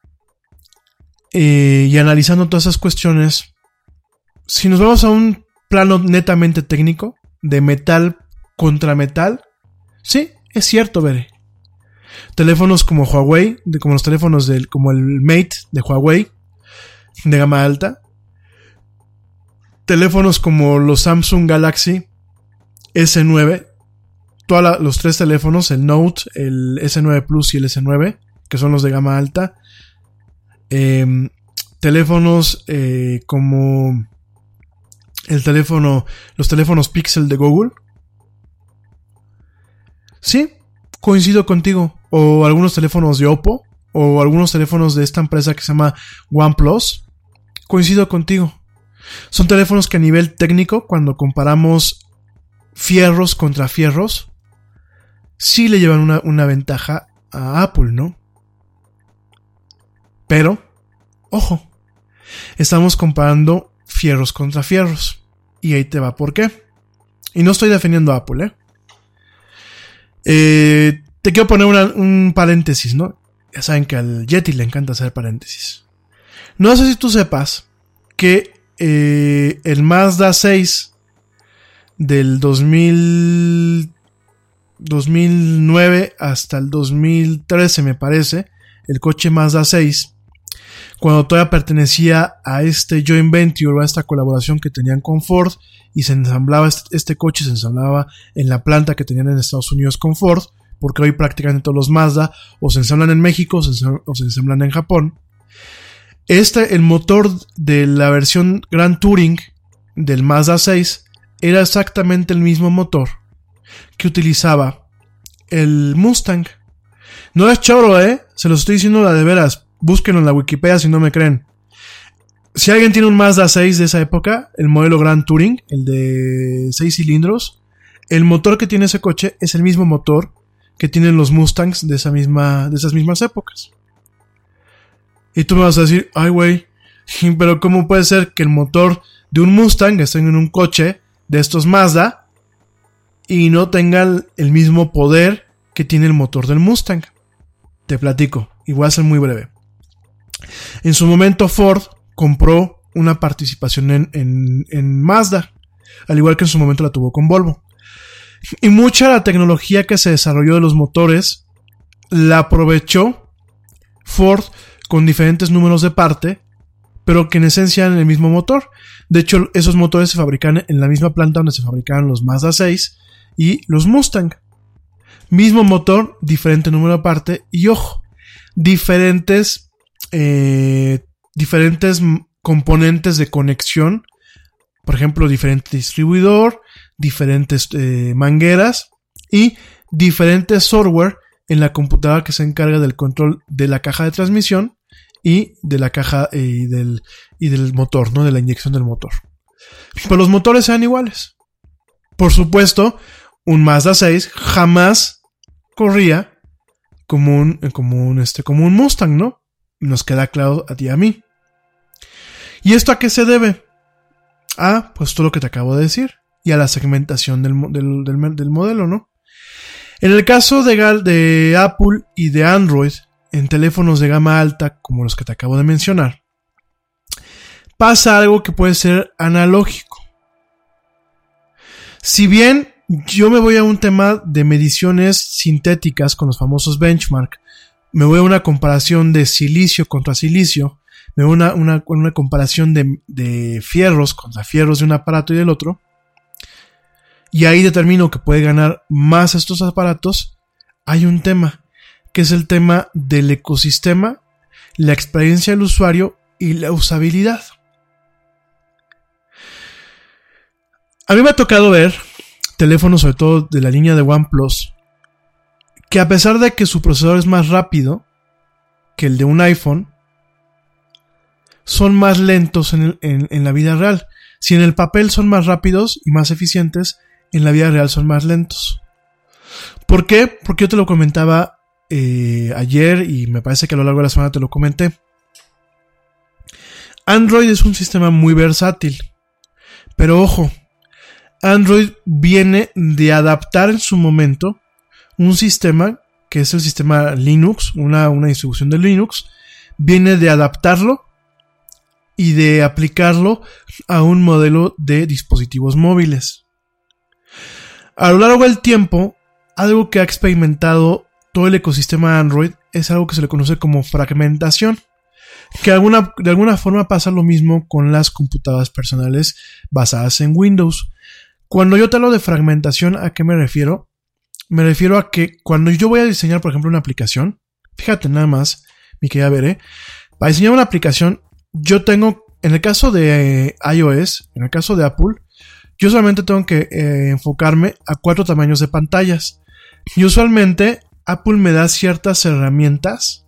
y analizando todas esas cuestiones, si nos vamos a un plano netamente técnico, de metal contra metal, sí, es cierto, veré. Teléfonos como Huawei, como los teléfonos como el Mate de Huawei, de gama alta, teléfonos como los Samsung Galaxy S9, los tres teléfonos, el Note, el S9 Plus y el S9, que son los de gama alta, teléfonos como los teléfonos Pixel de Google. Sí, coincido contigo. O algunos teléfonos de Oppo, o algunos teléfonos de esta empresa que se llama OnePlus. Coincido contigo. Son teléfonos que a nivel técnico, cuando comparamos fierros contra fierros, sí le llevan una ventaja a Apple, ¿no? Pero, ojo, estamos comparando fierros contra fierros. Y ahí te va por qué. Y no estoy defendiendo a Apple, te quiero poner un paréntesis, ¿no? Ya saben que al Yeti le encanta hacer paréntesis. No sé si tú sepas que el Mazda 6 del 2009 hasta el 2013, me parece, el coche Mazda 6, cuando todavía pertenecía a este joint venture o a esta colaboración que tenían con Ford, y se ensamblaba este coche, se ensamblaba en la planta que tenían en Estados Unidos con Ford, porque hoy prácticamente todos los Mazda o se ensamblan en México o se ensamblan en Japón. El motor de la versión Grand Touring del Mazda 6 era exactamente el mismo motor que utilizaba el Mustang. No es choro, se los estoy diciendo de veras. Búsquenlo en la Wikipedia si no me creen. Si alguien tiene un Mazda 6 de esa época, el modelo Grand Touring, el de 6 cilindros, el motor que tiene ese coche es el mismo motor que tienen los Mustangs de esas mismas épocas. Y tú me vas a decir, ay güey, pero ¿cómo puede ser que el motor de un Mustang esté en un coche de estos Mazda y no tenga el mismo poder que tiene el motor del Mustang? Te platico, y voy a ser muy breve. En su momento Ford compró una participación en Mazda, al igual que en su momento la tuvo con Volvo. Y mucha de la tecnología que se desarrolló de los motores la aprovechó Ford con diferentes números de parte, pero que en esencia eran el mismo motor. De hecho, esos motores se fabrican en la misma planta donde se fabricaban los Mazda 6 y los Mustang. Mismo motor, diferente número de parte y ojo, diferentes componentes de conexión, por ejemplo, diferente distribuidor, diferentes mangueras y diferentes software en la computadora que se encarga del control de la caja de transmisión y de la caja y del motor, ¿no? De la inyección del motor. Pero los motores eran iguales. Por supuesto, un Mazda 6 jamás corría como un Mustang, ¿no? Nos queda claro a ti y a mí. ¿Y esto a qué se debe? Pues todo lo que te acabo de decir. Y a la segmentación del modelo, ¿no? En el caso de Apple y de Android, en teléfonos de gama alta, como los que te acabo de mencionar, pasa algo que puede ser analógico. Si bien yo me voy a un tema de mediciones sintéticas con los famosos benchmark, me voy a una comparación de silicio contra silicio, me voy a una comparación de fierros contra fierros de un aparato y del otro, y ahí determino que puede ganar más estos aparatos, hay un tema, que es el tema del ecosistema, la experiencia del usuario y la usabilidad. A mí me ha tocado ver teléfonos, sobre todo de la línea de OnePlus, que a pesar de que su procesador es más rápido que el de un iPhone, son más lentos en la vida real. Si en el papel son más rápidos y más eficientes, en la vida real son más lentos. ¿Por qué? Porque yo te lo comentaba ayer y me parece que a lo largo de la semana te lo comenté. Android es un sistema muy versátil, pero ojo, Android viene de adaptar en su momento un sistema que es el sistema Linux, una distribución de Linux, viene de adaptarlo y de aplicarlo a un modelo de dispositivos móviles. A lo largo del tiempo, algo que ha experimentado todo el ecosistema Android es algo que se le conoce como fragmentación, que de alguna forma pasa lo mismo con las computadoras personales basadas en Windows. Cuando yo te hablo de fragmentación, ¿a qué me refiero? Me refiero a que cuando yo voy a diseñar, por ejemplo, una aplicación, fíjate nada más, mi querida Veré, para diseñar una aplicación, yo tengo, en el caso de iOS, en el caso de Apple, yo solamente tengo que enfocarme a 4 tamaños de pantallas. Y usualmente Apple me da ciertas herramientas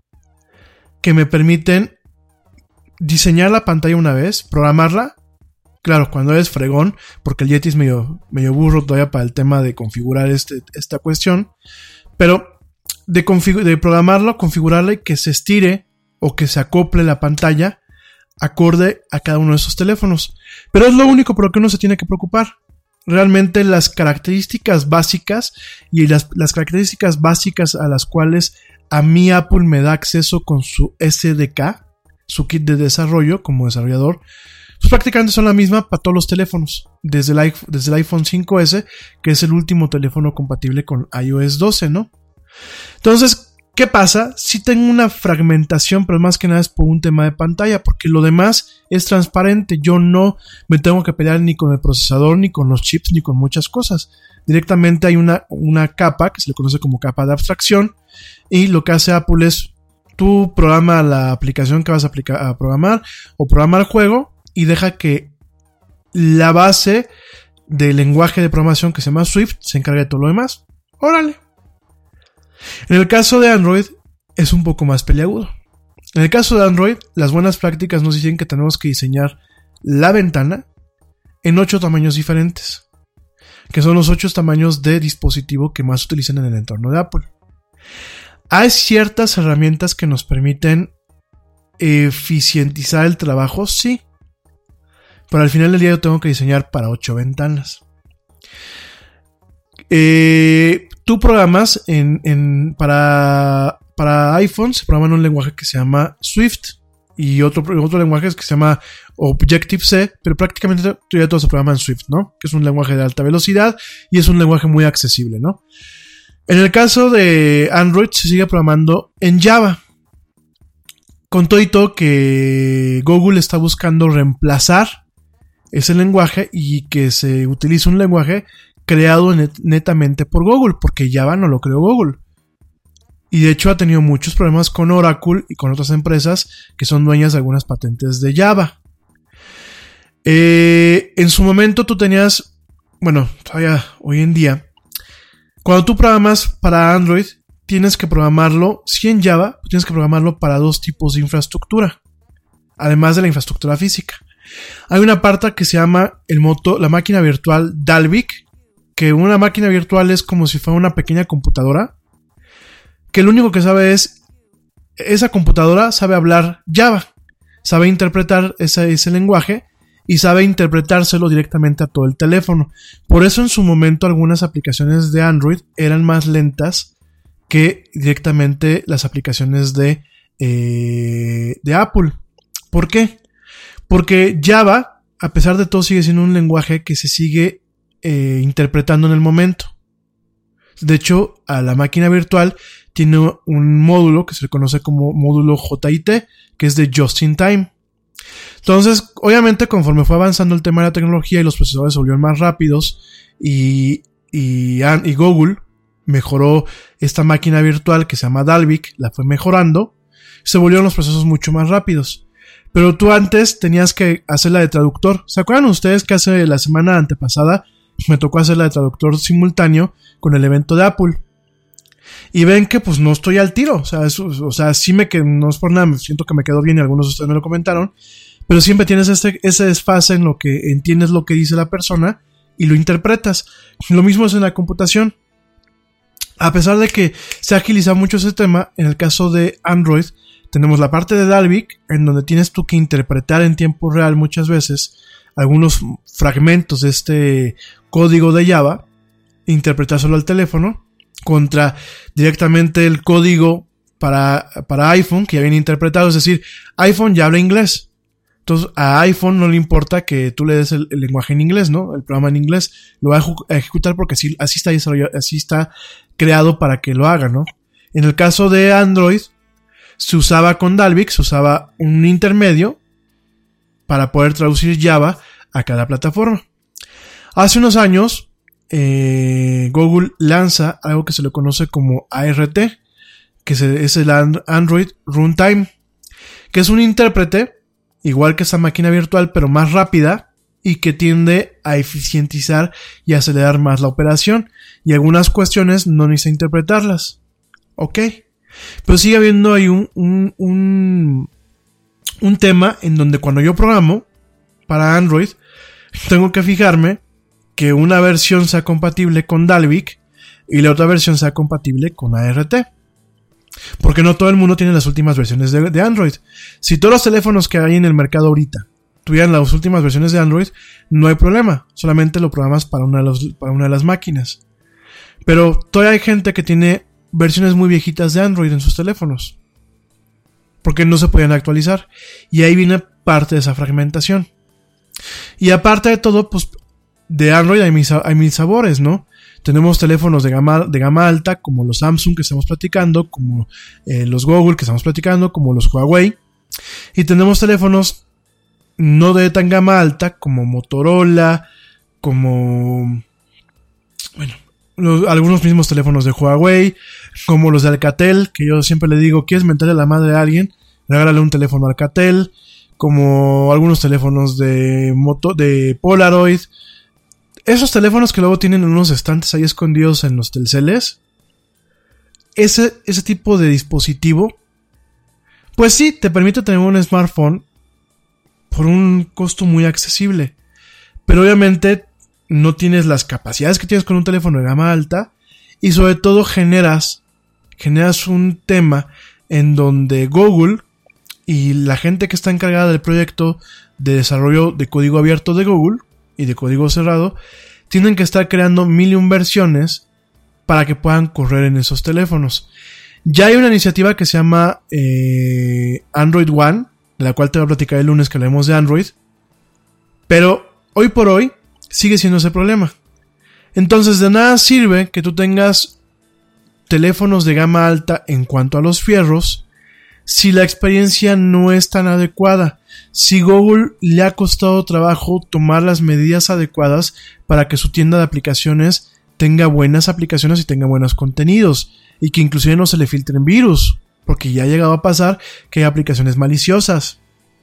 que me permiten diseñar la pantalla una vez, programarla. Claro, cuando eres fregón, porque el Yeti es medio burro todavía para el tema de configurar esta cuestión, pero de programarlo, configurarla y que se estire o que se acople la pantalla acorde a cada uno de esos teléfonos. Pero es lo único por lo que uno se tiene que preocupar. Realmente las características básicas y las características básicas a las cuales a mí Apple me da acceso con su SDK, su kit de desarrollo como desarrollador, pues prácticamente son la misma para todos los teléfonos, desde el iPhone 5S, que es el último teléfono compatible con iOS 12, ¿no? Entonces, ¿qué pasa? Sí tengo una fragmentación, pero más que nada es por un tema de pantalla, porque lo demás es transparente. Yo no me tengo que pelear ni con el procesador, ni con los chips, ni con muchas cosas. Directamente hay una capa, que se le conoce como capa de abstracción, y lo que hace Apple es, tú programa la aplicación que vas a programar, o programa el juego, y deja que la base del lenguaje de programación que se llama Swift se encargue de todo lo demás. ¡Órale! En el caso de Android es un poco más peliagudo. En el caso de Android, las buenas prácticas nos dicen que tenemos que diseñar la ventana en 8 tamaños diferentes, que son los 8 tamaños de dispositivo que más se utilizan en el entorno de Apple. Hay ciertas herramientas que nos permiten eficientizar el trabajo, sí, pero al final del día yo tengo que diseñar para 8 ventanas. Tú programas para iPhone, se programa en un lenguaje que se llama Swift y otro lenguaje que se llama Objective-C, pero prácticamente ya todo se programa en Swift, ¿no? Que es un lenguaje de alta velocidad y es un lenguaje muy accesible, ¿no? En el caso de Android se sigue programando en Java. Con todo y todo que Google está buscando reemplazar ese lenguaje y que se utilice un lenguaje creado netamente por Google, porque Java no lo creó Google. Y de hecho ha tenido muchos problemas con Oracle y con otras empresas que son dueñas de algunas patentes de Java. En su momento tú tenías, bueno, todavía hoy en día, cuando tú programas para Android, tienes que programarlo, si en Java, tienes que programarlo para 2 tipos de infraestructura, además de la infraestructura física. Hay una parte que se llama la máquina virtual Dalvik, que una máquina virtual es como si fuera una pequeña computadora, que lo único que sabe es, esa computadora sabe hablar Java, sabe interpretar ese lenguaje y sabe interpretárselo directamente a todo el teléfono. Por eso en su momento algunas aplicaciones de Android eran más lentas que directamente las aplicaciones de Apple. ¿Por qué? Porque Java, a pesar de todo, sigue siendo un lenguaje que se sigue interpretando en el momento. De hecho, a la máquina virtual tiene un módulo que se le conoce como módulo JIT, que es de Just in Time. Entonces, obviamente, conforme fue avanzando el tema de la tecnología y los procesadores se volvieron más rápidos y Google mejoró esta máquina virtual que se llama Dalvik, la fue mejorando, se volvieron los procesos mucho más rápidos. Pero tú antes tenías que hacerla de traductor. ¿Se acuerdan ustedes que hace la semana antepasada me tocó hacerla de traductor simultáneo con el evento de Apple? Y ven que pues no estoy al tiro. O sea, sí no es por nada, siento que me quedó bien y algunos de ustedes me lo comentaron. Pero siempre tienes ese desfase en lo que entiendes lo que dice la persona y lo interpretas. Lo mismo es en la computación. A pesar de que se ha agilizado mucho ese tema, en el caso de Android tenemos la parte de Dalvik, en donde tienes tú que interpretar en tiempo real muchas veces algunos fragmentos de este código de Java, interpretárselo al teléfono, contra directamente el código para iPhone, que ya viene interpretado, es decir, iPhone ya habla inglés. Entonces a iPhone no le importa que tú le des el lenguaje en inglés, ¿no? El programa en inglés lo va a ejecutar porque así está desarrollado, así está creado para que lo haga, ¿no? En el caso de Android, se usaba con Dalvik, se usaba un intermedio para poder traducir Java a cada plataforma. Hace unos años, Google lanza algo que se le conoce como ART, que es el Android Runtime, que es un intérprete, igual que esa máquina virtual, pero más rápida, y que tiende a eficientizar y acelerar más la operación, y algunas cuestiones no necesita interpretarlas. ¿Ok? Pero sigue habiendo ahí un tema en donde cuando yo programo para Android, tengo que fijarme que una versión sea compatible con Dalvik y la otra versión sea compatible con ART. Porque no todo el mundo tiene las últimas versiones de Android. Si todos los teléfonos que hay en el mercado ahorita tuvieran las últimas versiones de Android, no hay problema. Solamente lo programas para una de las máquinas. Pero todavía hay gente que tiene versiones muy viejitas de Android en sus teléfonos, porque no se podían actualizar, y ahí viene parte de esa fragmentación. Y aparte de todo, pues de Android hay mil sabores, ¿no? Tenemos teléfonos de gama alta, como los Samsung que estamos platicando, como los Google que estamos platicando, como los Huawei, y tenemos teléfonos no de tan gama alta, como Motorola, como algunos mismos teléfonos de Huawei, como los de Alcatel, que yo siempre le digo, ¿quieres mentarle a la madre de alguien? Regálale un teléfono a Alcatel, como algunos teléfonos de Polaroid. Esos teléfonos que luego tienen unos estantes ahí escondidos en los Telceles, ese tipo de dispositivo, pues sí, te permite tener un smartphone por un costo muy accesible, pero obviamente no tienes las capacidades que tienes con un teléfono de gama alta, y sobre todo generas un tema en donde Google y la gente que está encargada del proyecto de desarrollo de código abierto de Google y de código cerrado tienen que estar creando 1001 versiones para que puedan correr en esos teléfonos. Ya hay una iniciativa que se llama Android One, de la cual te voy a platicar el lunes que hablemos de Android, pero hoy por hoy sigue siendo ese problema. Entonces de nada sirve que tú tengas teléfonos de gama alta en cuanto a los fierros si la experiencia no es tan adecuada, si Google le ha costado trabajo tomar las medidas adecuadas para que su tienda de aplicaciones tenga buenas aplicaciones y tenga buenos contenidos, y que inclusive no se le filtren virus, porque ya ha llegado a pasar que hay aplicaciones maliciosas.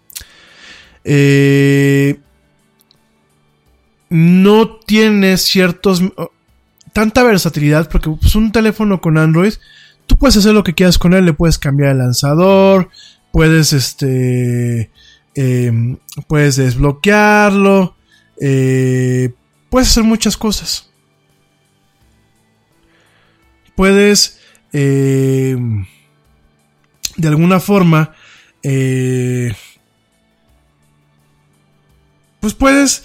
No tiene tanta versatilidad, porque pues, un teléfono con Android, tú puedes hacer lo que quieras con él, le puedes cambiar el lanzador, puedes puedes desbloquearlo, puedes hacer muchas cosas. Puedes de alguna forma pues puedes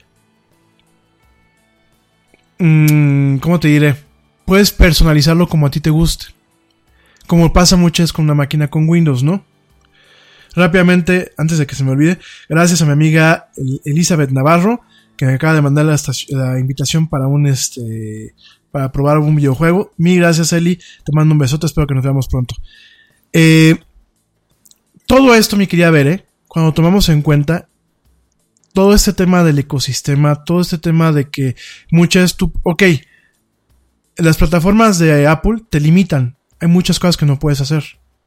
¿cómo te diré? Puedes personalizarlo como a ti te guste, como pasa muchas veces con una máquina con Windows, ¿no? Rápidamente, antes de que se me olvide, gracias a mi amiga Elizabeth Navarro, que me acaba de mandar la invitación para para probar algún videojuego. Mil gracias, Eli. Te mando un besote, espero que nos veamos pronto. Todo esto, mi querida Bere, cuando tomamos en cuenta todo este tema del ecosistema, todo este tema de que las plataformas de Apple te limitan. Hay muchas cosas que no puedes hacer.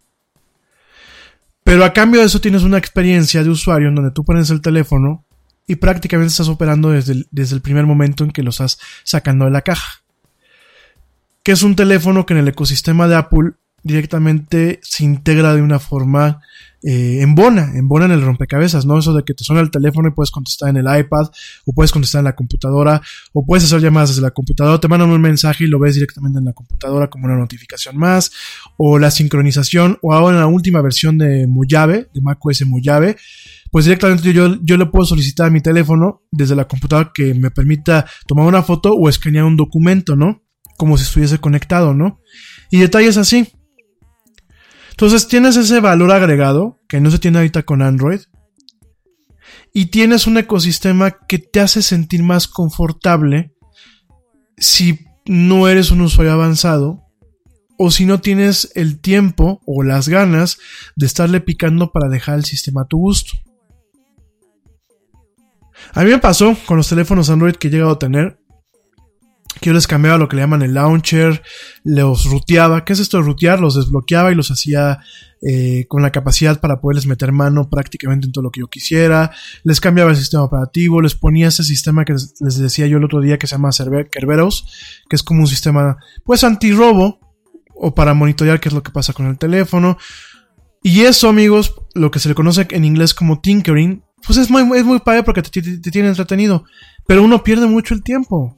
Pero a cambio de eso tienes una experiencia de usuario en donde tú pones el teléfono y prácticamente estás operando desde el primer momento en que lo estás sacando de la caja. Que es un teléfono que en el ecosistema de Apple directamente se integra de una forma embona en el rompecabezas, ¿no? Eso de que te suena el teléfono y puedes contestar en el iPad, o puedes contestar en la computadora, o puedes hacer llamadas desde la computadora, te mandan un mensaje y lo ves directamente en la computadora como una notificación más, o la sincronización, o ahora en la última versión de Mojave, de macOS Mojave, pues directamente yo le puedo solicitar a mi teléfono desde la computadora que me permita tomar una foto o escanear un documento, ¿no? Como si estuviese conectado, ¿no? Y detalles así. Entonces tienes ese valor agregado que no se tiene ahorita con Android, y tienes un ecosistema que te hace sentir más confortable si no eres un usuario avanzado o si no tienes el tiempo o las ganas de estarle picando para dejar el sistema a tu gusto. A mí me pasó con los teléfonos Android que he llegado a tener, que yo les cambiaba lo que le llaman el launcher, los ruteaba. ¿Qué es esto de rutear? Los desbloqueaba y los hacía con la capacidad para poderles meter mano prácticamente en todo lo que yo quisiera. Les cambiaba el sistema operativo, les ponía ese sistema que les decía yo el otro día que se llama Kerberos, que es como un sistema pues antirrobo o para monitorear qué es lo que pasa con el teléfono. Y eso, amigos, lo que se le conoce en inglés como tinkering, pues es muy padre porque te tiene entretenido, pero uno pierde mucho el tiempo.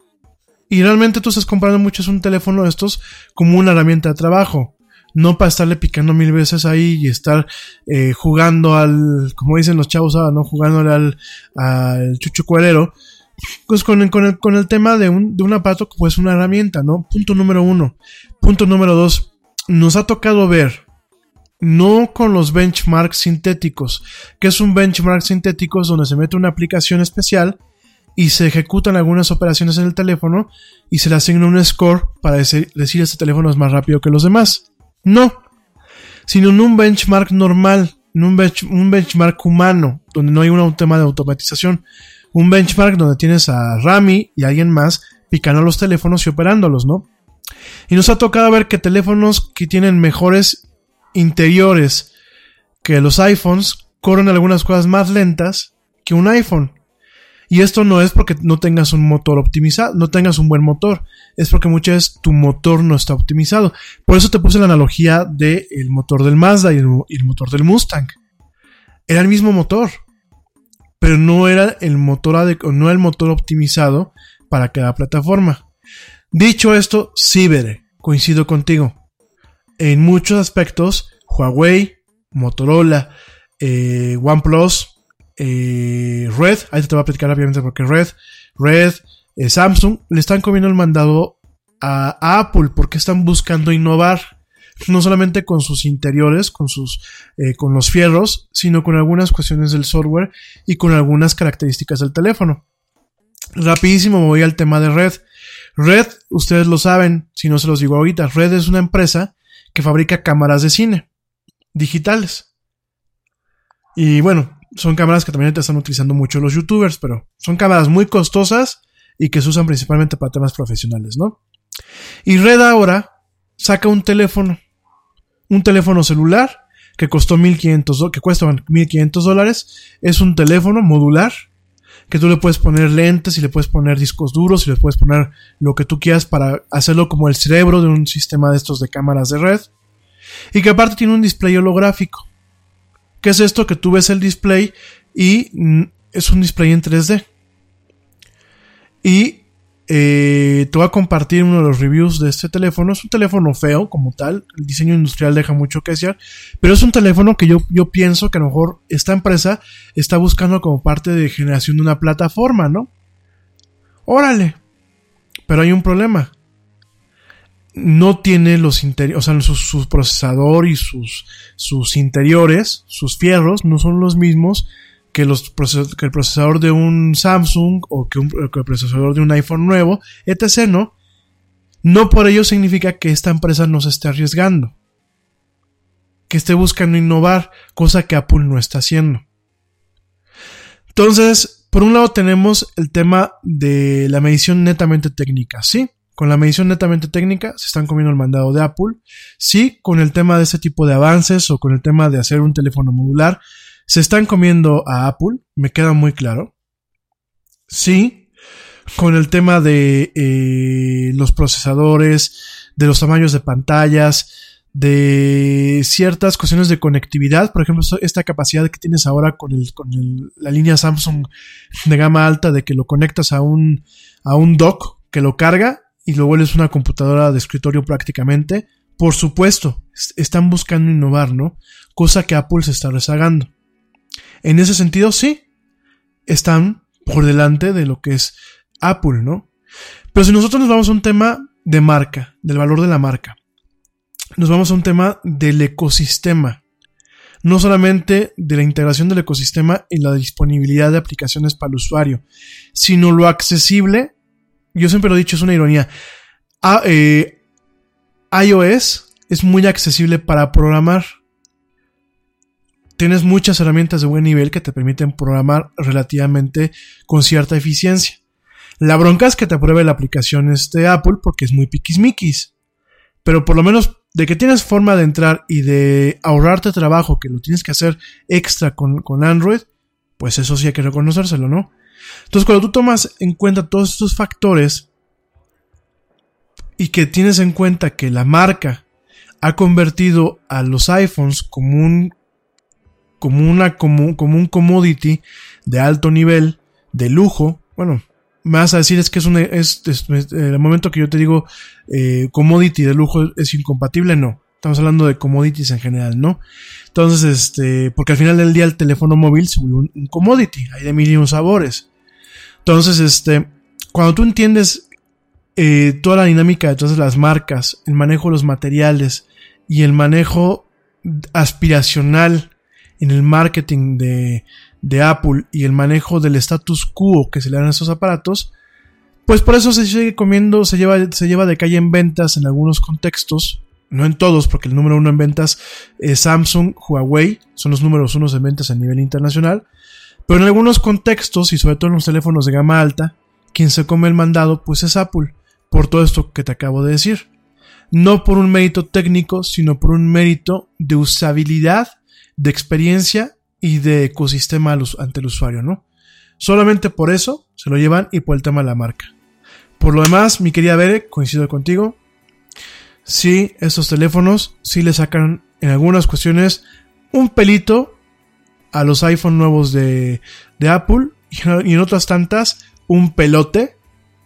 Y realmente tú estás comprando mucho un teléfono de estos como una herramienta de trabajo, no para estarle picando 1000 veces ahí y estar jugando como dicen los chavos ahora, ¿no? Jugándole al chucho cuerero. Pues con el tema de un aparato que pues una herramienta, ¿no? Punto número 1. Punto número 2. Nos ha tocado ver, no con los benchmarks sintéticos, que es un benchmark sintético es donde se mete una aplicación especial y se ejecutan algunas operaciones en el teléfono y se le asigna un score para decir este teléfono es más rápido que los demás. No, sino en un benchmark normal, en un benchmark humano, donde no hay un tema de automatización. Un benchmark donde tienes a Rami y a alguien más picando los teléfonos y operándolos, ¿no? Y nos ha tocado ver que teléfonos que tienen mejores interiores que los iPhones corren algunas cosas más lentas que un iPhone. Y esto no es porque no tengas un motor optimizado, no tengas un buen motor, es porque muchas veces tu motor no está optimizado. Por eso te puse la analogía del motor del Mazda y el motor del Mustang. Era el mismo motor, pero no era el motor optimizado para cada plataforma. Dicho esto, sí, Bere, coincido contigo. En muchos aspectos, Huawei, Motorola, OnePlus, Red, ahí te voy a platicar rápidamente porque Red, Samsung le están comiendo el mandado a Apple porque están buscando innovar, no solamente con sus interiores, con los fierros, sino con algunas cuestiones del software y con algunas características del teléfono. Rapidísimo me voy al tema de Red. Red, ustedes lo saben, si no se los digo ahorita, Red es una empresa que fabrica cámaras de cine digitales. Y bueno, son cámaras que también te están utilizando mucho los youtubers, pero son cámaras muy costosas y que se usan principalmente para temas profesionales, ¿no? Y Red ahora saca un teléfono celular que cuesta $1,500. Es un teléfono modular que tú le puedes poner lentes y le puedes poner discos duros y le puedes poner lo que tú quieras para hacerlo como el cerebro de un sistema de estos de cámaras de Red, y que aparte tiene un display holográfico. ¿Qué es esto? Que tú ves el display y es un display en 3D. Y te voy a compartir uno de los reviews de este teléfono. Es un teléfono feo como tal, el diseño industrial deja mucho que desear, pero es un teléfono que yo pienso que a lo mejor esta empresa está buscando como parte de generación de una plataforma, ¿no? Órale, pero hay un problema. No tiene los interiores, o sea, su procesador y sus interiores, sus fierros, no son los mismos que el procesador de un Samsung o que el procesador de un iPhone nuevo, etc., ¿no? no por ello significa que esta empresa no se esté arriesgando, que esté buscando innovar, cosa que Apple no está haciendo. Entonces, por un lado tenemos el tema de la medición netamente técnica, ¿sí? Con la medición netamente técnica se están comiendo el mandado de Apple. Sí, con el tema de este tipo de avances o con el tema de hacer un teléfono modular, se están comiendo a Apple, me queda muy claro. Sí, con el tema de los procesadores, de los tamaños de pantallas, de ciertas cuestiones de conectividad, por ejemplo, esta capacidad que tienes ahora con la línea Samsung de gama alta, de que lo conectas a un dock que lo carga y lo vuelves una computadora de escritorio prácticamente. Por supuesto, están buscando innovar, ¿no? Cosa que Apple se está rezagando. En ese sentido, sí, están por delante de lo que es Apple, ¿no? Pero si nosotros nos vamos a un tema de marca, del valor de la marca, nos vamos a un tema del ecosistema, no solamente de la integración del ecosistema y la disponibilidad de aplicaciones para el usuario, sino lo accesible. Yo siempre lo he dicho, es una ironía. iOS es muy accesible para programar. Tienes muchas herramientas de buen nivel que te permiten programar relativamente con cierta eficiencia. La bronca es que te apruebe la aplicación Apple porque es muy piquismiquis. Pero por lo menos de que tienes forma de entrar y de ahorrarte trabajo, que lo tienes que hacer extra con Android, pues eso sí hay que reconocérselo, ¿no? Entonces, cuando tú tomas en cuenta todos estos factores y que tienes en cuenta que la marca ha convertido a los iPhones como un commodity de alto nivel, de lujo, bueno, me vas a decir es que el momento que yo te digo commodity de lujo es incompatible, no. Estamos hablando de commodities en general, ¿no? Entonces, porque al final del día el teléfono móvil se vuelve un commodity, hay de mil y un sabores. Entonces, cuando tú entiendes toda la dinámica detrás de las marcas, el manejo de los materiales y el manejo aspiracional en el marketing de Apple y el manejo del status quo que se le dan a esos aparatos, pues por eso se sigue comiendo, se lleva de calle en ventas en algunos contextos, no en todos, porque el número uno en ventas es Samsung, Huawei, son los números unos en ventas a nivel internacional, pero en algunos contextos y sobre todo en los teléfonos de gama alta, quien se come el mandado pues es Apple, por todo esto que te acabo de decir. No por un mérito técnico, sino por un mérito de usabilidad, de experiencia y de ecosistema ante el usuario, ¿no? Solamente por eso se lo llevan y por el tema de la marca. Por lo demás, mi querida Bere, coincido contigo. Sí, estos teléfonos sí le sacan en algunas cuestiones un pelito a los iPhone nuevos de Apple y en otras tantas un pelote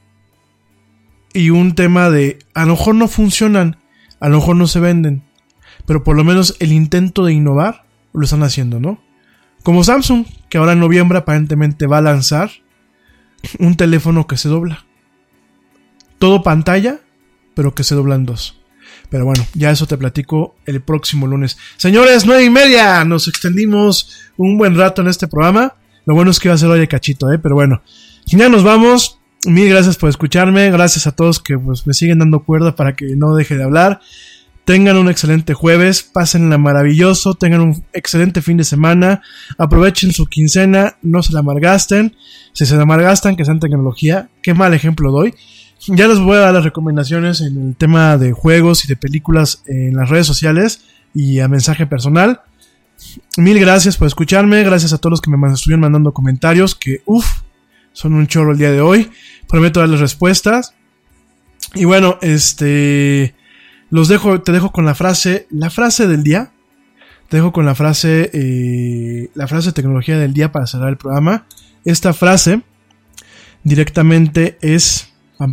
y un tema de a lo mejor no funcionan, a lo mejor no se venden, pero por lo menos el intento de innovar lo están haciendo, ¿no? Como Samsung, que ahora en noviembre aparentemente va a lanzar un teléfono que se dobla. Todo pantalla, pero que se dobla en dos. Pero bueno, ya eso te platico el próximo lunes. Señores, 9:30, nos extendimos un buen rato en este programa. Lo bueno es que va a ser hoy de cachito, pero bueno. Ya nos vamos. Mil gracias por escucharme. Gracias a todos que pues me siguen dando cuerda para que no deje de hablar. Tengan un excelente jueves, pásenla maravilloso, tengan un excelente fin de semana, aprovechen su quincena, no se la malgasten. Si se la malgastan, que sean tecnología. Qué mal ejemplo doy. Ya les voy a dar las recomendaciones en el tema de juegos y de películas en las redes sociales y a mensaje personal. Mil gracias por escucharme, gracias a todos los que me estuvieron mandando comentarios, que son un chorro el día de hoy. Prometo darles respuestas. Y bueno, te dejo con la frase del día. Te dejo con la frase tecnología del día para cerrar el programa. Esta frase directamente es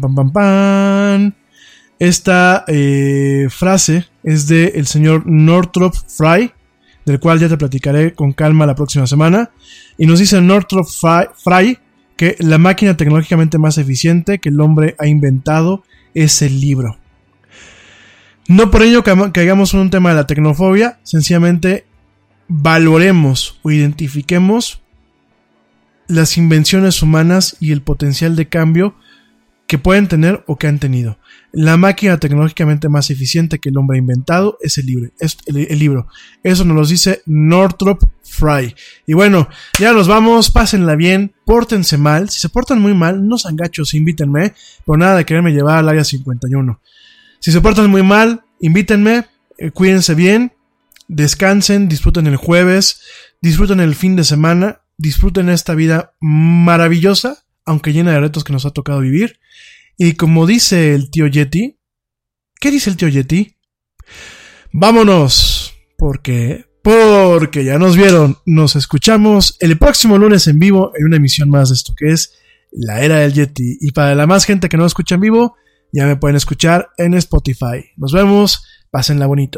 Esta frase es de el señor Northrop Frye, del cual ya te platicaré con calma la próxima semana. Y nos dice Northrop Frye que la máquina tecnológicamente más eficiente que el hombre ha inventado es el libro. No por ello caigamos en un tema de la tecnofobia, sencillamente valoremos o identifiquemos las invenciones humanas y el potencial de cambio que pueden tener o que han tenido. La máquina tecnológicamente más eficiente que el hombre ha inventado es el libro. Eso nos lo dice Northrop Frye. Y bueno, ya nos vamos, pásenla bien, pórtense mal. Si se portan muy mal, no sean gachos, invítenme, pero nada de quererme llevar al área 51. Si se portan muy mal, invítenme, cuídense bien, descansen, disfruten el jueves, disfruten el fin de semana, disfruten esta vida maravillosa, aunque llena de retos que nos ha tocado vivir. Y como dice el tío Yeti, ¿qué dice el tío Yeti? Vámonos, porque ya nos vieron. Nos escuchamos el próximo lunes en vivo en una emisión más de esto que es La Era del Yeti. Y para la más gente que no escucha en vivo, ya me pueden escuchar en Spotify. Nos vemos, pásenla bonito.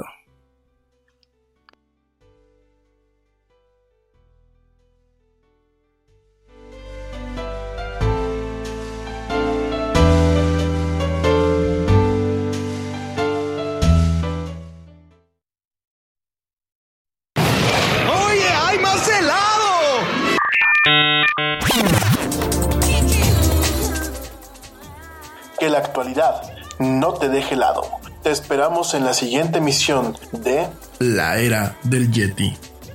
Que la actualidad no te deje helado. Te esperamos en la siguiente emisión de La Era del Yeti.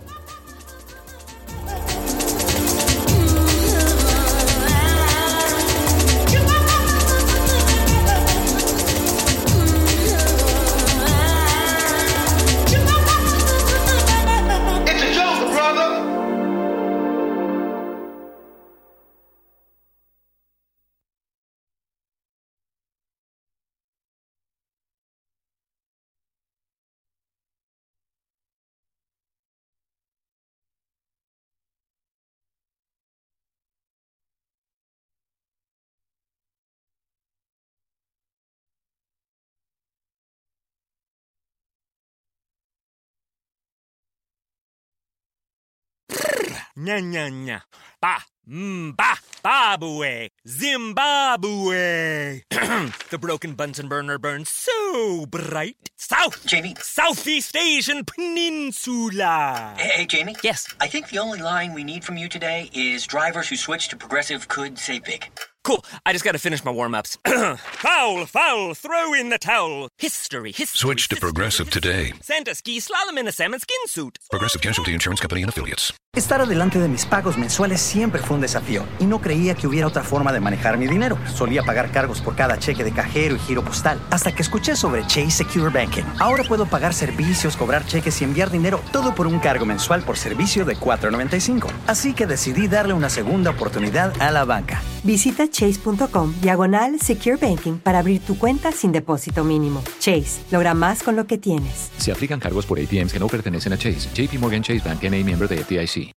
Nya nya nya. Babue. Zimbabwe. The broken Bunsen burner burns so bright. Jamie. Southeast Asian Peninsula. Hey, Jamie? Yes? I think the only line we need from you today is drivers who switch to Progressive could save big. Cool. I just gotta finish my warm-ups. Foul, throw in the towel. History. Switch to Progressive today. Santa ski slalom in a salmon skin suit. Progressive Casualty Insurance Company and Affiliates. Estar adelante de mis pagos mensuales siempre fue un desafío y no creía que hubiera otra forma de manejar mi dinero. Solía pagar cargos por cada cheque de cajero y giro postal, hasta que escuché sobre Chase Secure Banking. Ahora puedo pagar servicios, cobrar cheques y enviar dinero, todo por un cargo mensual por servicio de $4.95. Así que decidí darle una segunda oportunidad a la banca. Visita chase.com/Secure Banking para abrir tu cuenta sin depósito mínimo. Chase, logra más con lo que tienes. Se aplican cargos por ATMs que no pertenecen a Chase. JP Morgan Chase Bank N.A. miembro de FDIC.